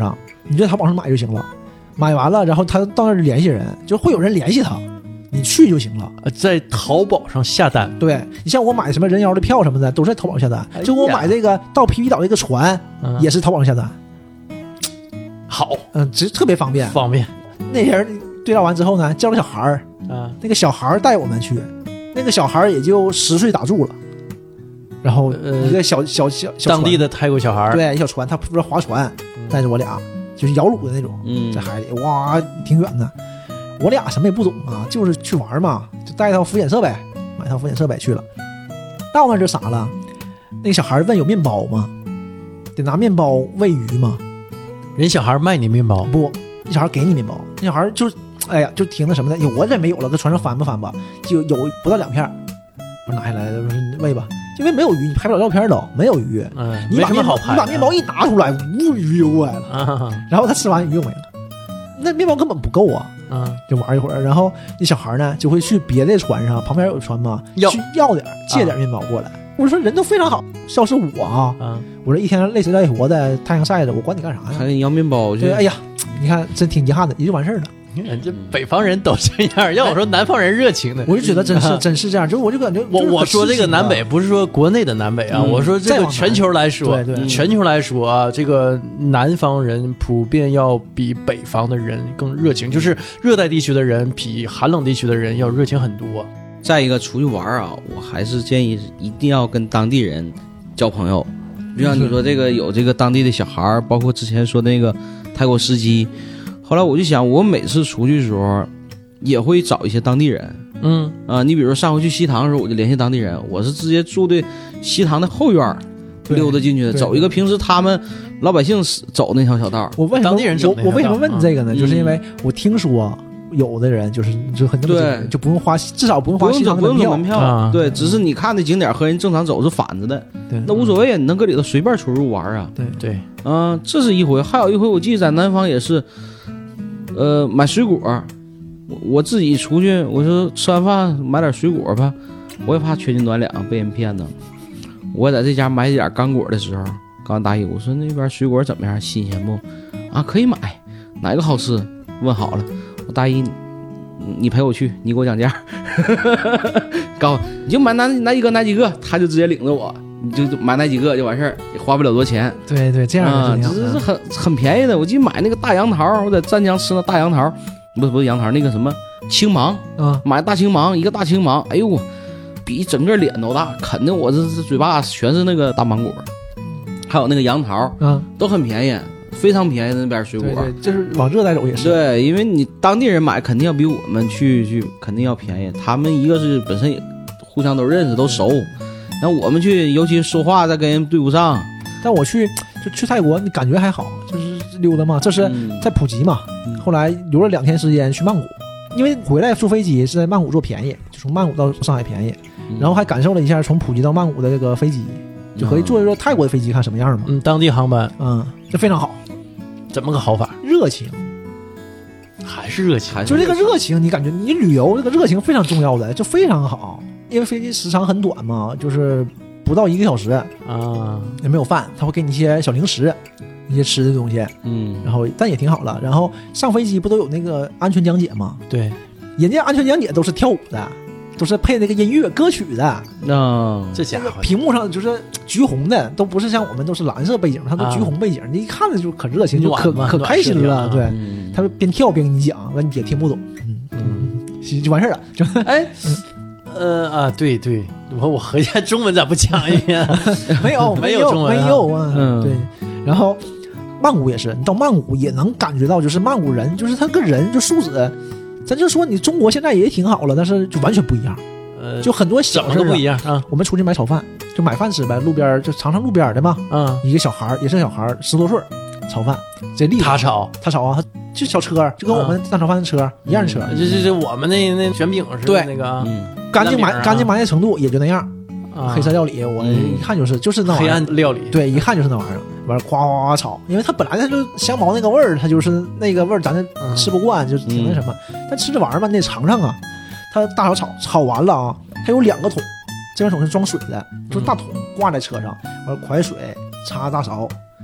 [SPEAKER 3] 你就在淘宝上买就行了，买完了然后他到那儿联系人，就会有人联系他，你去就行了。
[SPEAKER 1] 在淘宝上下单，
[SPEAKER 3] 对，你像我买什么人妖的票什么的，都是在淘宝上下单。
[SPEAKER 1] 哎呀
[SPEAKER 3] 就我买这个到皮皮岛这个船，
[SPEAKER 1] 嗯
[SPEAKER 3] 也是淘宝上下单。
[SPEAKER 1] 好
[SPEAKER 3] 嗯，这特别方便。
[SPEAKER 1] 方便
[SPEAKER 3] 那人对照完之后呢，叫了小孩儿，
[SPEAKER 1] 啊，
[SPEAKER 3] 那个小孩儿带我们去，那个小孩儿也就十岁打住了。然后
[SPEAKER 1] 呃
[SPEAKER 3] 一个小小小小
[SPEAKER 1] 当地
[SPEAKER 3] 的
[SPEAKER 1] 的泰国小孩儿，
[SPEAKER 3] 对一小船，他负责划船，带着我俩就是摇橹的那种，
[SPEAKER 2] 嗯
[SPEAKER 3] 在海里哇挺远的。我俩什么也不懂啊，就是去玩嘛，就带一套浮潜设备，买套浮潜设备去了。到那就傻了，那个小孩问有面包吗？得拿面包喂鱼吗？
[SPEAKER 1] 人小孩卖你面包，
[SPEAKER 3] 不，那小孩给你面包，那小孩就哎呀就听那什么的，有我这没有了，搁船上翻吧翻吧，就有不到两片，我拿下来我说喂吧，因为没有鱼，你拍不了照片都没有鱼，
[SPEAKER 1] 嗯，
[SPEAKER 3] 你把面包
[SPEAKER 1] 没什么好拍的，
[SPEAKER 3] 你把面包一拿出来，无鱼游过来了，
[SPEAKER 1] 啊
[SPEAKER 3] 然后他吃完鱼又没了，那面包根本不够啊。
[SPEAKER 1] 啊，
[SPEAKER 3] 就玩一会儿，然后那小孩呢就会去别的船上，旁边有船嘛，
[SPEAKER 1] 要
[SPEAKER 3] 去要点借点面包过来。我说人都非常好，要是我啊，
[SPEAKER 1] 啊，
[SPEAKER 3] 我这一天累死累活的，太阳晒着，我管你干啥呀？
[SPEAKER 2] 还给你要面包去
[SPEAKER 3] 对，，哎呀，你看真挺遗憾的，也就完事儿了。
[SPEAKER 1] 你看这北方人都这样，要我说南方人热情的。
[SPEAKER 3] 我就觉得真是真是这样，就是我就感觉
[SPEAKER 1] 我我说这个南北
[SPEAKER 3] 就是
[SPEAKER 1] 不是说国内的南北啊，
[SPEAKER 3] 嗯
[SPEAKER 1] 我说这
[SPEAKER 3] 再往南
[SPEAKER 1] 个全球来说，
[SPEAKER 3] 对对
[SPEAKER 1] 全球来说啊，这个南方人普遍要比北方的人更热情，就是热带地区的人比寒冷地区的人要热情很多。
[SPEAKER 2] 再一个出去玩啊，我还是建议一定要跟当地人交朋友。就像你说这个有这个当地的小孩儿，包括之前说那个泰国司机。后来我就想，我每次出去的时候也会找一些当地人。
[SPEAKER 1] 嗯
[SPEAKER 2] 啊，你比如说上回去西塘的时候，我就联系当地人，我是直接住的西塘的后院儿
[SPEAKER 3] 对
[SPEAKER 2] 溜达进去的，
[SPEAKER 3] 对
[SPEAKER 2] 走一个平时他们老百姓走那条小道。
[SPEAKER 3] 我为什么
[SPEAKER 1] 当地人整那
[SPEAKER 3] 我我为什么问这个呢？
[SPEAKER 2] 嗯
[SPEAKER 3] 就是因为我听说有的人就是就很正经
[SPEAKER 2] 对
[SPEAKER 3] 就不用花，至少不用
[SPEAKER 2] 不
[SPEAKER 3] 花西
[SPEAKER 2] 用走不用走
[SPEAKER 3] 塘的票
[SPEAKER 2] 门票，
[SPEAKER 1] 啊
[SPEAKER 2] 对，只是你看的景点和人正常走是反着的，
[SPEAKER 3] 对
[SPEAKER 2] 那无所谓，你能搁里头随便出入玩啊。
[SPEAKER 3] 对
[SPEAKER 1] 对，
[SPEAKER 2] 嗯、这是一回，还有一回我记得在南方也是，呃，买水果，我我自己出去，我说吃完饭买点水果吧，我也怕缺斤短两被人骗呢。我在这家买点干果的时候，告诉大姨，我说那边水果怎么样，新鲜不？啊，可以买，哪个好吃？问好了，我大姨，你陪我去，你给我讲价，告诉你就买哪哪几个哪几个，他就直接领着我。你就买那几个就完事儿，也花不了多钱。
[SPEAKER 3] 对对，这样
[SPEAKER 2] 啊，
[SPEAKER 3] 是挺好的。
[SPEAKER 2] 这是很很便宜的。我记得买那个大杨桃，我在湛江吃那大杨桃，不是不是杨桃，那个什么青芒，
[SPEAKER 3] 啊，
[SPEAKER 2] 买大青芒，一个大青芒，哎呦我比整个脸都大，啃的我这这嘴巴全是那个大芒果。还有那个杨桃
[SPEAKER 3] 啊，
[SPEAKER 2] 都很便宜，非常便宜的那边水果。
[SPEAKER 3] 对对，就是往热带走也是。
[SPEAKER 2] 对，因为你当地人买肯定要比我们去去肯定要便宜，他们一个是本身也互相都认识都熟，然后我们去尤其说话再跟人对不上。
[SPEAKER 3] 但我去就去泰国，你感觉还好，就是溜达嘛。这是
[SPEAKER 2] 嗯
[SPEAKER 3] 在普吉嘛，
[SPEAKER 2] 嗯
[SPEAKER 3] 后来留了两天时间去曼谷，因为回来坐飞机是在曼谷坐便宜，就从曼谷到上海便宜，
[SPEAKER 2] 嗯
[SPEAKER 3] 然后还感受了一下从普吉到曼谷的这个飞机，就可以坐一坐泰国的飞机看什么样嘛。
[SPEAKER 1] 嗯，当地航班
[SPEAKER 3] 嗯，这非常好，
[SPEAKER 1] 怎么个好法？
[SPEAKER 3] 热情，
[SPEAKER 1] 还是热情，
[SPEAKER 2] 还
[SPEAKER 3] 就这个热情，你感觉你旅游这个热情非常重要的，就非常好，因为飞机时长很短嘛，就是不到一个小时，
[SPEAKER 1] 啊，
[SPEAKER 3] 也没有饭，他会给你一些小零食，一些吃的东西，
[SPEAKER 2] 嗯，
[SPEAKER 3] 然后但也挺好了。然后上飞机不都有那个安全讲解吗？
[SPEAKER 1] 对，
[SPEAKER 3] 人家安全讲解都是跳舞的，都是配那个音乐歌曲的，
[SPEAKER 2] 那
[SPEAKER 1] 这家伙
[SPEAKER 3] 那个屏幕上就是橘红的，都不是像我们都是蓝色背景，它都
[SPEAKER 1] 啊
[SPEAKER 3] 橘红背景，你一看着就可热情，就可
[SPEAKER 1] 暖嘛
[SPEAKER 3] 可开心了。
[SPEAKER 1] 暖色调啊
[SPEAKER 3] 对，
[SPEAKER 2] 嗯
[SPEAKER 3] 他就边跳边跟你讲，完你也听不懂，嗯
[SPEAKER 1] 嗯，
[SPEAKER 3] 嗯，就完事儿了，就
[SPEAKER 1] 哎，呃啊，对对，我我合计中文咋不讲一遍？
[SPEAKER 3] 没有
[SPEAKER 1] 没有
[SPEAKER 3] 有
[SPEAKER 1] 中文啊
[SPEAKER 3] 没有啊，
[SPEAKER 2] 嗯
[SPEAKER 3] 对，然后曼谷也是，你到曼谷也能感觉到，就是曼谷人，就是他个人就素质，咱就说你中国现在也挺好了，但是就完全不一样，
[SPEAKER 1] 呃，
[SPEAKER 3] 就很多小事儿啊
[SPEAKER 1] 怎么都不一。样啊
[SPEAKER 3] 我们出去买炒饭，就买饭吃呗，路边儿就尝尝路边儿的嘛。
[SPEAKER 1] 啊，
[SPEAKER 3] 一个小孩儿也是小孩儿，十多岁儿，炒饭，贼厉害。
[SPEAKER 1] 他炒，
[SPEAKER 3] 他炒啊，他就小车，就跟我们蛋炒饭的车一样的车，
[SPEAKER 1] 这这这我们那那卷饼似的
[SPEAKER 3] 对
[SPEAKER 1] 那个啊
[SPEAKER 2] 嗯
[SPEAKER 3] 干净
[SPEAKER 1] 烂饼啊
[SPEAKER 3] 埋干净埋汰程度也就那样。
[SPEAKER 1] 啊
[SPEAKER 3] 黑色料理，我
[SPEAKER 2] 嗯
[SPEAKER 3] 一看就是就是那玩
[SPEAKER 1] 黑
[SPEAKER 3] 意儿。
[SPEAKER 1] 暗料理，
[SPEAKER 3] 对，一看就是那玩意儿，完了夸夸夸炒，因为它本来它就香茅那个味儿，它就是那个味儿，咱就
[SPEAKER 1] 嗯
[SPEAKER 3] 吃不惯，就是挺那什么。但吃这玩意儿吧，你得尝尝啊。它大炒炒炒完了啊，它有两个桶，这个桶是装水的，就是大桶挂在车上，完了㧟水插大勺，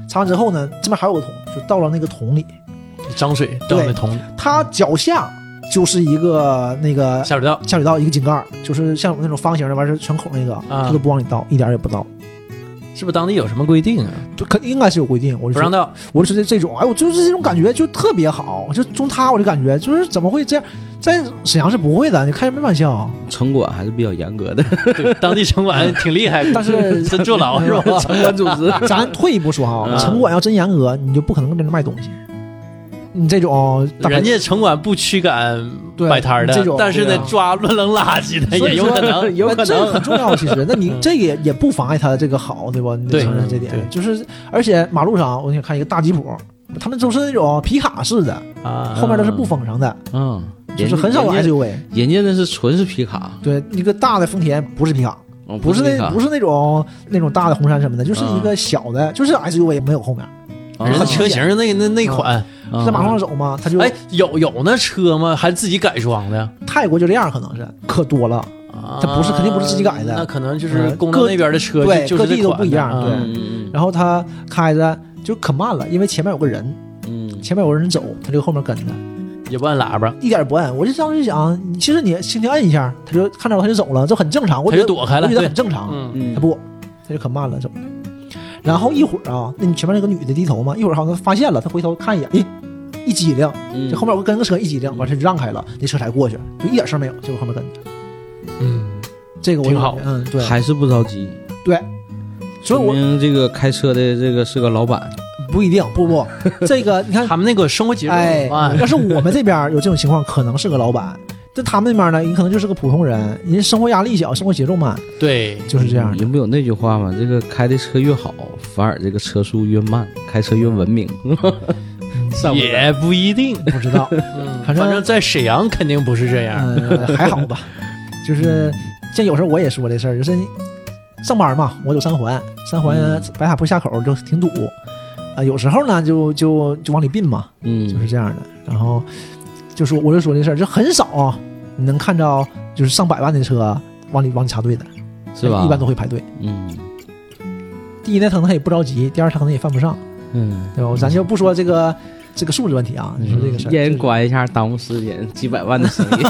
[SPEAKER 3] 查完之后呢，这边还有个桶，就倒到那个桶里，
[SPEAKER 1] 脏水倒那桶里，
[SPEAKER 3] 它脚下就是一个那个
[SPEAKER 1] 下水道，
[SPEAKER 3] 下水道一个井盖，就是像那种方形的，完事全孔那个，它都不往里倒，一点也不倒。
[SPEAKER 1] 是不是当地有什么规定啊？
[SPEAKER 3] 就肯应该是有规定，我就
[SPEAKER 1] 不让倒。
[SPEAKER 3] 我就说这这种，哎，我就是这种感觉就特别好，就中他我就感觉就是怎么会这样，在沈阳是不会的，你开什么玩笑？
[SPEAKER 2] 城管还是比较严格的，
[SPEAKER 1] 对，当地城管挺厉害，
[SPEAKER 3] 但是
[SPEAKER 1] 真坐牢是吧？
[SPEAKER 2] 城管组织，
[SPEAKER 3] 咱退一步说哈，
[SPEAKER 1] 嗯
[SPEAKER 3] 城管要真严格，你就不可能跟人卖东西。你这种
[SPEAKER 1] 人家城管不驱赶摆摊的，但是呢，抓乱扔垃圾的也有可能，
[SPEAKER 3] 有可能，这很重要。其实，那你这也也不妨碍他这个好，对吧？你得承认这点。就是，而且马路上，我给你看一个大吉普，他们都是那种皮卡式的啊，后面都是不封上的，嗯，就是很少有 S U V。
[SPEAKER 2] 人家那是纯是皮卡，
[SPEAKER 3] 对，一个大的丰田不是皮卡。不是那不是那种那种大的红杉什么的，就是一个小的，就是 S U V 没有后面。
[SPEAKER 1] 人家车型那那那款
[SPEAKER 3] 在马路上走嘛，他就
[SPEAKER 1] 哎有有那车吗？还自己改装的？
[SPEAKER 3] 泰国就这样，可能是可多了。它不是肯定不是自己改的，
[SPEAKER 1] 那可能就是公道那边的车，
[SPEAKER 3] 对，
[SPEAKER 1] 各
[SPEAKER 3] 地都不一样。对，然后他开着就可慢了，因为前面有个人，嗯，前面有个人走，他就后面跟着。
[SPEAKER 1] 也不按喇叭，
[SPEAKER 3] 一点也不按。我就当时想，其实你轻轻按一下，他就看着他就走了，这很正常。我
[SPEAKER 1] 他就躲开了，
[SPEAKER 3] 我觉得很正常。
[SPEAKER 1] 嗯，
[SPEAKER 3] 他不，他就可慢了走。然后一会儿啊，那你前面那个女的低头嘛，一会儿好像发现了，她回头看一眼，诶，一激灵，这后面有个跟个车一激灵，完事就让开了，那车才过去，就一点事没有，结果后面跟着。
[SPEAKER 1] 嗯，
[SPEAKER 3] 这个我
[SPEAKER 1] 挺好，
[SPEAKER 3] 嗯，对，
[SPEAKER 2] 还是不着急。
[SPEAKER 3] 对，所以我
[SPEAKER 2] 这个开车的这个是个老板。
[SPEAKER 3] 不一定，不不，这个你看
[SPEAKER 1] 他们那个生活节奏，
[SPEAKER 3] 哎，要是我们这边有这种情况，可能是个老板，但他们那边呢，你可能就是个普通人，人生活压力小，生活节奏慢，
[SPEAKER 1] 对，
[SPEAKER 3] 就是这样。
[SPEAKER 2] 你不有那句话吗？这个开的车越好，反而这个车速越慢，开车越文明。
[SPEAKER 1] 也不一定，
[SPEAKER 3] 不知道，
[SPEAKER 1] 嗯，反正在沈阳肯定不是这样，
[SPEAKER 3] 嗯，还好吧。就是像有时候我也说这事儿，就是上班嘛，我走三环，三环白塔坡下口就挺堵。啊，有时候呢，就就就往里并嘛，嗯，就是这样的。然后就说我就说这事儿，就很少啊，你能看到就是上百万的车往里往里插队的，
[SPEAKER 2] 是吧？
[SPEAKER 3] 一般都会排队。
[SPEAKER 2] 嗯，
[SPEAKER 3] 第一呢，可能他也不着急；第二，他可能也犯不上。嗯，对吧？咱就不说这个这个素质问题啊，你说这个事儿，
[SPEAKER 2] 一人关一下耽误时间，几百万的生意。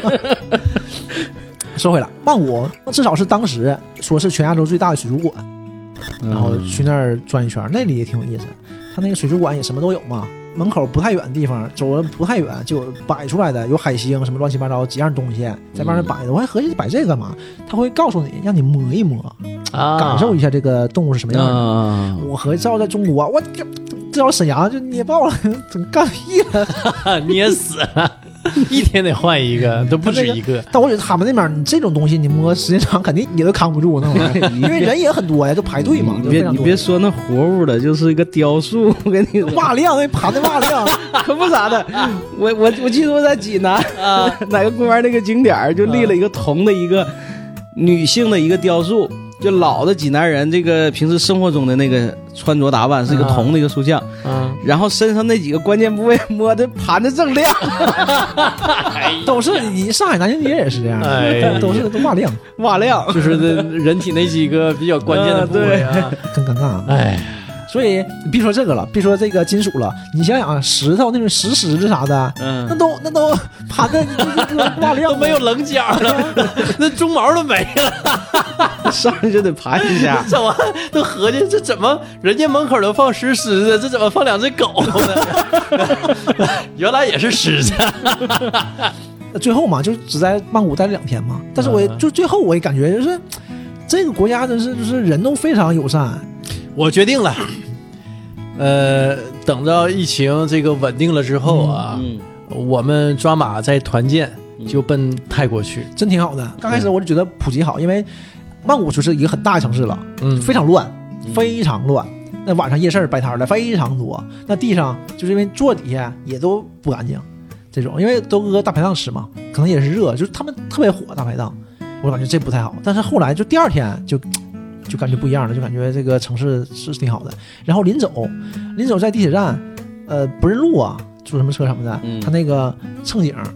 [SPEAKER 3] 说回来，曼谷至少是当时说是全亚洲最大的水族馆。然后去那儿转一圈，那里也挺有意思。他那个水族馆也什么都有嘛，门口不太远的地方，走了不太远就有摆出来的，有海星什么乱七八糟几样东西在外面摆的。我还合计摆这个干嘛？他会告诉你，让你摸一摸，啊、感受一下这个动物是什么样的。啊、我合计照在中国，我这到沈阳就捏爆了，怎么干屁了？
[SPEAKER 1] 捏死了。一天得换一个，都不止一个。
[SPEAKER 3] 但我觉得他们那边，你这种东西你摸时间长，肯定也都扛不住那玩意儿，因为人也很多呀，都排队嘛。
[SPEAKER 2] 你别你别说那活物的，就是一个雕塑，我跟你说，
[SPEAKER 3] 瓦亮那盘的瓦亮，
[SPEAKER 2] 可不咋的。我我我记得我在济南啊哪个公园那个景点就立了一个铜的一个女性的一个雕塑。就老的济南人，这个平时生活中的那个穿着打扮是一个铜的一个塑像，嗯，然后身上那几个关键部位摸的盘的正亮，
[SPEAKER 3] 都是你上海南京街也是这样，哎，都是都瓦亮，
[SPEAKER 2] 瓦亮，
[SPEAKER 1] 就是人体那几个比较关键的部位啊，
[SPEAKER 3] 更尴尬，哎。所以你别说这个了，别说这个金属了，你想想啊，石头那种石狮子啥的，嗯，那都那都盘的瓦亮，
[SPEAKER 1] 都没有棱角了，那鬃毛都没了，
[SPEAKER 2] 上去就得盘一下。
[SPEAKER 1] 这玩意都合计这怎么人家门口都放石狮子，这怎么放两只狗呢？原来也是狮子。
[SPEAKER 3] 最后嘛，就只在曼谷待了两天嘛，但是我也就最后我也感觉就是这个国家真是就是人都非常友善。
[SPEAKER 1] 我决定了，呃，等到疫情这个稳定了之后啊，嗯嗯、我们抓马再团建，就奔泰国去，
[SPEAKER 3] 真挺好的。刚开始我就觉得普吉好，因为曼谷就是一个很大的城市了，嗯，非常乱，非常乱。那晚上夜市摆摊的非常多，那地上就是因为坐底下也都不干净，这种因为都搁大排档吃嘛，可能也是热，就是他们特别火大排档，我感觉这不太好。但是后来就第二天就。就感觉不一样了，就感觉这个城市是挺好的。然后临走，临走在地铁站，呃，不认路啊，坐什么车什么的，嗯、他那个乘警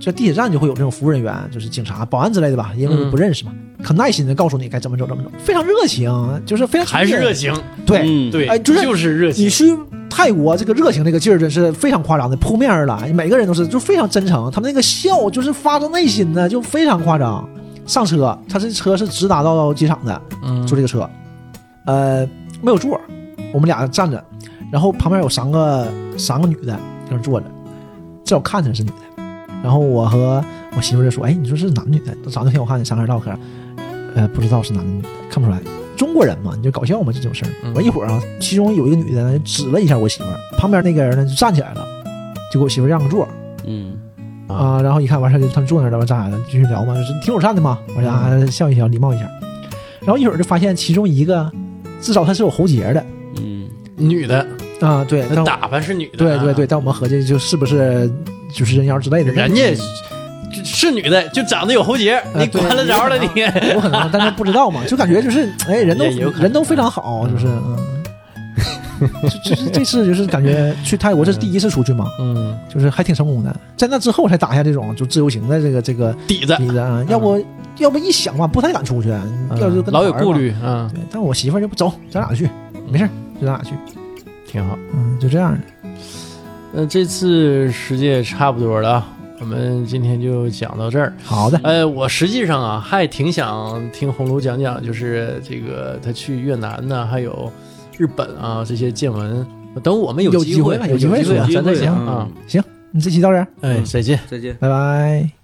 [SPEAKER 3] 这地铁站就会有这种服务人员，就是警察、保安之类的吧，因为不认识嘛，嗯、很耐心的告诉你该怎么走怎么走，非常热情，就是非常
[SPEAKER 1] 还是热情，
[SPEAKER 3] 对、
[SPEAKER 2] 嗯、
[SPEAKER 1] 对，
[SPEAKER 3] 哎，就是
[SPEAKER 1] 就是热情。
[SPEAKER 3] 你去泰国这个热情这个劲儿真是非常夸张的，扑面而来，每个人都是就非常真诚，他们那个笑就是发自内心的，就非常夸张。上车，他这车是直达到机场的，
[SPEAKER 1] 嗯，
[SPEAKER 3] 坐这个车，呃，没有座，我们俩站着，然后旁边有三个三个女的在那坐着，这我看着是女的。然后我和我媳妇就说：“哎，你说是男女的？都长得挺好看的，三个人唠嗑，呃，不知道是男的女的，看不出来。中国人嘛，你就搞笑嘛，这种事儿。
[SPEAKER 1] 嗯、
[SPEAKER 3] 我一会儿啊，其中有一个女的呢，指了一下我媳妇儿，旁边那个人呢就站起来了，就给我媳妇让个座。
[SPEAKER 2] 嗯
[SPEAKER 3] 啊，然后一看完事就他们坐那儿了，完站起来了，继续聊嘛，就是挺友善的嘛。我说啊，笑一笑，礼貌一下。然后一会儿就发现其中一个，至少她是有喉结的，
[SPEAKER 2] 嗯，
[SPEAKER 1] 女的
[SPEAKER 3] 啊，对，
[SPEAKER 1] 打扮是女的，
[SPEAKER 3] 对对对，但我们合计就是不是。”就是人妖之类的，
[SPEAKER 1] 人家是女的，就长得有喉结，你管得着了你？
[SPEAKER 3] 有可能，但是不知道嘛，就感觉就是哎，人都人都非常好，就是嗯，就是这次就是感觉去泰国这是第一次出去嘛，嗯，就是还挺成功的，在那之后才打下这种就自由行的这个这个
[SPEAKER 1] 底子
[SPEAKER 3] 底子啊，要不要不一想吧，不太敢出去，要是
[SPEAKER 1] 老有顾虑啊。
[SPEAKER 3] 对，但我媳妇儿就不走，咱俩去，没事，就咱俩去，
[SPEAKER 1] 挺好，
[SPEAKER 3] 嗯，就这样的。
[SPEAKER 1] 那这次时间也差不多了，我们今天就讲到这儿。
[SPEAKER 3] 好的，
[SPEAKER 1] 呃，我实际上啊还挺想听红炉讲讲，就是这个他去越南呢，还有日本啊这些见闻。等我们有
[SPEAKER 3] 机会了，有机会
[SPEAKER 1] 说，咱再讲啊。
[SPEAKER 3] 行，你这期到这儿，
[SPEAKER 1] 哎，再见，
[SPEAKER 2] 再见，
[SPEAKER 3] 拜拜。